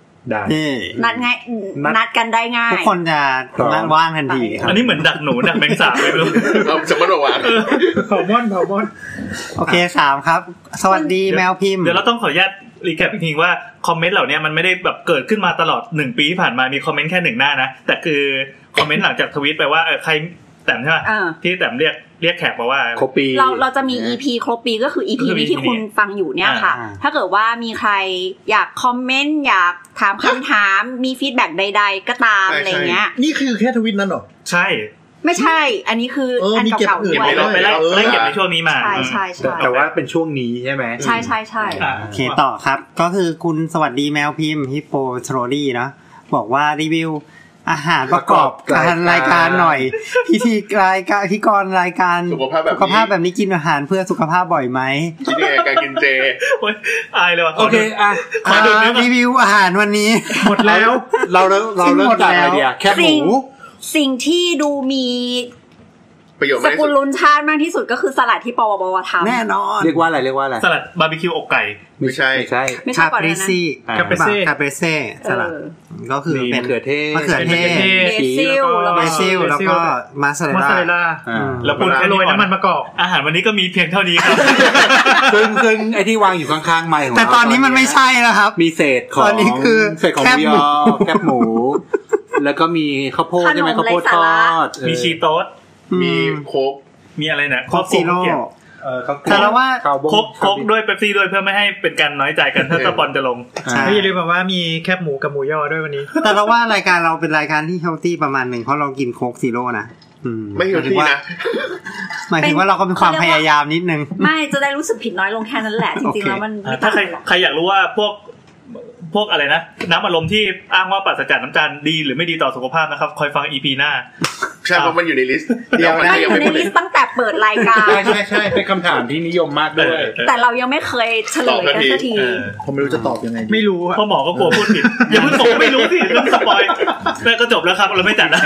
นัดกันได้ง่ายทุกคนจะว่างทันทีครับอันนี้เหมือนดักหนูดักแมงสาบไม่รู้สมมติว่าเผาม่อนโอเค3ครับสวัสดีแมวพิมพ์เดี๋ยวเราต้องขออนุญาตรีแคปอีกทีว่าคอมเมนต์เหล่านี้มันไม่ได้แบบเกิดขึ้นมาตลอด1ปีที่ผ่านมามีคอมเมนต์แค่1หน้านะแต่คือคอมเมนต์หลังจากทวีตไปว่าใครแต้มใช่ป่ะที่แต้มเรียกแขกมาว่าครบปีเราจะมี EP ครบปีก็คือ EP นี้ที่คุณฟังอยู่เนี่ยค่ะถ้าเกิดว่ามีใครอยากคอมเมนต์อยากถามคำถามมีฟีดแบ็กใดๆก็ตามอะไรเงี้ยนี่คือแค่ทวิตนั้นหรอใช่ไม่ใช่อันนี้คืออันเก่าๆด้วยไปไล่เก็บในช่วงนี้มาใช่แต่ว่าเป็นช่วงนี้ใช่ไหมใช่โอเคต่อครับก็คือคุณสวัสดีแมวพิมพ์ฮิปโปโทรลี่เนาะบอกว่ารีวิวอาหารประกอบการรายการหน่อยพิธีกรรายการสุขภาพแบบนี้กินอาหารเพื่อสุขภาพบ่อยไหมคิดยังไงการกินเจอายเลยว่ะโอเครีวิวอาหารวันนี้หมดแล้วเราเริ่มจากอะไรดีแคบหมูสิ่งที่ดูมีสกุลลุ้นชาติมากที่สุดก็คือสลัดที่ปวบทำแน่นอนเรียกว่าอะไรสลัดบาร์บีคิวอกไก่ไม่ใช่คาเปรซี่สลัดก็คือเป็นมะเขือเทศเบซิลแล้วก็มาซาเรลล่าแล้วคุณโรยน้ำมันมะกอกอาหารวันนี้ก็มีเพียงเท่านี้ครับซึ่งไอ้ที่วางอยู่ข้างๆไมค์ของเราแต่ตอนนี้มันไม่ใช่นะครับมีเศษของแคบหมูแล้วก็มีข้าวโพดใช่ไหมข้าวโพดทอดมีชีโต๊ดมีโค้กมีอะไรนะโค้กซีโร่แต่ละว่าโค้กด้วยเป๊ปซี่ด้วยเพื่อไม่ให้เป็นการน้อยใจกันถ้าสปอนจะลงไม่อย่าลืมว่ามีแคบหมูกับหมูย่อด้วยวันนี้แต่เราว่ารายการเราเป็นรายการที่เฮลตี้ประมาณนึงเพราะเรากินโค้กซีโร่นะไม่เฮลตี้นะหมายถึงว่าเราก็มีความพยายามนิดนึงไม่จะได้รู้สึกผิดน้อยลงแค่นั้นแหละจริงๆแล้วมันถ้าใครอยากรู้ว่าพวกอะไรนะน้ำอารมณ์ที่อ้างว่าปราศจากน้ำตาลดีหรือไม่ดีต่อสุขภาพนะครับคอยฟัง EP หน้าใช่เพราะมันอยู่ในลิสต์เดี๋ยวมันอยู่ในลิสต์ตั้งแต่เปิดรายการใช่เป็นคำถามที่นิยมมากด้วยแต่เรายังไม่เคยเฉลยกันสักทีผมไม่รู้จะตอบยังไงไม่รู้เพราะหมอก็กลัวพูดผิดอย่าเพิ่งบอกไม่รู้สิเรื่องสปอยแม่ก็จบแล้วครับเราไม่จัดนะ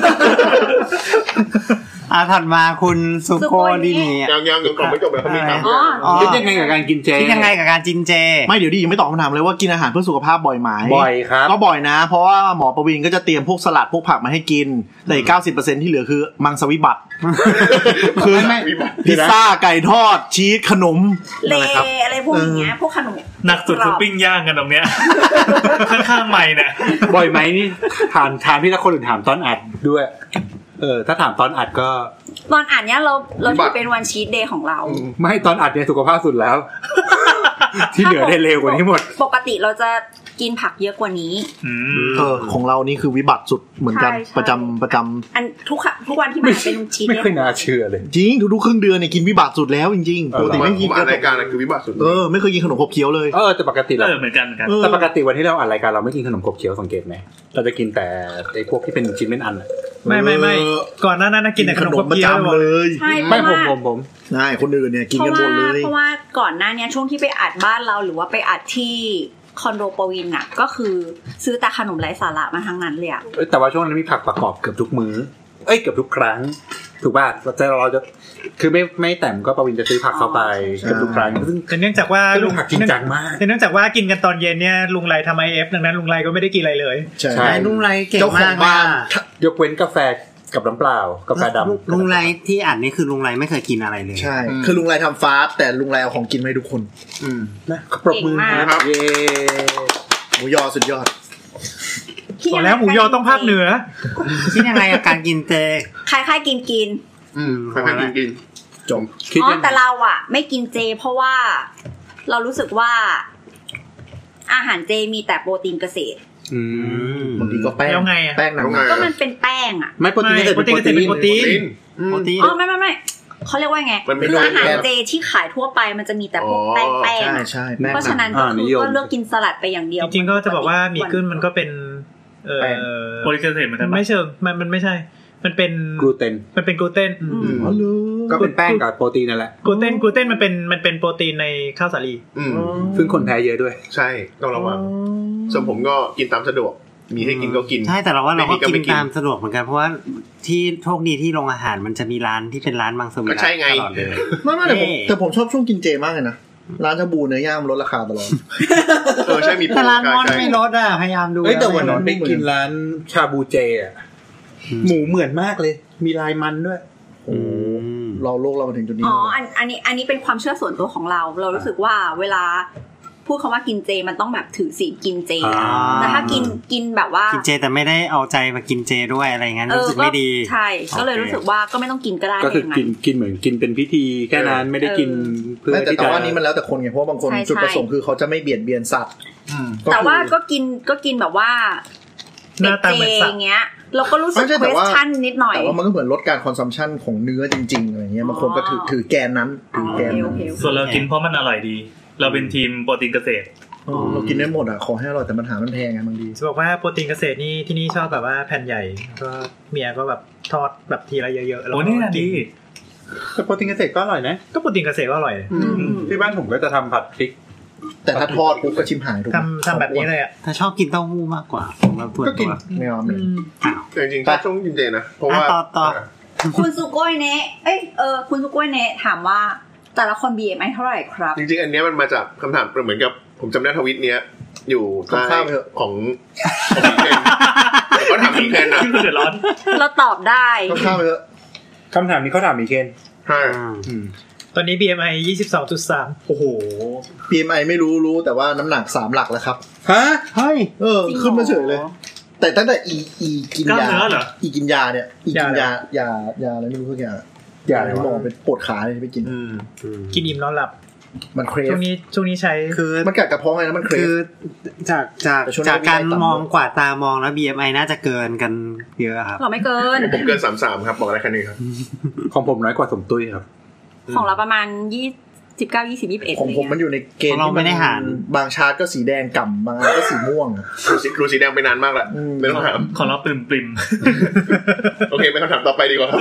ถัดมาคุณสุโกดีนี่ยังก่อนไม่จบเลยเขามีถามคิดยังไงกับการกินเจไม่เดี๋ยวดิยังไม่ตอบคำถามเลยว่ากินอาหารเพื่อสุขภาพบ่อยไหมบ่อยครับก็บ่อยนะเพราะว่าหมอประวินก็จะเตรียมพวกสลัดพวกผักมาให้กินแต่ 90% ที่เหลือคือมังสวิบัติคือพิซซ่าไก่ทอดชีสขนมอะไรพวกอย่างเงี้ยพวกขนมหนักสุดคือปิ้งย่างกันตรงเนี้ยข้างๆใหม่เนี่ยบ่อยไหมนี่ถามพี่ละคนหรือถามตอนอัดด้วยถ้าถามตอนอัดก็ตอนอัดเนี้ยเราถือเป็นวันชีทเดย์ของเราไม่ตอนอัดเนี่ยสุขภาพสุดแล้วที่เหลือได้เร็วกว่านี้หมดปกติเราจะกินผักเยอะกว่านี้ของเรานี่คือวิบัติสุดเหมือนกันประจำอันทุกวันที่มาเป็นชีทไม่เคยน่าเชื่อเลยจริงทุกครึ่งเดือนเนี่ยกินวิบัติสุดแล้วจริงๆปกติไม่กินรายการคือวิบัติสุดไม่เคยกินขนมขบเคี้ยวเลยแต่ปกติเราเหมือนกันแต่ปกติวันที่เราอัดรายการเราไม่กินขนมขบเคี้ยวสังเกตไหมเราจะกินแต่ไอ้พวกที่เป็นชิ้นเป็นอันไม่ก่อนหน้านั้นกินแต่ขนมขบเคี้ยวเลยไม่ผมใช่คนอื่นเนี่ยกินกันหมดเลยเพราะว่าก่อนหน้านี้ช่วงที่ไปอัดบ้านเราหรือว่าไปอัดที่คอนโดปวินน่ะก็คือซื้อแต่ขนมไร้สาระมาทั้งนั้นเลยอ่ะแต่ว่าช่วงนั้นมีผักประกอบเกือบทุกมื้อเกือบทุกครั้งถูกป่ะเราจะคือไม่แต่มก็ปวินจะซื้อผักเข้าไปเกือบทุกครั้งแต่เนื่องจากว่าลุงผักจริงจังมากเนื่องจากว่ากินกันตอนเย็นเนี่ยลุงไรทำ IF ดังนั้นลุงไรก็ไม่ได้กินอะไรเลยใช่ลุงไรเก่งมากยกเว้นกาแฟกับน้ำเปล่ากาแฟดำลุงไรที่อ่านนี่คือลุงไรไม่เคยกินอะไรเลยใช่คือลุงไรทำฟาสต์แต่ลุงไรเอาของกินมาให้ทุกคนนะปรบมือนะครับเย้หมูยอสุดยอดพอแล้วหมูยอต้องภาคเหนือคิดยังไงกับการกินเจคล้ายๆกินคล้ายๆกินจบแต่เราอ่ะไม่กินเจเพราะว่าเรารู้สึกว่าอาหารเจมีแต่โปรตีนเกษตรบางทีก็แป้งแล้วไงแป้งหนังก็มันเป็นแป้งอ่ะไม่โปรตีนเกษตรเป็นโปรตีนอ๋อไม่เขาเรียกว่าไงคืออาหารเจที่ขายทั่วไปมันจะมีแต่พวกแป้งใช่เพราะฉะนั้นก็เลือกกินสลัดไปอย่างเดียวจริงๆก็จะบอกว่ามีขึ้นมันก็เป็นโปรตีนเกษตรเหมือนกันไม่เชิงมันไม่ใช่มันเป็นกลูเตนมันเป็นกลูเตนก็เป็นแป้งกับโปรตีนนั่นแหละกลูเตนมันเป็นโปรตีนในข้าวสาลีซึ่งคนแพ้เยอะด้วยใช่ต้องระวังส่วนผมก็กินตามสะดวกมีให้กินก็กินใช่แต่เราก็กินตามสะดวกเหมือนกันเพราะว่าที่โชคดีที่โรงอาหารมันจะมีร้านที่เป็นร้านมังสวิรัติตลอดเลยไม่แต่ผมชอบช่วงกินเจมากเลยนะร้านชาบูเนื้อย่างลดราคาตลอดใช่มีแต่ร้านมอนไม่ลดอ่ะพยายามดูแต่วันนั้นไปกินร้านชาบูเจอ่ะหมูเหมือนมากเลยมีลายมันด้วยเราโลกเรามาถึงจุดนี้อันนี้เป็นความเชื่อส่วนตัวของเรารู้สึกว่าเวลาพูดคำว่ากินเจมันต้องแบบถือศีลกินเจแต่ถ้ากินแบบว่ากินเจแต่ไม่ได้เอาใจมากินเจด้วยอะไรงั้นรู้สึกไม่ดีใช่ก็เลยรู้สึกว่าก็ไม่ต้องกินก็ได้ก็คือกินเหมือนกินเป็นพิธีแค่นั้นไม่ได้กินเพื่อที่จะแต่ว่านี้มันแล้วแต่คนไงเพราะบางคนจุดประสงค์คือเขาจะไม่เบียดเบียนสัตว์แต่ว่าก็กินแบบว่าหน้าตาเหมือนสัตว์เงี้ยเราก็รู้สึก question นิดหน่อยแต่ว่ามันก็เหมือนลดการ consumption ของเนื้อจริงๆอะไรเงี้ยบางคนก็ถือแกนนั้นถือแกนส่วนเรากินเพราะมันอร่อยดีเราเป็นทีมโปรตีนเกษตรเรากินได้หมดอ่ะขอให้อร่อยแต่ปัญหามันแพงไงบางทีจะบอกว่าโปรตีนเกษตรนี่ที่นี่ชอบแบบว่าแผ่นใหญ่ก็เมียก็แบบทอดแบบทีละเยอะๆแล้วนี่ดีแต่โปรตีนเกษตรก็อร่อยนะก็โปรตีนเกษตรก็อร่อยที่บ้านผมก็จะทำผัดพริกแต่ถ้าทอดปุ๊บก็ชิมหายถูกทำแบบนี้เลยอ่ะถ้าชอบกินเต้าหู้มากกว่าก็กินไม่เอาแต่จริงๆก็ต้องกินเจนะเพราะว่าต่อคุณสุโกยเนะคุณสุโกยเนะถามว่าแต่ละคน BMI เท่าไหร่ครับจริงๆอันนี้มันมาจากคำถามเหมือนกับผมจำได้ทวิตเนี้ยอยู่ใต้ของเทนก็ถามมีเทนนะเราตอบได้ข้ามไปเถอะคำถามนี้เขาถามมีเคนใช่ตอนนี้ BMI 22.3 โอ้โห BMI ไม่รู้แต่ว่าน้ำหนัก3หลักแล้วครับฮะเฮ้ยขึ้นมาเฉยเลยแต่ตั้งแต่กินยากินยาเนี่ยกินยาอะไรไม่รู้พวกยาอะไรหมอเป็นปวดขาเลยไปกินอิ่มนอนหลับมันเครฟช่วงนี้ใช้คือมันกัดกระเพาะไงนะมันเครฟคือจากการมองกว่าตามองแล้ว BMI น่าจะเกินกันเยอะครับเราไม่เกินผมเกิน33ครับบอกได้แค่นี้ครับของผมน้อยกว่าสมตุ้ยครับของเราประมาณ19 20 21 ของผมมันอยู่ในเกณฑ์ที่ไม่ได้หารบางชาร์ตก็สีแดงก่ำบางอันก็สีม่วงรูสีแดงไปนานมากแหละไม่ต้องถามของเราปริมโอเคไปคำถามต่อไปดีกว่าครับ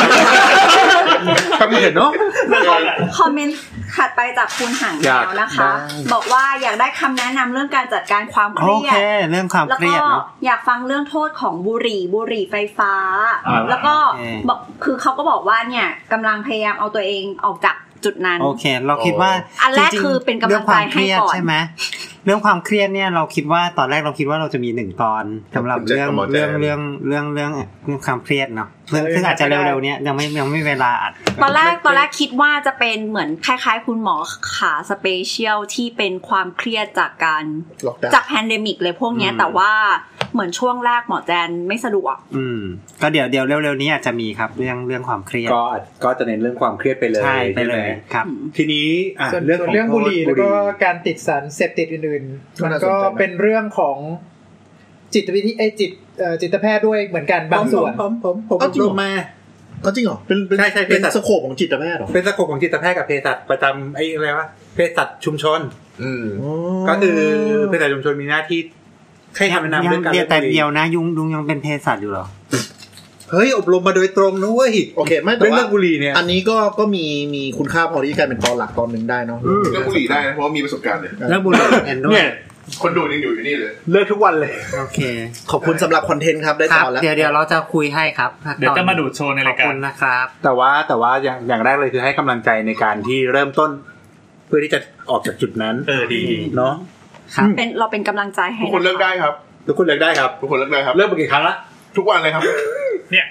ครับเห็นเนาะคอมเมนต์ถัดไปจากคุณหางแมวนะคะบอกว่าอยากได้คำแนะนำเรื่องการจัดการความเครียดเรื่องความเครียดแล้วก็อยากฟังเรื่องโทษของบุหรี่ไฟฟ้าแล้วก็บอกคือเขาก็บอกว่าเนี่ยกำลังพยายามเอาตัวเองออกจากจุดนั้นโอเคเราคิดว่าอันแรกคือเป็นกำลังใจให้ก่อนใช่ไหมเรื่องความเครียดเนี่ยเราคิดว่าตอนแรกเราคิดว่าเราจะมี1ตอนสำหรับเรื่องความเครียดเนาะซึ่งอาจจะเร็วๆเนี้ยยังไม่เวลาอัดตอนแรกคิดว่าจะเป็นเหมือนคล้ายๆคุณหมอขาสเปเชียลที่เป็นความเครียดจากแพนเดมิกเลยพวกนี้แต่ว่าเหมือนช่วงแรกหมอแจนไม่สะดวกก็เดี๋ยวเร็วๆนี้อาจจะมีครับเรื่องความเครียดก็จะเน้นเรื่องความเครียดไปเลยใช่ไปเลยครับทีนี้เรื่องบุหรี่แล้วก็การติดสารเสพติดอื่นๆมันก็เป็นเรื่องของจิตวิทยาจิตแพทย์ด้วยเหมือนกันบางส่วนผมลงมาก็จริงเหรอเป็นสโคปของจิตแพทย์หรอเป็นสโคปของจิตแพทย์กับเภสัชประจำอะไรวะเภสัชชุมชนก็คือเภสัชชุมชนมีหน้าที่ให้ทำแนะนำเรื่องการแต่เดียวนะยุงยังเป็นเภสัชอยู่หรอเฮ้ยอบรมมาโดยตรงนะเว้ยโอเคไม่แต่ว่าเรื่องบุหรี่เนี่ยอันนี้ก็มีคุณค่าพอที่กลายเป็นตอนหลักตอนนึงได้เนาะเรื่องบุหรี่ได้เพราะมีประสบการณ์เลยเรื่องบุหรี่เนี่ยคนดูยังอยู่นี่เลยเลิกทุกวันเลยโอเคขอบคุณสำหรับคอนเทนต์ครับได้ตอนแล้วเดี๋ยวเราจะคุยให้ครับเดี๋ยวจะมาดูดโชว์ในรายการขอบคุณนะครับแต่ว่าอย่างแรกเลยคือให้กำลังใจในการที่เริ่มต้นเพื่อที่จะออกจากจุดนั้นดีเนาะเราเป็นกำลังใจให้ทุกคนเลิกได้ครับทุกคนเลิกได้ครับเลิกมากี่ครั้งละทุกวันเลยครับเนี่ย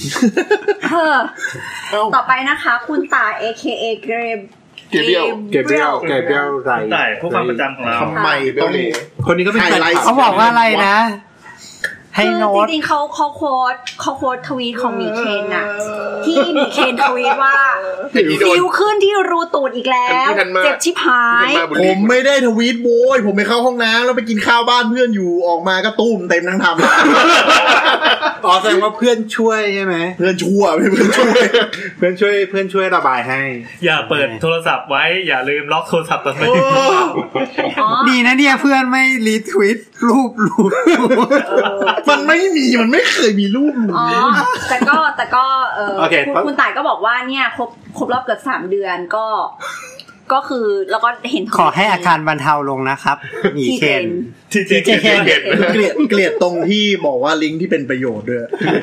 ต่อไปนะคะคุณตา AKA เกเบรียลไรผู้ฟังประจำของเราทำไมต้องคนนี้ก็เป็นเขาบอกว่าอะไรนะให้โน้ตจริงๆเขาโค้ดทวีตของมีเคนน่ะที่มีเคนทวีตว่าฟิวขึ้นที่รูตูดอีกแล้วเจ็บชิบหายผมไม่ได้ทวีตโวยผมไปเข้าห้องน้ำแล้วไปกินข้าวบ้านเพื่อนอยู่ออกมาก็ตุ้มเต็มทั้งทำแสดงว่าเพื่อนช่วยใช่ไหมเพื่อนช่วยเพื่อนช่วยระบายให้อย่าเปิดโทรศัพท์ไว้อย่าลืมล็อกโทรศัพท์ตอนนี้ดีนะเนี่ยเพื่อนไม่รีทวีตรูปมันไม่เคยมีรูปแต่ก็คุณต่ายก็บอกว่าเนี่ยครบรอบเกิด3 เดือนก็คือแล้วก็เห็นขอให้อาการบรรเทาลงนะครับมีเคนที่เกลียดตรงที่บอกว่าลิงก์ที่เป็นประโยชน์ด้วย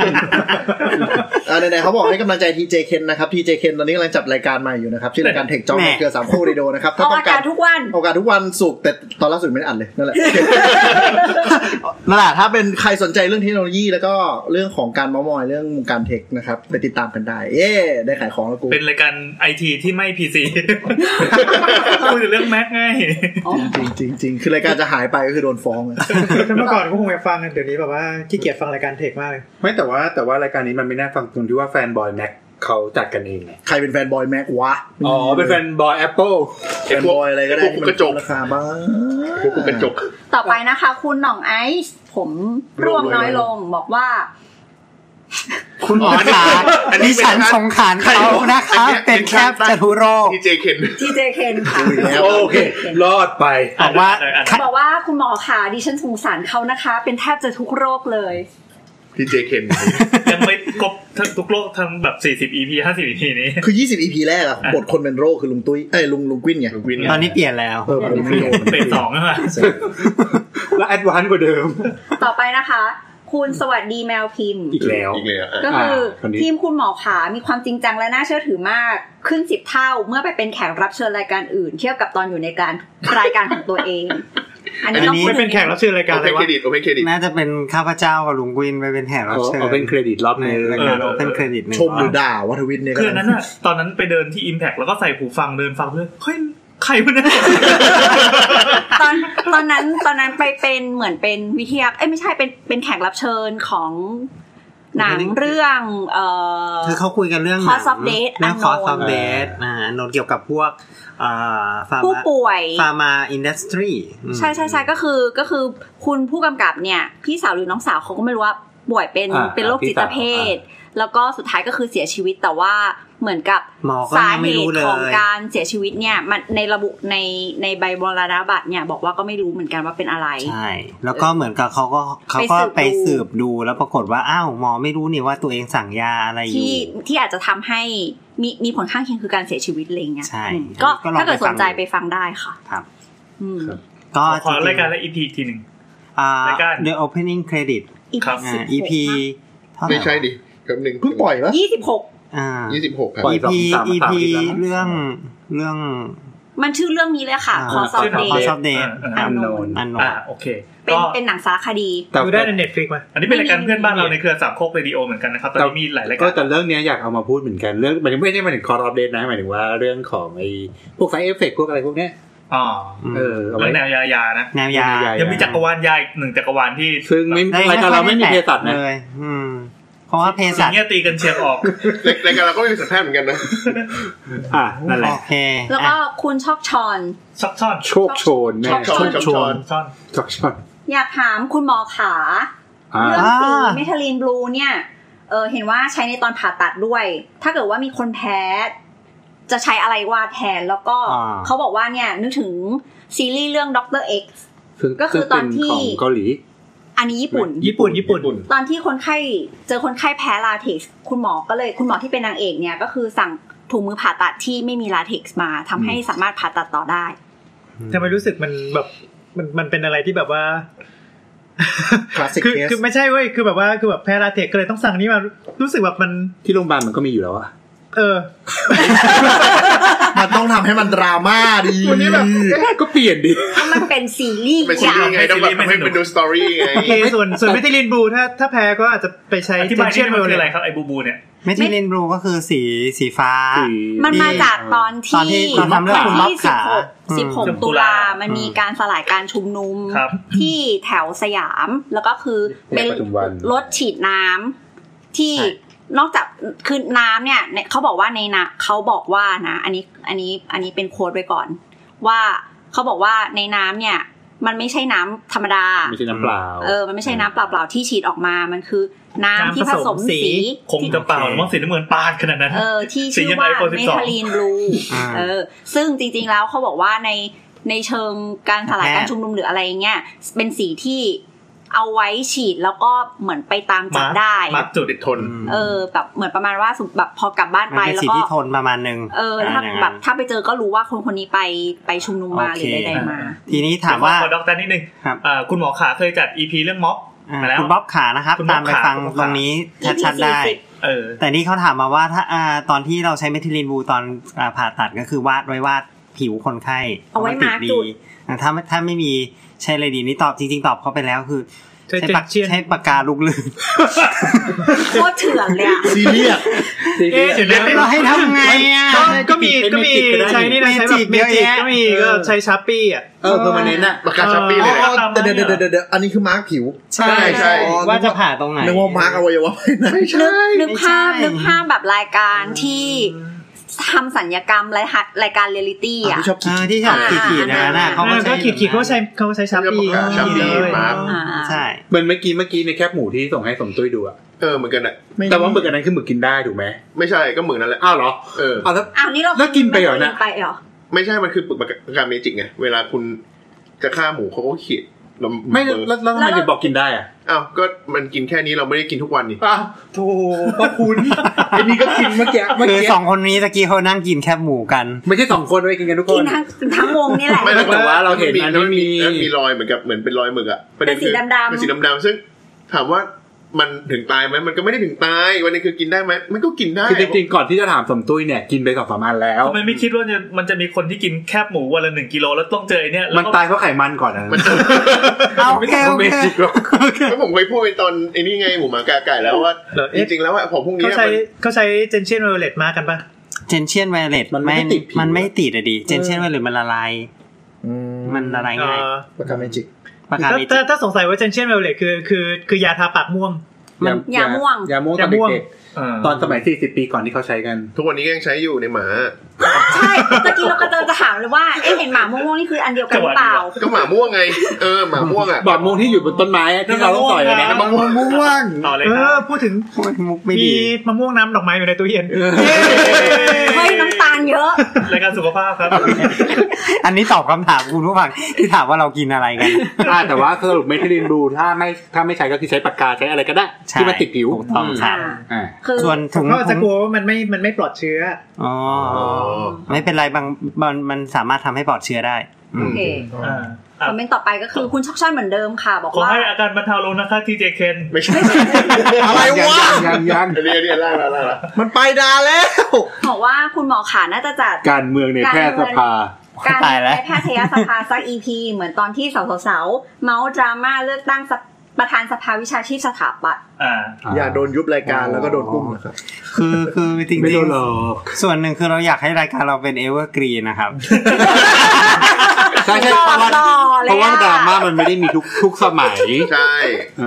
ไหนๆเขาบอกให้กำลังใจทีเจเคนนะครับทีเจเคนตอนนี้กำลังจัดรายการใหม่อยู่นะครับชื่อรายการเทคจ็อกในเครือ3คู่เรดิโอนะครับถ้าต้องการทุกวันศุกร์แต่ตอนล่าสุดไม่ได้อัดเลยนั่นแหละถ้าเป็นใครสนใจเรื่องเทคโนโลยีแล้วก็เรื่องของการเม้ามอยเรื่องการเทคนะครับไปติดตามกันได้ได้ขายของแล้วกูเป็นรายการ IT ที่ไม่ PC คุยเรื่องแม็กง่ายจริงคือรายการจะหายไปก็คือโดนฟ้องเมื่อก่อนก็คงอยากฟังเดี๋ยวนี้แบบว่าขี้เกียจฟังรายการเทคมากเลยไม่แต่ว่ารายการนี้มันไม่น่าฟังตรงที่ว่าแฟนบอยแม็กเขาจัดกันเองใครเป็นแฟนบอยแม็กวะเป็นแฟนบอยแอปเปิลแฟนบอยอะไรก็ได้กระจกราคาบ้างกระจกต่อไปนะคะคุณหน่องไอซ์ผมร่วงน้อยลงบอกว่าคุณหมอขาอันนี้ฉันสงสารเขานะคะเป็นแคบจตุโรคทีเจเคนค่ะโอเครอดไปบอกว่าคุณหมอขาดิฉันสงสารเขานะคะเป็นแทบจะทุกโรคเลยทีเจเคนยังไม่ครบทุกโรคทั้งแบบ40 EP 50 EP นี้คือ20 EP แรกอะบทคนเป็นโรคคือลุงตุ้ยลุงกวินไงตอนนี้เปลี่ยนแล้วผมไม่โดนเป็น2แล้วมั้ยแล้วแอดวานซ์กว่าเดิมต่อไปนะคะคุณสวัสดีแมวพิมพ์อีกแล้วก็คือทีมคุณหมอขามีความจริงจังและน่าเชื่อถือมากขึ้น10เท่าเมื่อไปเป็นแขกรับเชิญรายการอื่นเทียบกับตอนอยู่ในรายการของตัวเองอันนี้ไม่เป็นแขกรับเชิญรายการอะไรวะ Open Credit น่าจะเป็นข้าพเจ้ากับลุงกวินไปเป็นแขกรับเชิญ Open Credit รอบนึงรายการ Open Credit ชมหรือด่าวัฒวิทย์เนี่ยคือนั้นน่ะตอนนั้นไปเดินที่ Impact แล้วก็ใส่หูฟังเดินฟังเพื่อเฮ้ยใครวะเนี่ยตอนนั้นไปเป็นเหมือนเป็นวิทยาไม่ใช่เป็นแขกรับเชิญของหนังเรื่องคือเขาคุยกันเรื่อง Cost of Death เรื่อง Cost of Death โน้ตเกี่ยวกับพวกผู้ป่วย Pharma Industry ใช่ๆๆก็คือคุณผู้กำกับเนี่ยพี่สาวหรือน้องสาวเขาก็ไม่รู้ว่าป่วยเป็นโรคจิตเภทแล้วก็สุดท้ายก็คือเสียชีวิตแต่ว่าเหมือนกับสาเหตุของการเสียชีวิตเนี่ยมันในระบุในใบมรณบัตรเนี่ยบอกว่าก็ไม่รู้เหมือนกันว่าเป็นอะไรใช่แล้วก็เหมือนกับเขาก็ไปสืบดูแล้วปรากฏว่าอ้าวหมอไม่รู้นี่ว่าตัวเองสั่งยาอะไรอยู่ที่อาจจะทำให้มีผลข้างเคียงคือการเสียชีวิตอะไรเงี้ยใช่ก็ถ้าเกิดสนใจไปฟังได้ค่ะครับก็ขอรายการและ EP ทีนึงรายการ The Opening Credit ครับ EP ไม่ใช่ดิแป๊บนึงเพิ่งปล่อยป่ะ 26ครับ EP เรื่องมันชื่อเรื่องนี้เลยค่ะ Cost of Death Unknown โอเคเป็นหนังสารคดีดูได้ใน Netflix มั้ยอันนี้เป็นรายการเพื่อนบ้านเราในเครือสามโคกเรดิโอเหมือนกันนะครับตอนนี้มีหลายรายการก็แต่เรื่องนี้อยากเอามาพูดเหมือนกันเรื่องไม่ใช่หมายถึง Cost of Death นะหมายถึงว่าเรื่องของไอ้พวก side effect พวกอะไรพวกเนี้ยเอาไว้แนวยานะแนวยายังมีจักรวาลยาอีก1จักรวาลที่ซึ่งรายการเราไม่มีเภสัชนะเพราะว่าเภสัชเนี่ยตีกันเชียร์ออกรายการเราก็ไม่มีสัญชาติเหมือนกันนะนั่นแหละโอเคแล้วก็คุณชอกชอนโชคโชนแม่โชนอยากถามคุณหมอขาเรื่องสีเมทาลีนบลูเนี่ยเห็นว่าใช้ในตอนผ่าตัดด้วยถ้าเกิดว่ามีคนแพ้จะใช้อะไรวาดแทนแล้วก็เขาบอกว่าเนี่ยนึกถึงซีรีส์เรื่องด็อกเตอร์ X ก็คือตอนที่ของเกาหลีอันนี้ญี่ปุ่นตอนที่คนไข้เจอคนไข้แพ้ลาเท็กซ์คุณหมอที่เป็นนางเอกเนี่ยก็คือสั่งถุงมือผ่าตัดที่ไม่มีลาเท็กซ์มาทำให้สามารถผ่าตัดต่อได้ทำไมรู้สึกมันแบบมันเป็นอะไรที่แบบว่าคือไม่ใช่เว้ยคือแบบแพ้ลาเท็กซ์ก็เลยต้องสั่งนี้มารู้สึกแบบมันที่โรงพยาบาลมันก็มีอยู่แล้วอะมันต้องทำให้มันดราม่าดีวันนี้แบบก็เปลี่ยนดิมันเป็นซีรีส์ไงต้องแบบให้มันดูสตอรี่ไงโอเคส่วนเมทิลินบลูถ้าแพ้ก็อาจจะไปใช้ที่บ้านคืออะไรครับไอ้บูเนี่ยเมทิลินบลูก็คือสีฟ้ามันมาจากตอนที่ทำเรื่องคุณล็อกขา 16ตุลามันมีการสลายการชุมนุมที่แถวสยามแล้วก็คือเป็นรถฉีดน้ำที่นอกจากคือน้ำเนี่ยเขาบอกว่าในน้ำเขาบอกว่านะอันนี้เป็นโค้ดไว้ก่อนว่าเขาบอกว่าในน้ำเนี่ยมันไม่ใช่น้ำธรรมดาไม่ใช่น้ำเปล่ามันไม่ใช่น้ำเปล่าๆที่ฉีดออกมามันคือน้ำที่ผสมสีคงจะเปล่าหรือว่าสีน้ำเงินปานขนาดนั้นที่ชื่อว่าเมทาลีนบลูซึ่งจริงๆแล้วเขาบอกว่าในเชิงการสลายการชุมนุมหรืออะไรเงี้ยเป็นสีที่เอาไว้ฉีดแล้วก็เหมือนไปตามจับได้มัดจุดติดทนแบบเหมือนประมาณว่าแบบพอกลับบ้านไปแล้วก็ที่ทนประมาณนึงถ้าไปเจอก็รู้ว่าคนนี้ไปชุมนุมมาหรือใดๆมาทีนี้ถามว่าขอด็อกเตอร์นิดนึงคุณหมอขาเคยจัด EP เรื่องม็อบมาแล้วคุณบ๊อบขานะครับตามไปฟังตรงนี้ชัดๆได้แต่นี่เขาถามมาว่าถ้าตอนที่เราใช้เมทิลินบลูตอนผ่าตัดก็คือวาดผิวคนไข้เอาไว้มาร์กจุดถ้าไม่มีใช่เลยดีนี่ตอบจริงๆตอบเขาไปแล้วคือใช้ปากกาลูกลื่นโคตรเถื่อนเลยอ่ะซีเรียสเดี๋ยวเราให้ทำไงอ่ะก็มีใช้นี่นะใช้แบบเมจิกก็มีก็ใช้ชาร์ปี้อ่ะเพื่อมันเน้นอ่ะปากกาชาร์ปี้เลยเดี๋ยวอันนี้คือมาร์กผิวใช่ว่าจะผ่าตรงไหนนึกว่ามาร์กอวัยวะนึกภาพแบบรายการที่ทำสัญญกรรมรายการเรียลลิตี้อ่ะที่ชอบขีดนะเขาก็ขีดเขาใช้ชับปี้ใช่เหมือนเมื่อกี้ในแคปหมูที่ส่งให้สมตุ้ยดูอ่ะเหมือนกันแหละแต่ว่าหมึกอันนั้นคือหมึกกินได้ถูกไหมไม่ใช่ก็หมึกนั่นแหละอ้าวเหรอแล้วนี่เราแล้วกินไปเหรอนะไม่ใช่มันคือหมึกปากกาเมจิกไงเวลาคุณจะฆ่าหมูเขาก็ขีดไม่แล้วทำไมถึงบอกกินได้อ่ะอ้าวก็มันกินแค่นี้เราไม่ได้กินทุกวันนี่อ้าวโธ่พ่อคุณไอ้นี่ก็กินเมื่อกี้คือ2คนนี้ตะกี้เขานั่งกินแคบหมูกันไม่ใช่2คนด้วยกินกันทุกคนกินทั้งวงนี่แหละไม่แต่ว่าเราเห็นอันนี้มีรอยเหมือนกับเหมือนเป็นรอยหมึกอ่ะเป็นสีดำๆเป็นสีดำๆซึ่งถามว่ามันถึงตายไหมมันก็ไม่ได้ถึงตายวันนี้คือกินได้ไหมมันก็กินได้คือจริงๆก่อนที่จะถามสมตุ้ยเนี่ยกินไป2-3 อันแล้วทำไมไม่คิดว่ามันจะมีคนที่กินแคบหมูวันละ1 กิโลแล้วต้องเจอเนี่ยมันตายเพราะไขมันก่อนนะเอาแก้วเมจิกหรอกผมเคยพูดไปตอนไอ้นี่ไงหมูหมากาไก่แล้วว่าจริงๆแล้วผมพวกนี้เขาใช้เจนเชียนไวโอเลตมากันป่ะเจนเชียนไวโอเลตมันไม่ติดอะดิเจนเชียนไวโอเลตมันละลายมันละลายง่ายปากกาเมจิกถ้าสงสัยว่าเจนเชียนไวโอเลตคือยาทาปากม่วงยาม่วงตอนเด็กๆตอนสมัย40 ปีก่อนที่เขาใช้กันทุกวันนี้ก็ยังใช้อยู่ในหมาใช่ตะกี้เราก็จะถามเลยว่าเห็นหมาม่วงนี่คืออันเดียวกันหรือเปล่าก็หมาม่วงไงหมาม่วงอ่ะหมาม่วงที่อยู่บนต้นไม้ที่เราต้องต่อยกันนะมะม่วงพูดถึงมีมะม่วงน้ำดอกไม้อยู่ในตู้เย็นเฮ้ยน้ำตาลเยอะรายการสุขภาพครับอันนี้ตอบคำถามคุณผู้ฟังที่ถามว่าเรากินอะไรกันแต่ว่าสรุปเมทิลินบลูถ้าไม่ใช้ก็คือใช้ปากกาใช้อะไรก็ได้ที่มันติดผิวต้องครับส่วนถุงก็จะกลัวว่ามันไม่ปลอดเชื้ออ๋อไม่เป็นไรบางมันสามารถทำให้ปลอดเชื้อได้โอเคคอมเมนต์ต่อไปก็คือคุณช็อกชันเหมือนเดิมค่ะบอกว่าขอให้อาการบรรเทาลงนะคะทีเจเคนไม่ใช่อะไรวะยังเรียนล่างมันไปดาแล้วบอกว่าคุณหมอขาน่าจะจัดการเมืองในแพทยสภาการในแพทยสภาสัก EP เหมือนตอนที่สาวๆเมาส์ดราม่าเลือกตั้งประธานสภาวิชาชีพสถาปัตย์อย่าโดนยุบรายการแล้วก็โดนกุ้มนะครับคือจริงๆส่วนหนึ่งคือเราอยากให้รายการเราเป็นเอเวอร์กรีนนะครับใช่เพราะว่าดราม่ามันไม่ได้มีทุกสมัยใช่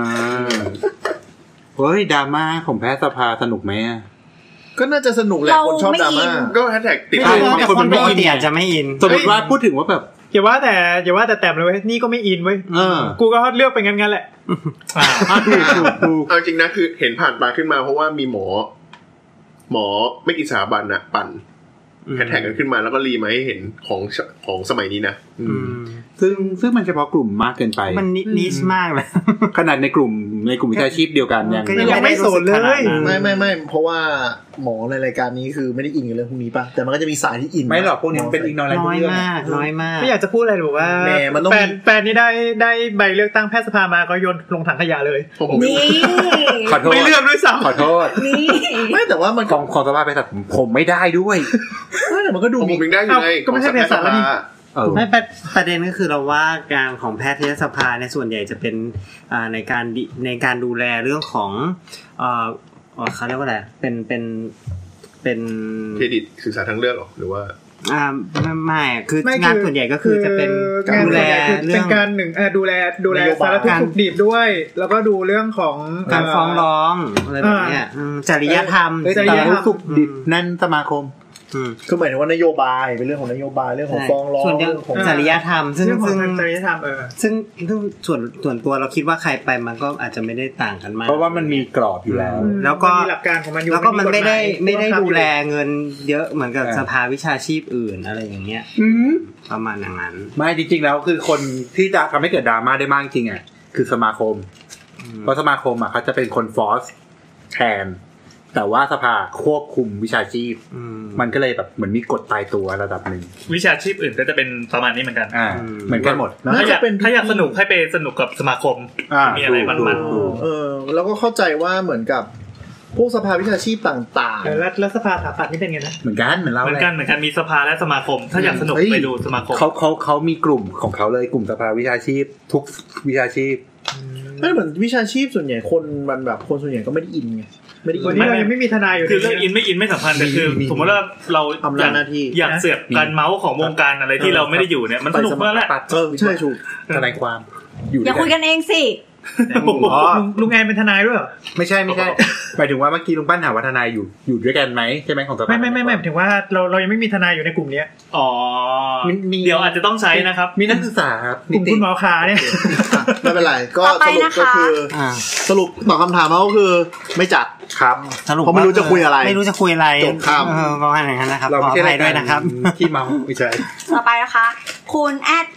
เฮ้ยดราม่าของแพทยสภาสนุกไหมก็น่าจะสนุกแหละคนชอบดราม่าก็แฮชแท็กติดคนมันไม่อินอาจจะไม่อินสมมติว่าพูดถึงว่าแบบอย่าว่าแต่แต้มเลยเว้ยนี่ก็ไม่อินเว้ยกูก็เลือกไปงั้นแหละเอาจริงนะคือเห็นผ่านตาขึ้นมาเพราะว่ามีหมอไม่กี่สถาบันนะปั่นแฮชแท็กกันขึ้นมาแล้วก็รีมาให้เห็นของสมัยนี้นะซึ่งมันเฉพาะกลุ่มมากเกินไปมันนิชมากเลยขนาดในกลุ่มวิชาชีพเดียวกันยังไม่สนเลยไม่เพราะว่าหมอในรายการนี้คือไม่ได้อินกับเรื่องพวกนี้ป่ะแต่มันก็จะมีสายที่อินไม่หรอกพวกนี้เป็นอีกน้อยมากไม่อยากจะพูดอะไรหรอกว่าแฟนนี่ได้ใบเลือกตั้งแพทยสภามาก็โยนลงถังขยะเลยนี่ไม่เลือกด้วยซ้ำขอโทษนี่ไม่แต่ว่ามันของสภาเภสัชผมไม่ได้ด้วยแต่มันก็ดูมีได้อยู่ไงก็ไม่ใช่เภสัชแล้วนี่ไม่ประเด็นก็คือเราว่าการของแพทยสภาในส่วนใหญ่จะเป็นในการดูแลเรื่องของเขาเรียกว่าอะไรเป็นเครดิตศึกษาทางเลือกหรอหรือว่าไม่คืองานส่วนใหญ่ก็คือจะเป็นดูแลเรื่องการหนึ่งดูแลสารทุกข์สุขดิบด้วยแล้วก็ดูเรื่องของการฟ้องร้องอะไรแบบนี้จริยธรรมสารทุกข์สุขดิบนั่นสมาคมคือหมายถึงว่านโยบายเป็นเรื่องของนโยบายเรื่องของฟ้องร้องส่วนของจริยธรรมซึ่งจริยธรรมซึ่งส่วนตัวเราคิดว่าใครไปมันก็อาจจะไม่ได้ต่างกันมากเพราะว่ามันมีกรอบอยู่แล้วแล้วก็มีหลักการของมันอยู่แล้วก็มันไม่ได้ดูแลเงินเยอะเหมือนกับสภาวิชาชีพอื่นอะไรอย่างเงี้ยประมาณอย่างนั้นไม่จริงๆแล้วคือคนที่จะทำให้เกิดดราม่าได้มากจริงอ่ะคือสมาคมเพราะสมาคมอ่ะเขาจะเป็นคนฟอร์สแทนแต่ว่าสภาควบคุมวิชาชีพมันก็เลยแบบเหมือนมีกฎตายตัวระดับหนึ่งวิชาชีพอื่นก็จะเป็นประมาณนี้เหมือนกันเหมือนกันหมดถ้าอยากสนุกให้ไปสนุกกับสมาคมมีอะไรมันแล้วก็เข้าใจว่าเหมือนกับพวกสภาวิชาชีพต่างๆแล้วสภาสถาปัตย์นี่เป็นไงนะเหมือนกันเหมือนกันมีสภาและสมาคมถ้าอยากสนุกไปดูสมาคมเขามีกลุ่มของเขาเลยกลุ่มสภาวิชาชีพทุกวิชาชีพไม่เหมือนวิชาชีพส่วนใหญ่คนมันแบบคนส่วนใหญ่ก็ไม่ได้อินไงวันนี้เรายังไม่มีทนายอยู่คือเรื่องอินไม่สำคัญแต่คือสมมติว่าเราอยากเสือกการเมาส์ของวงการอะไรที่เราไม่ได้อยู่เนี่ยมันสนุกมากแหละใช่ถูกทนายความอย่าคุยกันเองสิลุงแอนเป็นทนายด้วยเหรอไม่ใช่หมายถึงว่าเมื่อกี้ลุงปั้นถามว่าทนายอยู่ด้วยกันไหมใช่ไหมของตัวไม่หมายถึงว่าเรายังไม่มีทนายอยู่ในกลุ่มนี้อ๋อเดี๋ยวอาจจะต้องใช้นะครับมีนักศึกษาครับกลุ่มคุณหมอขาเนี่ยไม่เป็นไรก็สรุปก็คือสรุปตอบคำถามเขาก็คือไม่จัดครับเพราะไม่รู้จะคุยอะไรจบคำประมาณอย่างนั้นนะครับขออภัยด้วยนะครับที่เมาไม่ใช่ต่อไปนะคะคุณ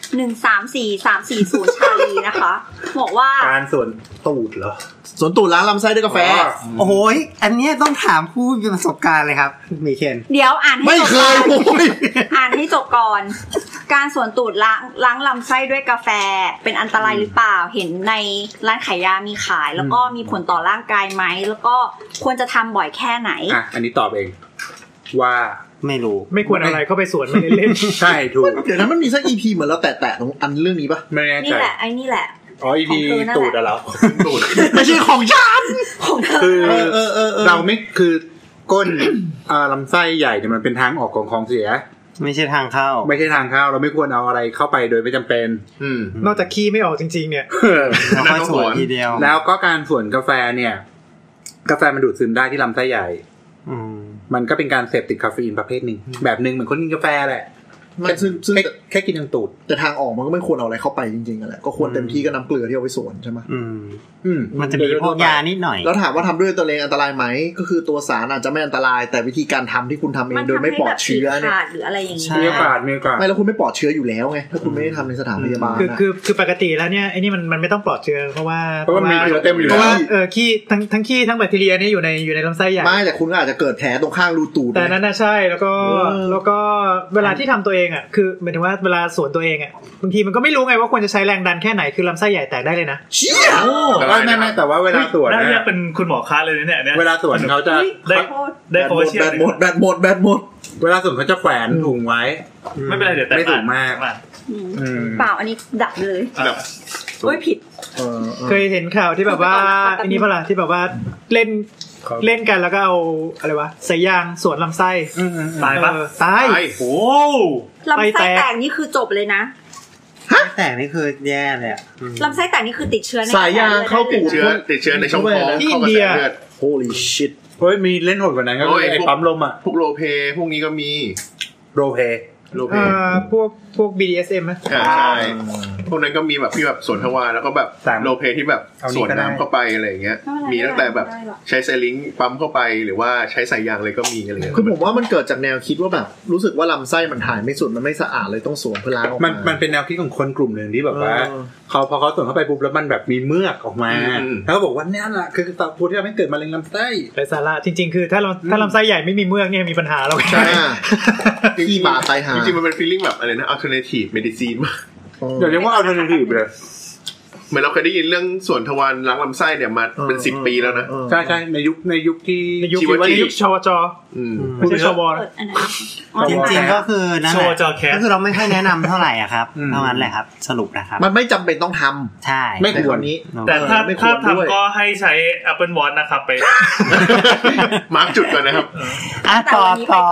@134340ชาลีนะคะบอกว่าการสวนตูดเหรอสวนตูดล้างลำไส้ด้วยกาแฟโอ้โหอันนี้ต้องถามผู้มีประสบการณ์เลยครับมีเคนเดี๋ยวอ่านให้จบก่อนอ่านให้จบก่อนการสวนตูดล้างลำไส้ด้วยกาแฟเป็นอันตรายหรือเปล่าเห็นในร้านขายยามีขายแล้วก็มีผลต่อร่างกายไหมแล้วก็ควรจะทำบ่อยแค่ไหนอันนี้ตอบเองว่าไม่รู้ไม่ควรอะไรเข้าไปสวนไม่เล่นใช่ถูกเดี๋ยวนั้นมันมีสัก EP เหมือนเราแตะตรงอันเรื่องนี้ป่ะไม่แน่ใจนี่แหละไอ้นี่แหละอ๋อ EP ตูดอะเหรอตูดไม่ใช่ของฉันคือเราไม่คือก้นลำไส้ใหญ่เนี่ยมันเป็นทางออกของของเสียไม่ใช่ทางเข้าเราไม่ควรเอาอะไรเข้าไปโดยไม่จำเป็นนอกจากขี้ไม่ออกจริงๆเนี่ยเราสวนทีเดียวแล้วก็การสวนกาแฟเนี่ยกาแฟมันดูดซึมได้ที่ลำไส้ใหญ่มันก็เป็นการเสพติดคาเฟอีนประเภทหนึ่งแบบนึงเหมือนคนกินกาแฟแหละซึ่งแค่กินทางตูดแต่ทางออกมันก็ไม่ควรเอาอะไรเข้าไปจริงๆแหละก็ควรเต็มที่ก็น้ำเกลือที่เอาไปสวนใช่ไหมมันจะมีพวกยานิดหน่อยแล้วถามว่าทำด้วยตัวเองอันตรายไหมก็คือตัวสารอาจจะไม่อันตรายแต่วิธีการทำที่คุณทำเองโดยไม่ปลอดเชื้อเนี่ยหรืออะไรอย่างเงี้ยมีโอกาสไม่แล้วคุณไม่ปลอดเชื้ออยู่แล้วไงถ้าคุณไม่ได้ทำในสถานพยาบาลคือปกติแล้วเนี่ยไอ้นี่มันไม่ต้องปลอดเชื้อเพราะว่ามีเชื้อเต็มอยู่เพราะว่าขี้ทั้งขี้ทั้งแบคทีเรียนี่อยู่ในลำไส้ใหญ่ไม่แต่คุณก็อาจจะเกิดแผลตรงข้างรูตูดแต่นั้นน่ะใช่แล้วก็เวลาที่ทำตัวเองอ่ะคือหมายถึงว่าเวลาสวนตัวเองอ่ะบางทีมันก็ไม่รู้ไงว่าควรจะใช้แรงดันแค่ไหนคือลำไส้ใหญ่แตกได้เลยนะเชี่ยไม่แต่ว่าเวลาสวนเนี่ยเป็นคุณหมอค้าเลยเนี่ยเวลาสวนเขาจะได้โคเชียแบตหมดเวลาสวนเขาจะแขวนถุงไว้ไม่เป็นไรเดี๋ยวไม่ถุงมากเปล่าอันนี้ดับเลยโอ้ยผิดเคยเห็นข่าวที่แบบว่าอันนี้เปล่าที่แบบว่าเล่นกันแล้วก็เอาอะไรวะสายยางสวนลำไส้ตายปะตายโอ้ลำไส้แตกนี่คือจบเลยนะแตกนี่คือแย่เลยอะลำไส้แตกนี่คือติดเชื้อในสายยางเข้าติดเชื้อในช่องท้องที่อินเดีย Holy shit เฮ้ยมีเล่นโหดกว่านั้นก็ไอ้ปั๊มลมอ่ะพวกโรเพพวกนี้ก็มีโรเพพวก BDSM มั้ยใช่พวกนั้นก็มีแบบที่แบบสวนทวารแล้วก็แบบโรเพที่แบบสวนน้ำเข้าไปอะไรอย่างเงี้ยมีตั้งแต่แบบใช้ไซลิงค์ปั๊มเข้าไปหรือว่าใช้สายยางอะไรก็มีอะไรเงี้ยคือผมว่ามันเกิดจากแนวคิดว่าแบบรู้สึกว่าลำไส้มันถ่ายไม่สุดมันไม่สะอาดเลยต้องสวนเพื่อล้างออกมามันเป็นแนวคิดของคนกลุ่มนึงที่แบบว่าพอเขาสวนเข้าไปปุ๊บแล้วมันแบบมีเมือกออกมาแล้วก็บอกว่าเนี่ยแหละคือสาเหตุที่ทำให้เกิดมะเร็งลำไส้ไร้สาระจริงๆคือถ้าลำไส้ใหญ่ไม่มีเมือกเนี่ยมีปัญหาแล้วใช่ที่บาดไตหาจริงๆมันเป็น feeling แบบอะไรนะ alternative medicine มากอย่าเรียกว่า alternative เลยเหมือนเราเคยได้ยินเรื่องส่วนทวารล้างลำไส้เนี่ยมาเป็น10 ปีแล้วนะใช่ๆในยุคที่ชีวจิตชวจไม่ใช่ชวจริงๆก็คือนั่นแหละก็คือเราไม่ค่อยแนะนำเท่าไหร่อ่ะครับเท่านั้นแหละครับสรุปนะครับมันไม่จำเป็นต้องทำใช่ไม่ควรนี้แต่ถ้าทำก็ให้ใช้ Apple Watch นะครับไปมาร์กจุดก่อนนะครับต่อ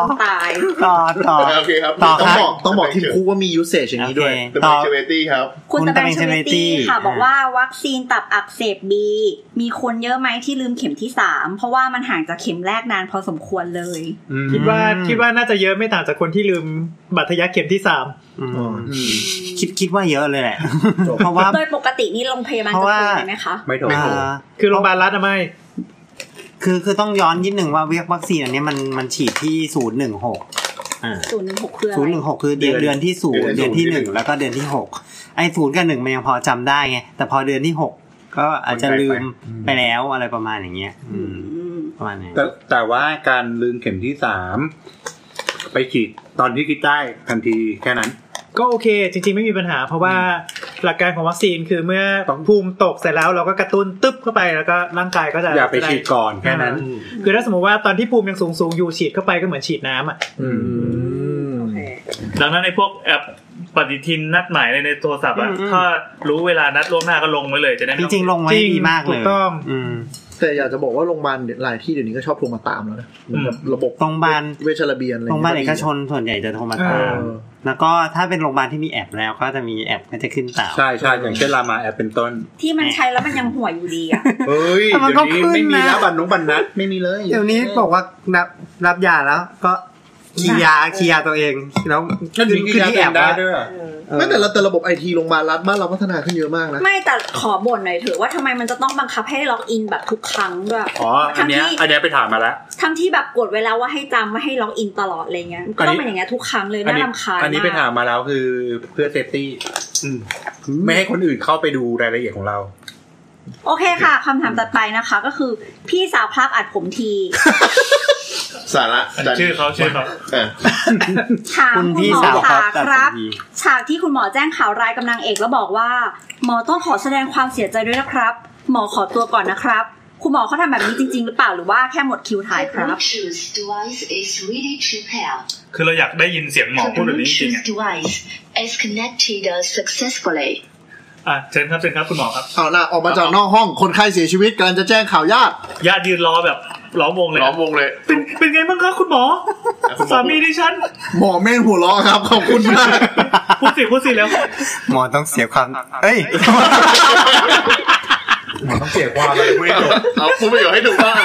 โอเคครับต้องบอกทีมคู่ว่ามี usage อย่างนี้ด้วยต่อเชเวตี้ครับคุณตะเบงเชเวตี้ค่ะบอกว่าวัคซีนตับอักเสบ B มีคนเยอะไหมที่ลืมเข็มที่3เพราะว่ามันห่างจากเข็มแรกนานพอสมควรเลยคิดว่าน่าจะเยอะไม่ต่างจากคนที่ลืมบัตรทะยักเข็มที่3 คิดว่าเยอะเลยแหละเพราะว่าโดยปกตินี่โรงพยาบาลจะโทรไหมคะไม่โทรคือโรงพยาบาลรัฐไม่คือต้องย้อนนิดหนึ่งว่าวัคซีนอันนี้มันฉีดที่ 016คือ 016คือเดือนที่0เดือนที่1แล้วก็เดือนที่6ไอ้0กับ1มันยังพอจำได้ไงแต่พอเดือนที่6ก็อาจจะลืมไปแล้วอะไรประมาณอย่างเงี้ยประมาณนี้แต่ว่าการลืมเข็มที่3ไปฉีดตอนที่คิดได้ทันทีแค่นั้นก็โอเคจริงๆไม่มีปัญหาเพราะว่าหลักการของวัคซีนคือเมื่อภูมิตกเสร็จแล้วเราก็กระตุ้นตึ๊บเข้าไปแล้วก็ร่างกายก็จะอย่าไปฉีดก่อนแค่นั้นคือถ้าสมมติว่าตอนที่ภูมิยังสูงอยู่ฉีดเข้าไปก็เหมือนฉีดน้ำอ่ะดังนั้นในพวกแอปปฏิทินนัดหมายในโทรศัพท์อ่ะถ้ารู้เวลานัดล่วงหน้าก็ลงไว้เลยจะได้จริงๆลงไว้ดีมากเลยถูกต้องแต่อยากจะบอกว่าโรงพยาบาลหลายที่เดี๋ยวนี้ก็ชอบโทรมาตามแล้วนะเหมือนกับระบบโรงพยาบาลเวชระเบียนอะไรโรงพยาบาลเอกชนส่วนใหญ่จะโทรมาตามแล้วก็ถ้าเป็นโรงพยาบาลที่มีแอปแล้วก็จะมีแอปก็จะขึ้นตามใช่ใช่อย่างเช่นรามาแอปเป็นต้นที่มันใช้แล้วมันยังห่วยอยู่ดีอ่ะเฮ้ยเดี๋ยวนี้ไม่มีแล้วบัตรนัดไม่มีเลยเดี๋ยวนี้บอกว่ารับยาแล้วก็คีย์ยาตัวเองแล้วขึ้นที่แอปได้ด้วยไม่แต่ระบบ IT โรงพยาบาลรัฐบ้านเราพัฒนาขึ้นเยอะมากนะไม่แต่ขอบ่นหน่อยเถอะว่าทำไมมันจะต้องบังคับให้ล็อกอินแบบทุกครั้งด้วยอ๋ออันเนี้ยไปถามมาแล้วทั้งที่แบบกดไว้แล้วว่าให้จำว่าให้ล็อกอินตลอดอะไรเงี้ยก็ต้องเป็นอย่างเงี้ยทุกครั้งเลยน่ารำคาญอันนี้ไปถามมาแล้วคือเพื่อเซฟตี้ไม่ให้คนอื่นเข้าไปดูรายละเอียดของเราโอเคค่ะคำถามต่อไปนะคะก็คือพี่สาวพลักอัดผมทีสาระชื่อเขาถามคุณหมอครับฉากที่คุณหมอแจ้งข่าวร้ายกับนางเอกแล้วบอกว่าหมอต้องขอแสดงความเสียใจด้วยนะครับหมอขอตัวก่อนนะครับคุณหมอเขาทำแบบนี้จริงๆหรือเปล่าหรือว่าแค่หมดคิวถ่ายครับคือเราอยากได้ยินเสียงหมอพูดแบบนี้จริงๆเชิญครับคุณหมอครับเอาล่ะออกมาจากนอกห้องคนไข้เสียชีวิตกำลังจะแจ้งข่าวญาติยืนรอแบบล้อมวงเลยเป็นไงบ้างครับคุณหมอสามีดิฉันหมอแม่งหัวเราะครับขอบคุณมากพูดสิแล้วหมอต้องเสียความหมอต้องเสียความอะไรพูดเอาพูดประโยชน์ให้ถูกต้อง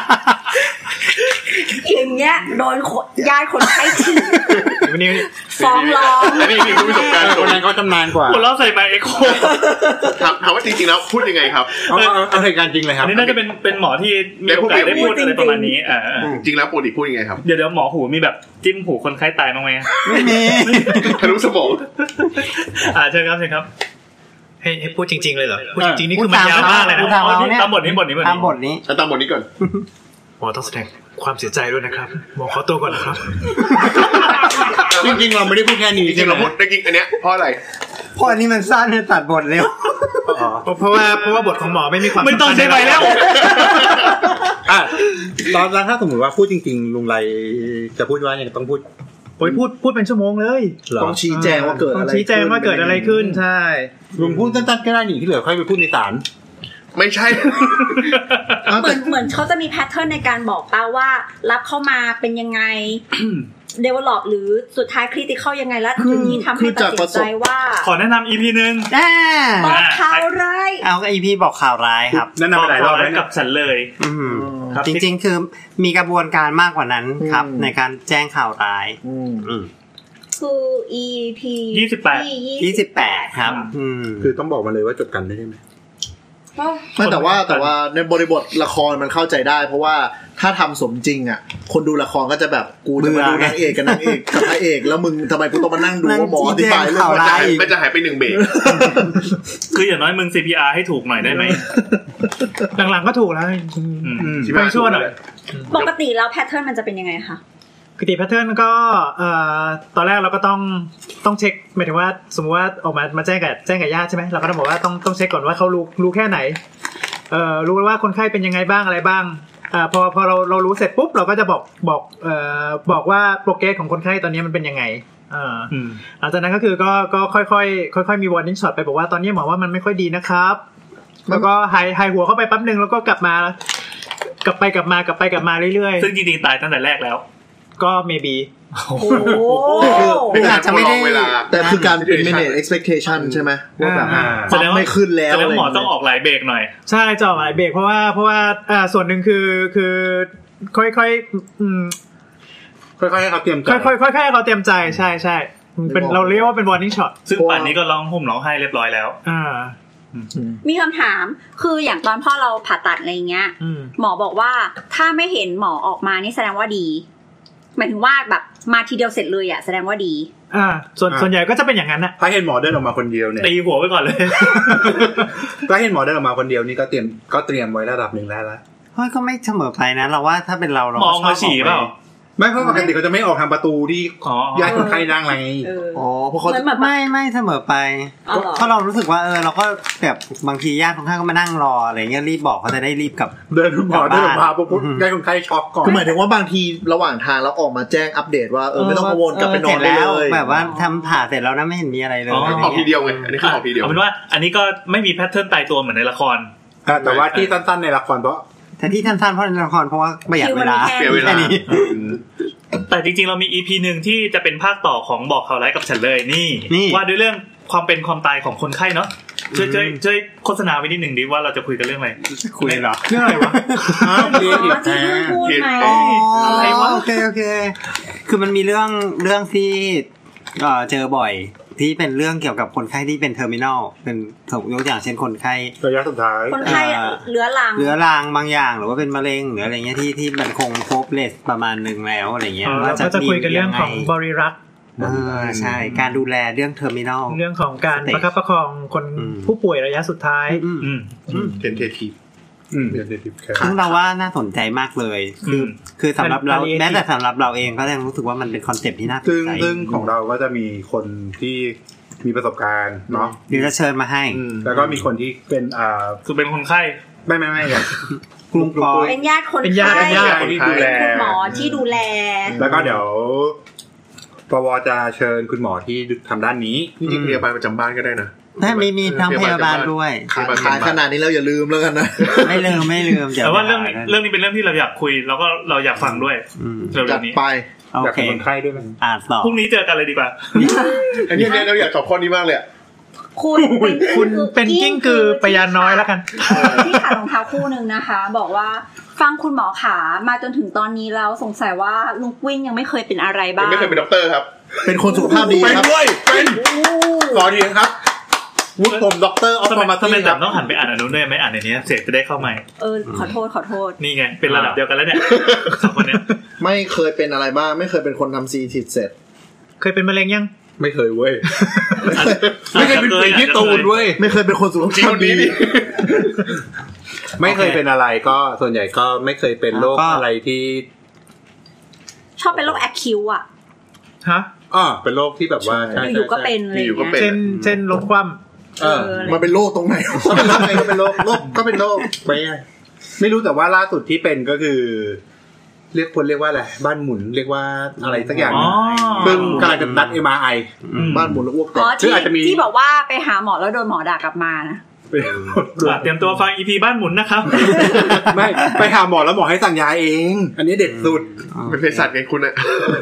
อย่างเงี้ยโดนญาติคนไข้ทิ้งฟ้องร้องนี่มีประสบการณ์คนนั้นเขาชำนาญกว่าคนเราใส่ไมค์เอ็กโคถามว่าจริงๆแล้วพูดยังไงครับเอาเหตุการณ์จริงเลยครับอันนี้น่าจะเป็นหมอที่มีโอกาสได้พูดอะไรประมาณนี้จริงแล้วปกติพูดยังไงครับเดี๋ยวหมอหูมีแบบจิ้มหูคนไข้ตายบ้างไหมไม่มีทะลุสมองเชิญครับให้พูดจริงๆเลยเหรอพูดจริงๆนี่คือมันยาวมากเลยนะตามบทนี้ตามบทนี้ก่อนหมอต้องแสดงความเสียใจด้วยนะครับหมอขอตัวก่อนนะครับจริงๆเราไม่ได้พูดแค่นี้จริงๆเราพูดจริงอันเนี้ยเพราะอะไรเพราะอันนี้มันสั้นให้ตัดบทเร็วเพราะว่าบทของหมอไม่มีความไม่ต้องใช้ไปแล้วแล้วถ้าสมมติว่าพูดจริงๆลุงไรจะพูดว่ายังต้องพูดพูดเป็นชั่วโมงเลยต้องชี้แจงว่าเกิดอะไรขึ้นใช่ลุงพูดสั้นๆก็ได้นี่ที่เหลือค่อยไปพูดในศาลไม่ใช่เหมือนเขาจะมีแพทเทิร์นในการบอกป่าว่ารับเข้ามาเป็นยังไงdevelop หรือสุดท้าย critical ยังไงแล้วถึงที่ทำให้ตัดสินใจว่าขอแนะนำ EP นึงบอกข่าวร้ายเอาก็ EP บอกข่าวร้ายครับแนะนำหลายรอบแล้วกับฉันเลยจริงๆคือมีกระบวนการมากกว่านั้นครับในการแจ้งข่าวร้ายคือ EP 28ครับคือต้องบอกมาเลยว่าจบกันได้ไหมไม่แต่ว่าในบริบทละครมันเข้าใจได้เพราะว่าถ้าทำสมจริงอ่ะคนดูละครก็จะแบบกูจะมาดูนางเอกกับนางเอกกับพระเอกแล้วมึงทำไมกูต้องมานั่งดูว่าหมออธิบายเรื่องอะไรมันจะหายไป1เบรกคืออย่างน้อยมึง CPR ให้ถูกหน่อยได้ไหมหลังๆก็ถูกแล้วไปช่วยหน่อยปกติแล้วแพทเทิร์นมันจะเป็นยังไงคะปกติแพทเทิร์นก็ตอนแรกเราก็ต้องเช็คหมายถึงว่าสมมติว่าออกมาแจ้งกับญาติใช่ไหมเราก็ต้องบอกว่าต้องเช็คก่อนว่าเขารู้แค่ไหนรู้ว่าคนไข้เป็นยังไงบ้างอะไรบ้างพอเรารู้เสร็จปุ๊บเราก็จะบอกว่าโปรเกรสของคนไข้ตอนนี้มันเป็นยังไงหลังจากนั้นก็คือก็ค่อยๆมี warning shot ไปบอกว่าตอนนี้หมอว่ามันไม่ค่อยดีนะครับแล้วก็หายหัวเข้าไปแป๊บนึงแล้วก็กลับมาเรื่อยๆซึ่งจริงๆตายตั้งแต่แรกแล้วก็ maybe โอ้โหอาจจะไม่ได้แต่คือการเป็น manage expectation ใช่ไหมว่าแบบไม่ขึ้นแล้วแสดงว่าหมอต้องออกหลายเบรกหน่อยใช่จะออกหลายเบรกเพราะว่าส่วนหนึ่งคือค่อยให้เขาเตรียมใจค่อยให้เขาเตรียมใจใช่เป็นเราเรียกว่าเป็น warning shot ซึ่งป่านนี้ก็ร้องห่มร้องไห้เรียบร้อยแล้วมีคำถามคืออย่างตอนพ่อเราผ่าตัดอะไรเงี้ยหมอบอกว่าถ้าไม่เห็นหมอออกมานี่แสดงว่าดีหมายถึงว่าแบบมาทีเดียวเสร็จเลยอ่ะแสดงว่าดีส่วนใหญ่ก็จะเป็นอย่างนั้นนะถ้าเห็นหมอเดินออกมาคนเดียวเนี่ยตีหัวไว้ก่อนเลยถ้าเห็นหมอเดินออกมาคนเดียวนี่ก็เตรียมไว้ระดับนึงแล้วก็ไม่เสมอไปนะเราว่าถ้าเป็นเรามองมาฉี่เปล่าไม่เพราะปกติเขาจะไม่ออกทางประตูที่ญาติคนไข้นั่งอะไรเพราะเขาไม่เสมอไปเพราะเรารู้สึกว่าเราก็แบบบางทีญาติคนไข้ก็มานั่งรออะไรเงี้ยรีบบอกเขาจะได้รีบกลับเดินหมอเดินพาปุ๊บญาติคนไข้ช็อกก่อนคือหมายถึงว่าบางทีระหว่างทางเราออกมาแจ้งอัปเดตว่าไม่ต้องกังวลกลับไปนอนได้เลยแบบว่าทำผ่าเสร็จแล้วนะไม่เห็นมีอะไรเลยออกทีเดียวไงอันนี้คือออกทีเดียวเอาเป็นว่าอันนี้ก็ไม่มีแพทเทิร์นตายตัวเหมือนในละครแต่ว่าที่สั้นๆในละครเพราะแต่ที่สั้นๆเพราะในละครเพราะว่าประหยัดเวลาแต่จริงๆเรามี EP นึงที่จะเป็นภาคต่อของบอกข่าวร้ายกับฉันเลยนี่ว่าด้วยเรื่องความเป็นความตายของคนไข้เนาะช่วยโฆษณาไว้นิดนึงดิว่าเราจะคุยกันเรื่องอะไรคุยเหรอเรื่องอะไรวะที่พูดไงอะไรวะโอเคคือมันมีเรื่องที่เจอบ่อยที่เป็นเรื่องเกี่ยวกับคนไข้ที่เป็นเทอร์มินัลเป็นยกอย่างเช่นคนไข้ระยะสุดท้ายคนไข้เรื้อรังบางอย่างหรือว่าเป็นมะเร็งหรืออะไรเงี้ยที่มันคงโฮปเลสประมาณนึงแล้วอะไรเงี้ยว่าจะคุยกันเรื่องของบริรักษ์ใช่การดูแลเรื่องเทอร์มินัลเรื่องของการประคับประคองคนผู้ป่วยระยะสุดท้ายเทนเททีฟซึ่งเราว่าน่าสนใจมากเลยคือสำหรับเราแม้แต่สำหรับเราเองก็ยังรู้สึกว่ามันเป็นคอนเซ็ปต์ที่น่าสนใจซึ่งของเราก็จะมีคนที่มีประสบการณ์เนาะเดี๋ยวจะเชิญมาให้แล้วก็มีคนที่เป็นคือเป็นคนไข้ไม่กลุ่มปอเป็นญาติคนไข้ที่ดูแลหมอที่ดูแลแล้วก็เดี๋ยวปวจะเชิญคุณหมอที่ทำด้านนี้จริงๆพยาบาลประจำบ้านก็ได้นะมีทั้งพยาบาลด้วยขายขนาดนี้แล้วอย่าลืมแล้วกันนะไม่ลืมแต่ว่าเรื่องนี้เป็นเรื่องที่เราอยากคุยแล้วก็เราอยากฟังด้วยเรื่องนี้ไปอยากเป็นคนไข้ด้วยมั้ยพรุ่งนี้เจอกันเลยดีกว่าอันนี้เราอยากตอบข้อนี้มากเลยคุณเป็นกิ้งกือปยาน้อยแล้วกันที่ขายรองเท้าคู่นึงนะคะบอกว่าฟังคุณหมอขามาจนถึงตอนนี้แล้วสงสัยว่าลุงกุ้งยังไม่เคยเป็นอะไรบ้างไม่เคยเป็นด็อกเตอร์ครับเป็นคนสุขภาพดีครับเป็นขอเรียนครับวุฒิผมด็อกเตอร์ออฟฟาร์มาซีครับต้องหันไปอ่านอันนู้นด้วยไม่อ่านในนี้เสกจะได้เข้าใหม่ขอโทษนี่ไงเป็นระดับเดียวกันแล้วเนี่ยสองคนเนี้ยไม่เคยเป็นอะไรบ้างไม่เคยเป็นคนทำซีทีเสร็จเคยเป็นมะเร็งยังไม่เคยเว้ยไม่เคยเป็นฝีที่ตูนเว้ยไม่เคยเป็นคนสุขภาพดีไม่เคยเป็นอะไรก็ส่วนใหญ่ก็ไม่เคยเป็นโรคอะไรที่ชอบเป็นโรคแอคคิวอ่ะฮะเป็นโรคที่แบบว่าอยู่ๆก็เป็นเลยเช่นลดความมันเป็นโรคตรงไหนก็เป็นโรคไม่รู้แต่ว่าล่าสุดที่เป็นก็คือเรียกว่าอะไรบ้านหมุนเรียกว่าอะไรสักอย่างซึ่งกำลังจะนัด MRI บ้านหมุนแล้วอ้วกซึ่งอาจจะมีที่บอกว่าไปหาหมอแล้วโดนหมอด่ากลับมานะเตรียมตัวฟัง EP บ้านหมุนนะครับไม่ไปหาหมอแล้วหมอให้สั่งยาเองอันนี้เด็ดสุดเป็นเภสัชไงคุณอะ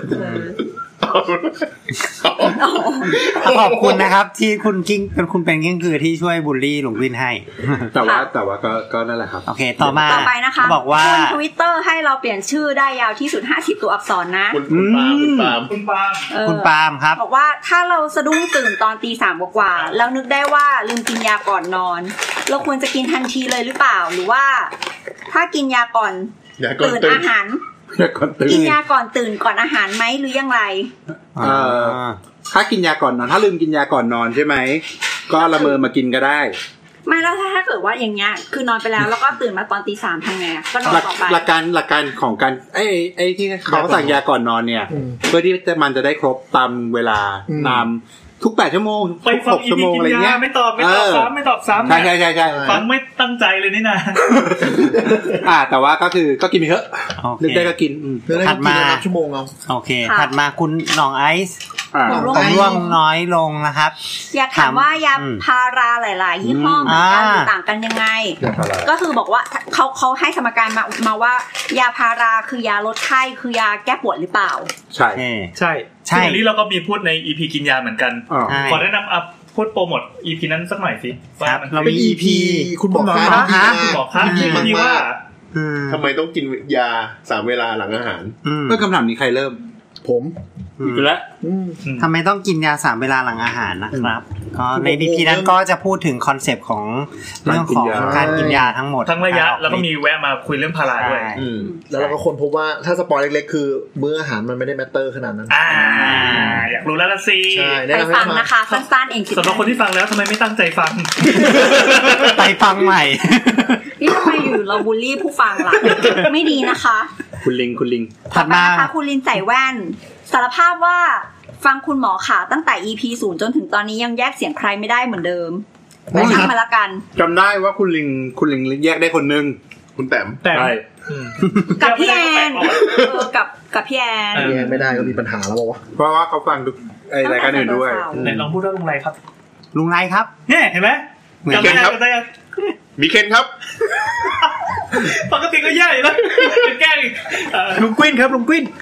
ขอบคุณนะครับที่คุณกิ้งเป็นกิ้งคือที่ช่วยบูลลี่หลวงวินให้แต่ว่าก็นั่นแหละครับโอเคต่อไปนะคะบอกว่าคุณ Twitter ให้เราเปลี่ยนชื่อได้ยาวที่สุด50ตัวอักษรนะคุณปาล์มครับบอกว่าถ้าเราสะดุ้งตื่นตอน 3:00 กว่าแล้วนึกได้ว่าลืมกินยาก่อนนอนเราควรจะกินทันทีเลยหรือเปล่าหรือว่าถ้ากินยาก่อนตื่นอาหารกินยาก่อนตื่นก่อนอาหารไหมหรือยังไรถ้ากินยาก่อนนอนถ้าลืมกินยาก่อนนอนใช่ไหมก็ละเมอมากินก็ได้ไม่แล้วถ้าเกิดว่าอย่างเงี้ยคือนอนไปแล้วก็ตื่นมาตอน 3:00 ทำไงก็นอนต่อไปหลักการของการไอ้ที่เขาสั่งยาก่อนนอนเนี่ยเพื่อที่มันจะได้ครบตามเวลาตามทุก8ชั่วโมงทุก6ชั่วโมงอะไรเงี้ยไม่ตอบซ้ำใช่ฟังไม่ตั้งใจเลยนี่นะแต่ว่าก็คือก็กินไปเถอะนึกได้ก็กินถัดมาชั่วโมงเอาโอเคถัดมาคุณน้องไอซ์ร่วงน้อยลงนะครับอยากถามว่ายาพาราหลายๆยี่ห้อเหมือนกันต่างกันยังไงก็คือบอกว่าเขาให้สมการมาว่ายาพาราคือยาลดไข้คือยาแก้ปวดหรือเปล่าใช่อันนี้เราก็มีพูดใน EP กินยาเหมือนกันขอแนะนำพูดโปรโมท EP นั้นสักหน่อยสิว่ามันเป็น EP คุณหมอคะที่ว่าทำไมต้องกินยา3เวลาหลังอาหารเมื่อคำถามนี้ใครเริ่มผมอยู่แล้วทำไมต้องกินยา3เวลาหลังอาหารนะครับก็ใน EP นั้นก็จะพูดถึงคอนเซปต์ของเรื่องของการกินยาทั้งหมดทั้งระยะแล้วก็มีแวะมาคุยเรื่องพาราด้วยแล้วเราก็คนพบว่าถ้าสปอยเล็กๆคือมื้ออาหารมันไม่ได้แมตเตอร์ขนาดนั้นอยากรู้แล้วล่ะสิไปฟังนะคะสั้นๆเองสำหรับคนที่ฟังแล้วทำไมไม่ตั้งใจฟังไปฟังใหม่นี่ทำไมอยู่เราบูลลี่ผู้ฟังล่ะไม่ดีนะคะคุณลิงถัดมานะคะคุณลินใส่แว่นสารภาพว่าฟังคุณหมอขาตั้งแต่ EP 0จนถึงตอนนี้ยังแยกเสียงใครไม่ได้เหมือนเดิมไม่ช่างมาละกันจำได้ว่าคุณลิงแยกได้คนนึงคุณแต้มใช่กับพี่แอนกับพี่แอนไม่ได้ก็มีปัญหาแล้วบอกว่าเพราะว่าเขาฟังทุกรายการอื่นด้วยไหนลองพูดว่าลุงไรครับลุงไรครับเนี่ยเห็นไหมมีเคนครับมีเคนครับปกติก็แย่อยู่แล้วจะแก้อีกลุงกุ้นครับลุงกุ้น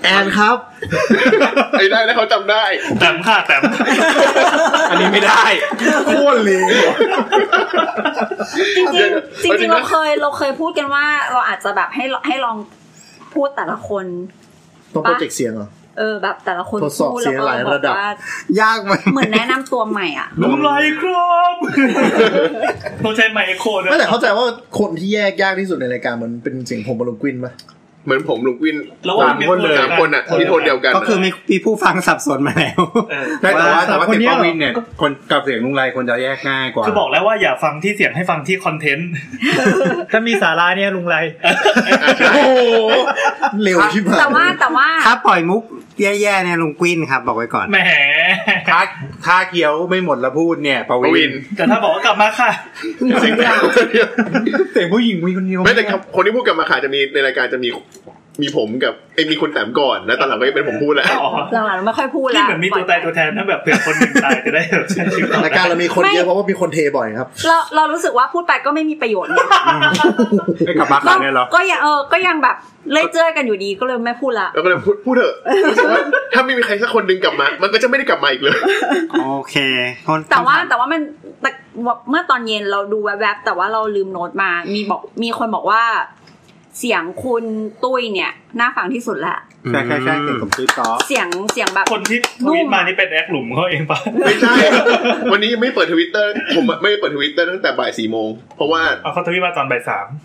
แอนครับไอ้ได้แล้วเขาจำได้แต่ค่ะแต่อันนี้ไม่ได้โคตรเลวจริงเราเคยพูดกันว่าเราอาจจะแบบให้ลองพูดแต่ละคนต้องโปรเจกต์เสียงเหรอแบบแต่ละคนทดสอบเสียงหลายระดับยากไหมเหมือนแนะนำตัวใหม่อ่ะลุงไรครับต้องใช้ไมโครด้วยแต่เข้าใจว่าคนที่แยกยากที่สุดในรายการมันเป็นเสียงผมกับลุงกวินป่ะเหมือนผมลุงกวิน 3 คนเลย 3 คนอ่ะที่โทนเดียวกันก็คือมีผู้ฟังสับสนมาแล้วแต่ว่าเสียงป้าวินเนี่ยคนกับเสียงลุงไรคนจะแยกง่ายกว่าคือบอกแล้วว่าอย่าฟังที่เสียงให้ฟังที่คอนเทนต์ถ้ามีสาระเนี่ยลุงไรโอ้เร็วชิบหายแต่ว่าถ้าปล่อยมุกแย่ๆเนี่ยลุงกวินครับบอกไว้ก่อนแหมค่าเคี้ยวไม่หมดแล้วพูดเนี่ยป้าวินแต่ถ้าบอกว่ากลับมาค่ะเสียงผู้หญิงมีคนเดียวไม่แต่คนที่พูดกลับมาค่ะจะมีในรายการจะมีผมกับมีคนแต้มก่อนแล้วตอนหลังก็เป็นผมพูดแล้วหลังๆไม่ค่อยพูดแล้วเหมือนมีตัวตายตัวแทนนะแบบเผื่อคนหนึ่งตายจะได้แบบใช้ชีวิตรายการเรามีคนเยอะเพราะว่ามีคนเทบ่อยครับเรารู้สึกว่าพูดไปก็ไม่มีประโยชน์เนี่ยไม่กลับมาค่ะเนี่ยหรอก็ยังแบบเล่ยเจ้ยกันอยู่ดีก็เลยไม่พูดละแล้วก็เลยพูดเถอะถ้าไม่มีใครสักคนดึงกลับมามันก็จะไม่ได้กลับมาอีกเลยโอเคแต่ว่ามันเมื่อตอนเย็นเราดูแวบๆแต่ว่าเราลืมโน้ตมามีคนบอกว่าเสียงคุณตุ้ยเนี่ยน่าฟังที่สุดแล้วใช่เสียงผมตุ้ยต่อเสียงแบบคนที่ทวีตมานี่เป็นแอคหลุมเขาเองปะไม่ใช่วันนี้ยังไม่เปิด Twitter ผมไม่เปิด Twitter ตั้งแต่บ่าย 4:00 นเพราะว่าเขาทวีตมาตอนบ่าย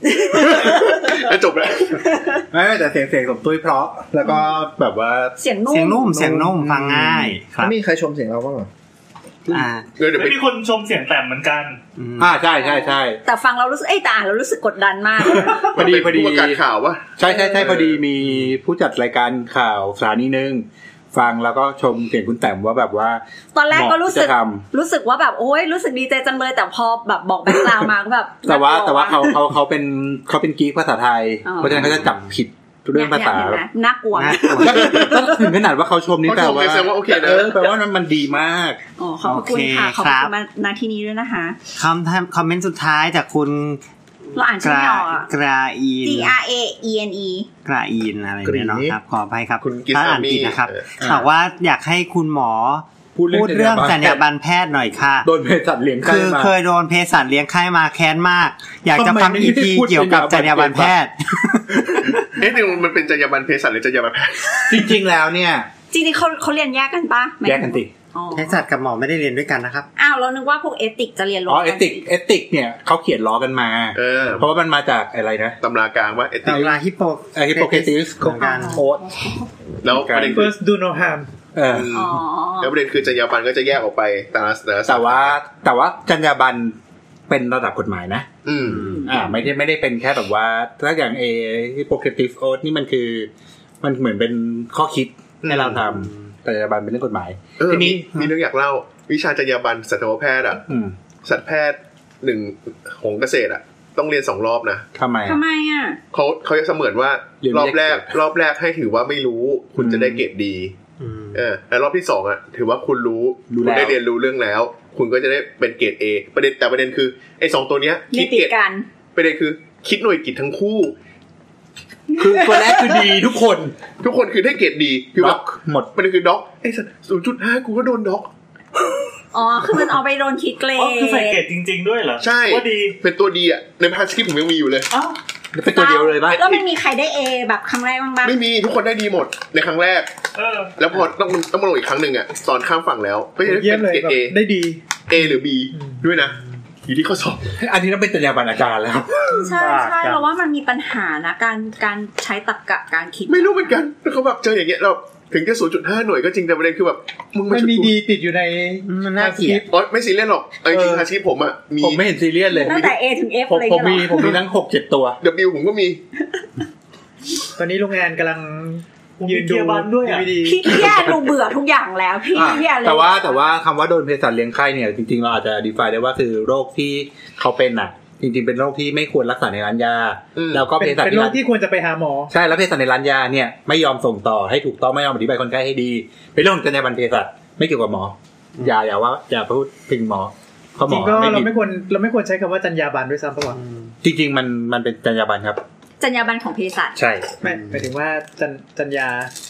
3แล้วจบแล้วไม่แต่เสียงผมตุ้ยเพราะแล้วก็แบบว่าเสียงนุ่มฟังง่ายครับมีใครชมเสียงเราบ้างเดี๋ยวมีคนชมเสียงแต้มเหมือนกันใช่แต่ฟังเรารู้สึกแต่เรารู้สึกกดดันมากพอดีประกาศข่าววะใช่พอดีมีผู้จัดรายการข่าวสถานีนึงฟังแล้วก็ชมเสียงคุณแต้มว่าแบบว่าตอนแรกก็รู้สึกว่าแบบโอ๊ยรู้สึกดีใจจังเลยแต่พอแบบบอกแบ็คกราวด์มาก็แบบแต่ว่าเขาเป็นกี๊กภาษาไทยเพราะฉะนั้นเขาจะจับผิดเรื่องภาษาน่ากลัวถึงขนาดว่าเขาชมนี่แปลว่าโอเคนะแปลว่ามันดีมากขอบคุณค่ะขอบคุณมาณที่นี้ด้วยนะคะคอมเมนต์สุดท้ายจากคุณเราอ่านชื่อไม่ออกกราอีน GRAENE กราอีนอะไรเนี่ยเนาะครับขออภัยครับถ้าอ่านผิดนะครับบอกว่าอยากให้คุณหมอพูดเรื่องจรรยาบรรณแพทย์หน่อยค่ะโดนเภสัชเลี้ยงไข้มาเคยโดนเภสัชเลี้ยงไข้มาแค้นมากอยากจะฟัง EP เกี่ยวกับจรรยาบรรณแพทย์นี่มันเป็นจรรยาบรรณเภสัชหรือจรรยาบรรณแพทย์จริงๆแล้วเนี่ยจริงๆเขาเรียนแยกกันปะแยกกันสิเภสัชกับหมอไม่ได้เรียนด้วยกันนะครับอ้าวเรานึกว่าพวกเอติกจะเรียนเอติกเนี่ยเขาเขียนล้อกันมาเพราะว่ามันมาจากอะไรนะตำรากลางว่าเอติกตำราฮิปโปเคติสของการโค้ดแล้วประเด็น first do no harm แล้วประเด็นคือจรรยาบรรณก็จะแยกออกไปแต่ว่าจรรยาบรรณเป็นระดับกฎหมายนะไม่ได้เป็นแค่แบบว่าถ้าอย่างHippocrates Oath นี่มันเหมือนเป็นข้อคิดให้เราทำจรรยาบรรณเป็นเรื่องกฎหมายทีนี้มีเรื่องอยากเล่าวิชาจรรยาบรรณสัตวแพทย์สัตวแพทย์1ของเกษตรต้องเรียน2รอบนะทำไมอ่ะเขาจะเสมือนว่ารอบแรกให้ถือว่าไม่รู้คุณจะได้เกรดดีแล้วรอบที่2ถือว่าคุณคุณได้เรียนรู้เรื่องแล้วคุณก็จะได้เป็นเกรด A ประเด็นคือไอ้2ตัวเนี้ยคิดเกรดกันประเด็นคือคิดหน่วยกิจทั้งคู่คือตัวแรกคือดีทุกคนคือได้เกรดดีคือแบบหมดประเด็นคือด็อกไอ้ 0.5 กูก็โดนด็อกคือมันเอาไปโดนคิดเกรดคือใส่เกรดจริงๆด้วยเหรอใช่ว่าดีเป็นตัวดีในพาสคริปต์ผมยังมีอยู่เลยเป็นตัวเดียวเลยป่ะแล้วมันมีใครได้ A แบบครั้งแรกบ้างไม่มีทุกคนได้ดีหมดในครั้งแรกแล้วพอต้องมาลงอีกครั้งนึงตอนข้ามฝั่งแล้วก็จะได้เป็นเกรด A ได้ดี A หรือ B ด้วยนะอยู่ที่ข้อสอบอันนี้ต้องเป็นจรรยาบรรณอาจารย์แล้วใช่เราว่ามันมีปัญหานะการใช้ตรรกะการคิดไม่รู้เหมือนกันเขาแบบเจออย่างเงี้ยเราถึงจะ 0.5 หน่วยก็จริงแต่ประเด็นคือแบบมึงไม่มีดีติดอยู่ในหน้าเกียรติไม่ซีเรียสหรอกจริงอาชีพผมผมไม่เห็นซีเรียสเลยตั้งแต่ A ถึง F เลยผมมีทั้ง 6-7 ตัว W ผมก็มีตอนนี้โรงงานกำลังยืนดูด้วยพี่แย่ดูเบื่อทุกอย่างแล้วพี่แย่เลยแต่ว่าคำว่าโดนเภสัชเลี้ยงไข้เนี่ยจริงๆเราอาจจะ define ได้ว่าคือโรคที่เขาเป็นจริงๆเป็นโรคที่ไม่ควรรักษาในร้านยาแล้วก็เภสัชเป็นโรคที่ควรจะไปหาหมอใช่แล้วเภสัชในร้านยาเนี่ยไม่ยอมส่งต่อให้ถูกต้องไม่ยอมอธิบายคนไข้ให้ดีเป็นเรื่องของจรรยาบรรณเภสัชไม่เกี่ยวกับหมออย่าพูดถึงหมอเพราะหมอเราไม่ควรใช้คำว่าจรรยาบรรณด้วยซ้ำป่ะวะจริงๆมันเป็นจรรยาบรรณครับจรรยาบรรณของเภสัชใช่ไม่หมายถึงว่าจรรยา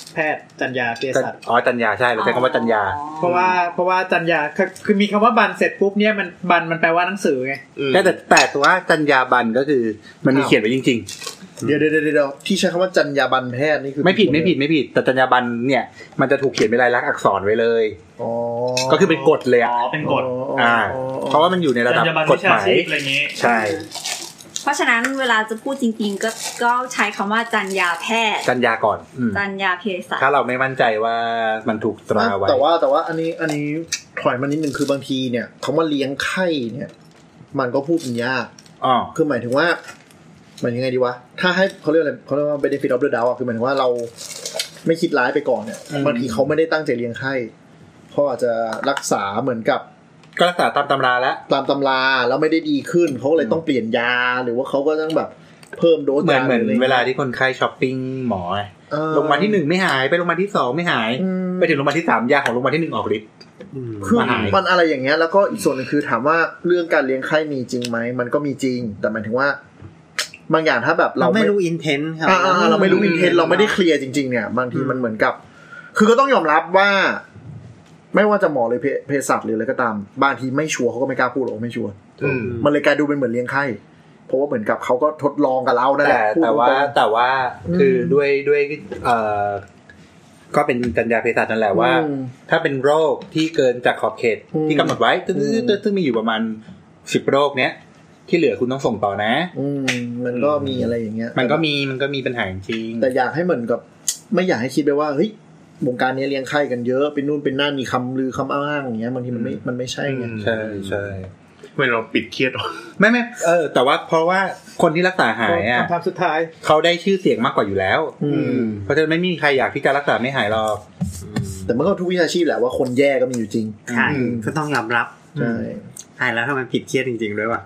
แพทย์จรรยาเภสัชจรรยาใช่เราใช้คำว่าจรรยาเพราะว่าจรรยาคือมีคำว่าบันเสร็จปุ๊บเนี่ยมันแปลว่าหนังสือไงแต่ตัวจรรยาบันก็คือมันมีเขียนไว้จริงๆเดี๋ยวที่ใช้คำว่าจรรยาบันแพทย์นี่คือไม่ผิดแต่จรรยาบันเนี่ยมันจะถูกเขียนเป็นลายลักษณ์อักษรไว้เลยก็คือเป็นกฎเลยเป็นกฎเพราะว่ามันอยู่ในระดับกฎหมายใช่เพราะฉะนั้นเวลาจะพูดจริงๆก็ใช้คำว่าจรรยาแพทย์จรรยาก่อนจรรยาเภสัชถ้าเราไม่มั่นใจว่ามันถูกตราไว้แต่ว่าอันนี้ถอยมานิดนึงคือบางทีเนี่ยคำว่าเลี้ยงไข้เนี่ยมันก็พูดเป็นยากคือหมายถึงว่าหมายถึงไงดีวะถ้าให้เขาเรียกอะไรเขาเรียกว่า benefit of the doubt คือหมายถึงว่าเราไม่คิดร้ายไปก่อนเนี่ยบางทีเขาไม่ได้ตั้งใจเลี้ยงไข้เขาอาจจะรักษาเหมือนกับก็รักษาตามตำราแล้วไม่ได้ดีขึ้นเขาเลยต้องเปลี่ยนยาหรือว่าเขาก็ต้องแบบเพิ่มโดสเหมือนเวลาที่คนไข้ช้อปปิ้งหมอโรงพยาบาลที่1ไม่หายไปโรงพยาบาลที่2ไม่หายไปถึงโรงพยาบาลที่3ยาของโรงพยาบาลที่1ออกฤทธิ์คือมันอะไรอย่างเงี้ยแล้วก็อีกส่วนนึงคือถามว่าเรื่องการเลี้ยงไข้มีจริงไหมมันก็มีจริงแต่หมายถึงว่าบางอย่างถ้าแบบเราไม่รู้อินเทนต์ครับเราไม่รู้อินเทนต์เราไม่ได้เคลียร์จริงๆเนี่ยบางทีมันเหมือนกับคือก็ต้องยอมรับว่าไม่ว่าจะหมอหรือเภสัชหรืออะไรก็ตามบางทีไม่ชัวร์เขาก็ไม่กล้าพูดหรอกไม่ชัวร์มันเลยกลายดูเป็นเหมือนเลี้ยงไข้เพราะว่าเหมือนกับเขาก็ทดลองกับเรานั่นแหละแต่ว่าคือด้วยก็เป็นจรรยาเภสัชนั่นแหละว่าถ้าเป็นโรคที่เกินจากขอบเขตที่กำหนดไว้ซึ่งมีอยู่ประมาณ10โรคเนี้ยที่เหลือคุณต้องส่งต่อนะมันก็มีอะไรอย่างเงี้ยมันก็มีปัญหาจริงแต่อยากให้เหมือนกับไม่อยากให้คิดไปว่าเฮ้ยวงการนี้เลี้ยงไข้กันเยอะเป็นนู่นเป็นนั่นมีคำลือคำอ้างอย่างเงี้ยบางทีมันไม่ใช่ไงใช่ไม่เราปิดเครียดหรอไม่แต่ว่าเพราะว่าคนที่รักษาหายคำถามสุดท้ายเขาได้ชื่อเสียงมากกว่าอยู่แล้วเพราะฉะนั้นไม่มีใครอยากที่จะรักษาไม่หายหรอกแต่มันก็ทุกวิชาชีพแหละว่าคนแย่ก็มีอยู่จริงใช่ก็ต้องยอมรับใช่ใช่แล้วถ้ามันผิดเครียดจริงๆด้วยว่ะ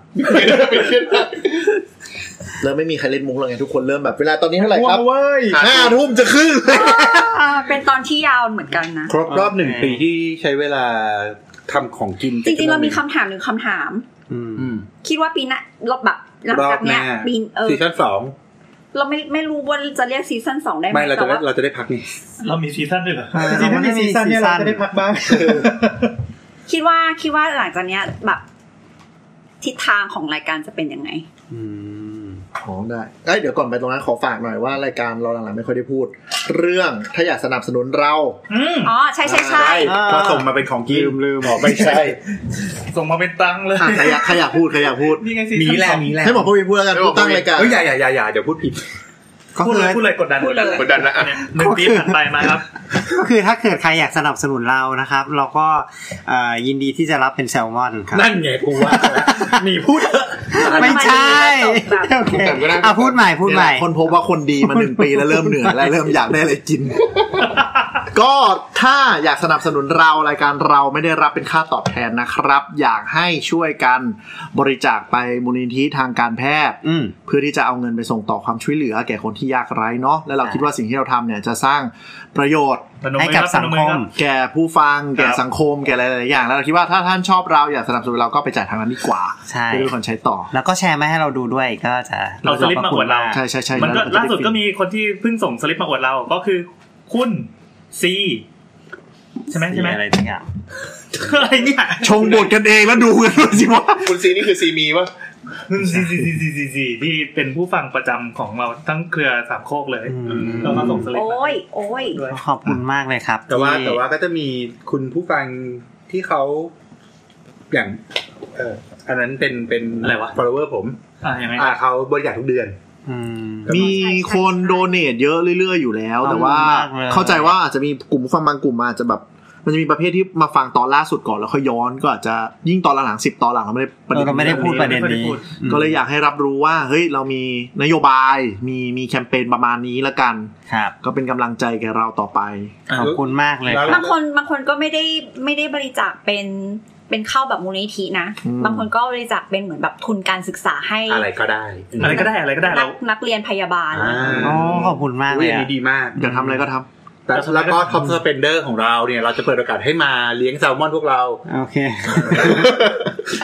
แล้วไม่มีใครเล่นมุกเลยไงทุกคนเริ่มแบบเวลาตอนนี้เท่าไหร่ครับ5 ทุ่มจะครึ่งเป็นตอนที่ยาวเหมือนกันนะครบรอบ1 ปีที่ใช้เวลาทำของกินจริงๆเรามีคำถาม1คำถามคิดว่าปีหน้าแบบหลังจากเนี้ยปีซีซั่น2 เราไม่รู้ว่าจะเรียกซีซั่น2ได้ไหมแต่ว่าเราจะได้พักนี่เรามีซีซั่นด้วยเหรอจริงๆถ้ามีซีซั่นเนี่ยเราจะได้พักบ้างคิดว่าหลังจากเนี้ยแบบทิศทางของรายการจะเป็นยังไงได้เดี๋ยวก่อนไปตรงนั้นขอฝากหน่อยว่ารายการเราหลังๆไม่ค่อยได้พูดเรื่องถ้าอยากสนับสนุนเราใช่ก็ส่งมาเป็นของกินลืมไม่ใช่ส่งมาเป็นตังเลยใครอยากพูดมีแหละให้หมอพูดแล้วกันพูดตั้งรายการอย่าเดี๋ยวพูดผิดพูดเลยกดดันนะ1 ปีผ่านไปมาครับก็คือถ้าเกิดใครอยากสนับสนุนเรานะครับเราก็ยินดีที่จะรับเป็นแซลมอนครับนั่นไงกูว่ามีพูดไม่ใช่โอเคพูดใหม่คนพบว่าคนดีมา1 ปีแล้วเริ่มเหนื่อยแล้วเริ่มอยากได้อะไรกินก็ถ้าอยากสนับสนุนเรารายการเราไม่ได้รับเป็นค่าตอบแทนนะครับอยากให้ช่วยกันบริจาคไปมูลนิธิทางการแพทย์เพื่อที่จะเอาเงินไปส่งต่อความช่วยเหลือแก่คนที่ยากไร้เนาะและเราคิดว่าสิ่งที่เราทำเนี่ยจะสร้างประโยชน์ให้กับสังคมแก่ผู้ฟังแก่สังคมแก่หลายๆอย่างแล้วเราคิดว่าถ้าท่านชอบเราอยากสนับสนุนเราก็ไปจ่ายทางนั้นดีกว่าเพื่อคนใช้ต่อแล้วก็แชร์มาให้เราดูด้วยก็จะเอาสลิปมาอวดเราใช่มันก็ล่าสุดก็มีคนที่เพิ่งส่งสลิปมาอวดเราก็คือคุณซีใช่ไหมอะไรเนี่ยอะไรเนี่ยชงบทกันเองแล้วดูกันสิว่าคุณซีนี่คือซีมีป่ะซีที่เป็นผู้ฟังประจำของเราทั้งเครือสามโคกเลยก็มาส่งสลิปโอ้ยขอบคุณมากเลยครับแต่ว่าก็จะมีคุณผู้ฟังที่เขาอย่างอันนั้นเป็นอะไรวะ follower ผมยังไงเขาบริจาคทุกเดือนมีคนโดเนทเยอะเรื่อยๆอยู่แล้วแต่ว่าเข้าใจว่าอาจจะมีกลุ่มฟังบางกลุ่มอาจจะแบบมันจะมีประเภทที่มาฟังตอนล่าสุดก่อนแล้วค่อยย้อนก็อาจจะยิ่งตอนหลัง10 ตอนหลังเราไม่ได้พูดประเด็นนี้ก็เลยอยากให้รับรู้ว่าเฮ้ยเรามีนโยบายมีแคมเปญประมาณนี้ละกันก็เป็นกำลังใจแก่เราต่อไปขอบคุณมากเลยบางคนก็ไม่ได้บริจาคเป็นเข้าแบบมูลนิธินะบางคนก็บริจาคเป็นเหมือนแบบทุนการศึกษาให้อะไรก็ได้เรานักเรียนพยาบาลขอบคุณมากเลยดีมากอยากทำอะไรก็ทำแล้วก็ท็อปสเปนเดอร์ของเราเนี่ยเราจะเปิดโอกาสให้มาเลี้ยงแซลมอนพวกเราโอเค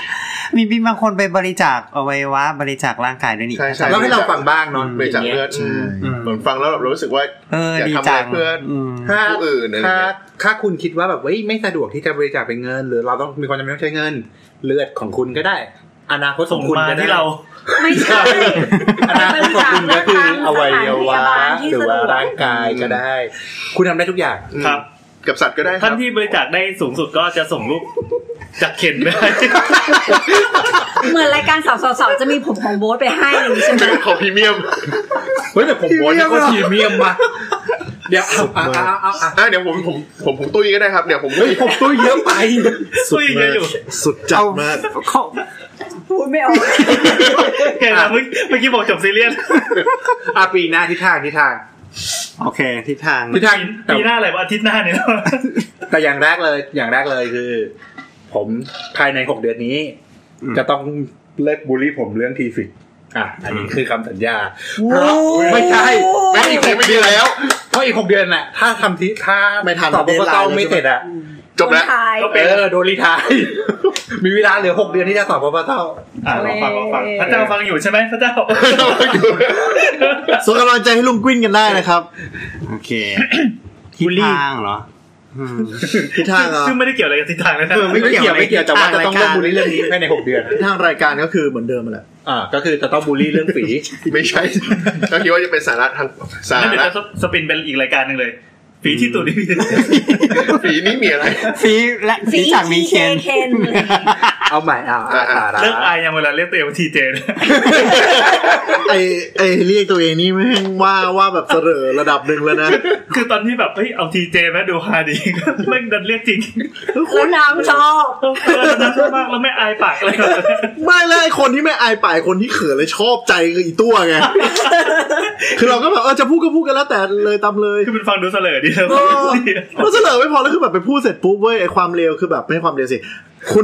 มีบางคนไปบริจาคอวัยวะบริจาคร่างกายด้วยนี่ใช่แล้วให้เราฟังบ้างเนาะบริจาคเลือดเหมือนฟังแล้วเรารู้สึกว่าอยากทำอะไรเพื่อผู้อื่นอะไรอย่างเงี้ยถ้าคุณคิดว่าแบบไม่สะดวกที่จะบริจาคเป็นเงินหรือเราต้องมีความจำเป็นต้องใช้เงินเลือดของคุณก็ได้อนาคตของคุณก็ได้ที่เราไม่ใช่อนาคตของคุณก็คืออวัยวะหรือว่าร่างกายก็ได้คุณทำได้ทุกอย่างครับกับสัตว์ก็ได้ท่านที่บริจาคได้สูงสุดก็จะส่งรูปจากเข็นไปเหมือนรายการสาวๆจะมีผมของโบ๊ทไปให้ใช่ไหมเป็นของพรีเมียมเฮ้ยแต่ผมโบ๊ทนี่ก็พรีเมียมมาเดี๋ยวเดี๋ยวผมตุ้ยก็ได้ครับเดี๋ยวผมตุ้ยเยอะไปตุ้ยเยอะอยู่สุดจัดมากพูดไม่ออกเห็นไหมเมื่อกี้บอกจบซีเรียสปีหน้าทิศทางโอเคทิศทางปีหน้าอะไรวะอาทิตย์หน้าเนี่ยแต่อย่างแรกเลยคือผมภายใน6เดือนนี้จะต้องเลิกบูลลี่ผมเรื่องทีฟิกอันนี้คือคำสัญญาไม่ใช่ไม่อีก6เดือนแล้วเพราะอีก6เดือนน่ะถ้าทำถ้าไม่ทันตอบก็ต้องไม่เสร็จอะจบแล้วโดนรีไทร์มีเวลาเหลือ6เดือนที่จะสอบพระเจ้าเราฟังพระเจ้าฟังอยู่ใช่ไหมพระเจ้าส่งกำลังใจให้ลุงกุ้นกันได้นะครับโอเคทิศทางเหรอทิศทางเหรอซึ่งไม่ได้เกี่ยวอะไรกับทิศทางนะไม่เกี่ยวแต่ว่าจะต้องเลิกบูลลี่เรื่องนี้ภายใน6เดือนทิศทางรายการก็คือเหมือนเดิมแหละก็คือจะต้องบูลลี่เรื่องฝีไม่ใช่ก็คิดว่าจะเป็นสาระทางสาระเดี๋ยวจะสปินเป็นอีกรายการนึงเลยฝีที่ตัวนี้ฝีนี้มีอะไรฝีและฝีจากมีเคนเอาใหม่เลิกอายยังเวลาเรียกตัวเองว่าทีเจไอเรียกตัวเองนี่แม่งว่าแบบเสรอระดับนึงแล้วนะคือตอนที่แบบเอาทีเจแม่ดูฮาดีแม่งดันเรียกจริงแล้วน้ำชอบมากแล้วไม่อายปากเลยไม่เลยคนที่ไม่อายปากคนที่เขินเลยชอบใจคืออีตัวไงคือเราก็แบบจะพูดก็พูดกันแล้วแต่เลยตามเลยคือเป็นฟังดูเสลอดีก็เสลอไม่พอแล้วคือแบบไปพูดเสร็จปุ๊บเว้ยไอความเลวคือแบบไม่ใช่ความเลวสิคุณ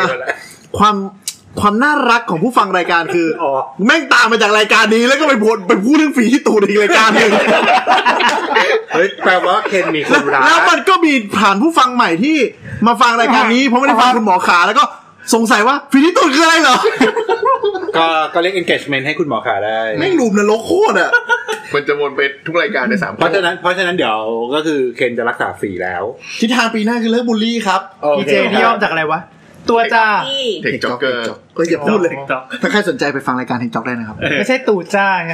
ความน่ารักของผู้ฟังรายการคือแม่งตามมาจากรายการนี้แล้วก็ไปพูดเรื่องฝีที่ตูดอีกรายการนึงเฮ้ยแปลว่าเคนมีคนรักแล้วมันก็มีผ่านผู้ฟังใหม่ที่มาฟังรายการนี้เพราะไม่ได้ฟังคุณหมอขาแล้วก็สงสัยว่าฝีที่ตูดคืออะไรเหรอก็เรียก engagement ให้คุณหมอขาได้แม่งรูมนรกโคตรอ่ะมันจะวนไปทุกรายการใน3 เพราะฉะนั้นเดี๋ยวก็คือเคนจะรักษาฝีแล้วทิศทางปีหน้าคือเลิกบูลลี่ครับพี่เจนี่ย่อจากอะไรวะตัวจ้าเทคจ็อกเกอร์ก็อย่าพูดเลยถ้าใครสนใจไปฟังรายการเทคจ็อกได้นะครับไม่ใช่ตู่จ้าไง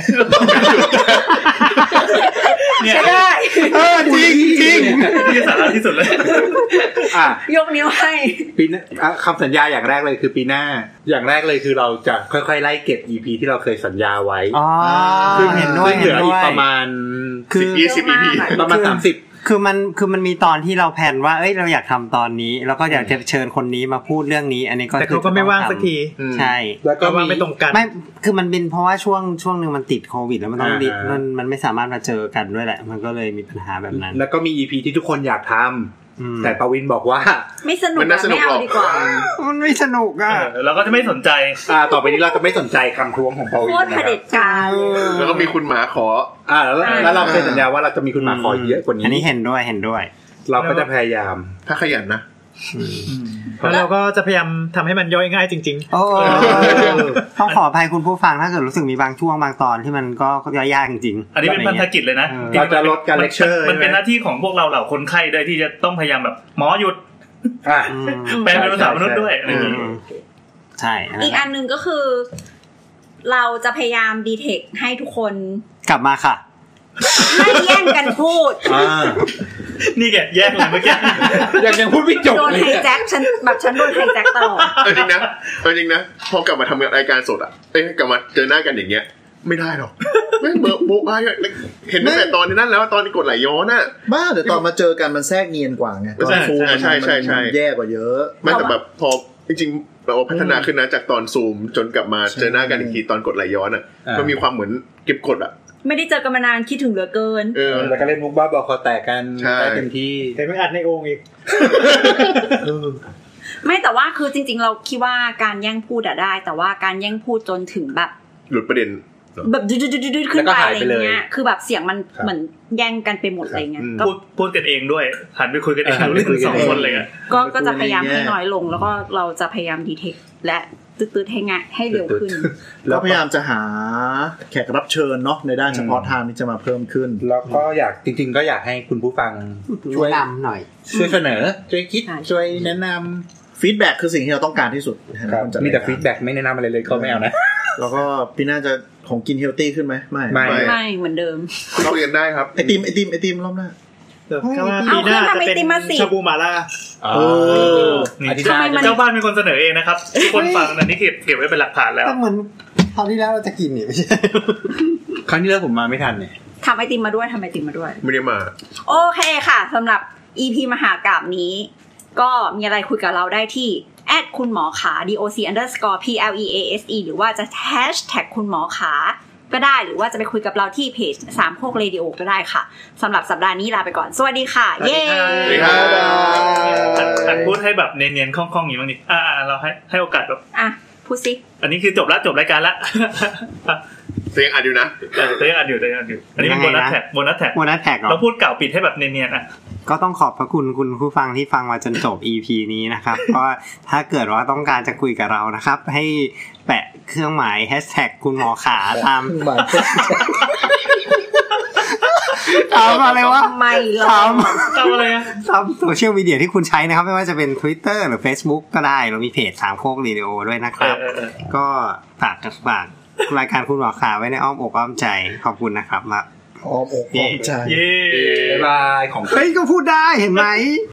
ใช่ได้จริงนี่สาระที่สุดเลยยกนิ้วให้ปีหน้าคำสัญญาอย่างแรกเลยคือปีหน้าอย่างแรกเลยคือเราจะค่อยๆไล่เก็บ EP ที่เราเคยสัญญาไว้ซึ่งเห็นด้วยเหลืออีกประมาณ 20 EP ประมาณ30 คือมันมีตอนที่เราแผนว่าเราอยากทำตอนนี้แล้วก็อยากจะเชิญคนนี้มาพูดเรื่องนี้อันนี้ก็แต่เขาก็ไม่ว่างสักทีใช่แล้วก็ไม่ตรงกันไม่คือมันเป็นเพราะว่าช่วงนึงมันติดโควิดแล้วมันต้องดิมันไม่สามารถมาเจอกันด้วยแหละมันก็เลยมีปัญหาแบบนั้นแล้วก็มี EP ที่ทุกคนอยากทำแต่ปวินบอกว่าไม่สนุกไม่เอาดีกว่ามันไม่สนุกเราก็จะไม่สนใจต่อไปนี้เราจะไม่สนใจคำท้วงของปวินโคตรเผด็จการแล้วก็มีคุณหมาขอแล้วเราเคยสัญญาว่าเราจะมีคุณหมาขอเยอะกว่านี้อันนี้เห็นด้วยเราก็จะพยายามถ้าขยันนะแล้วเราก็จะพยายามทำให้มันย่อยง่ายจริงๆต้องขออภัยคุณผู้ฟังถ้าเกิดรู้สึกมีบางช่วงบางตอนที่มันก็ย่อยยากจริงๆอันนี้เป็นพันธกิจเลยนะเราจะลดการเลคเชอร์มันเป็นหน้าที่ของพวกเราเหล่าคนไข้ด้วยที่จะต้องพยายามแบบหมอหยุดแปลเป็นภาษามนุษย์ด้วยใช่อีกอันนึงก็คือเราจะพยายามดีเทคให้ทุกคนกลับมาค่ะไม่แย่งกันพูดนี่แกแย่งเลยเมื่อกี้ยังพูดไม่จบโดนไฮแจ็คฉันโดนไฮแจ็คตลอดจริงนะพอกลับมาทำรายการสดกลับมาเจอหน้ากันอย่างเงี้ยไม่ได้หรอกไม่เบอร์โบ๊ะเห็นตั้งแต่ตอนนั้นแล้วตอนที่กดไหลย้อนน่ะบ้าแต่ตอนมาเจอกันมันแทรกเนียนกว่าไงตอนซูมใช่แย่กว่าเยอะไม่แต่แบบพอจริงๆเราพัฒนาขึ้นนะจากตอนซูมจนกลับมาเจอหน้ากันอีกทีตอนกดไหลย้อนอ่ะก็มีความเหมือนเก็บกดอ่ะไม่ได้เจอกันมานานคิดถึงเหลือเกินแล้วก็เล่นมุกบ้าบอคอแตกกันได้เต็มที่แต่ไม่อัดในโอ่งอีกไม่แต่ว่าคือจริงๆเราคิดว่าการแย่งพูดได้แต่ว่าการแย่งพูดจนถึงแบบหลุดประเด็นแบบดืดๆขึ้นไปอะไรเงี้ยคือแบบเสียงมันเหมือนแย่งกันไปหมดอะไรเงี้ยก็พูดกันเองด้วยหันไปคุยกันเอง2คนเลยก็จะพยายามให้น้อยลงแล้วก็เราจะพยายามดีเทคและตืดๆให้ง่ายให้เร็วขึ้นแล้วพยายามจะหาแขกรับเชิญเนาะในด้านเฉพาะทางที่จะมาเพิ่มขึ้นแล้วก็อยากจริงๆก็อยากให้คุณผู้ฟังช่วยนำหน่อยช่วยเสนอช่วยคิดช่วยแนะนำฟีดแบ็กคือสิ่งที่เราต้องการที่สุดมีแต่ฟีดแบ็กไม่แนะนำอะไรเลยก็ไม่เอานะแล้วก็พี่น่าจะของกินเฮลตี้ขึ้นไหมไม่เหมือนเดิมเราเรียนได้ครับไอติมรอบหน้าปีหน้าจะเป็นชาบูมาล่าเจ้าบ้านเป็นคนเสนอเองนะครับทุกคนฟังอันนี้เก็บไว้เป็นหลักฐานแล้วเหมือนคราวที่แล้วเราจะกินนี่ไม่ใช่ครั้งที่แล้วผมมาไม่ทันเนี่ยทำไอติมมาด้วยไม่ได้มาโอเคค่ะสำหรับ EP มหากาพย์นี้ก็มีอะไรคุยกับเราได้ที่คุณหมอขา doc_please หรือว่าจะ hashtag คุณหมอขาก็ได้หรือว่าจะไปคุยกับเราที่เพจสามโคกเรดิโอก็ได้ค่ะสำหรับสัปดาห์นี้ลาไปก่อนสวัสดีค่ะเย้อันพูดให้แบบเนียนๆคล่องๆอย่างนี้เราให้โอกาสแบบพูดสิอันนี้คือจบรายการละเสียงอัดอยู่นะเสียงอัดอยู่อันนี้เป็นโบนัสแท็กเราพูดเก่าปิดให้แบบเนียนๆก็ต้องขอบพระคุณคุณผู้ฟังที่ฟังมาจนจบ EP นี้นะครับก็ถ้าเกิดว่าต้องการจะคุยกับเรานะครับให้แปะเครื่องหมายแฮชแท็กคุณหมอขาตามอะไรวะไม่หรอกทำอะไรตามโซเชียลมีเดียที่คุณใช้นะครับไม่ว่าจะเป็น Twitter หรือ Facebook ก็ได้เรามีเพจสามโคกเรดิโอด้วยนะครับก็ฝากรายการคุณหมอขาไว้ในอ้อมอกอ้อมใจขอบคุณนะครับมาอ้อมอกอ้อมใจบ๊ายบายของเฮ้ยก็พูดได้เห็นไหม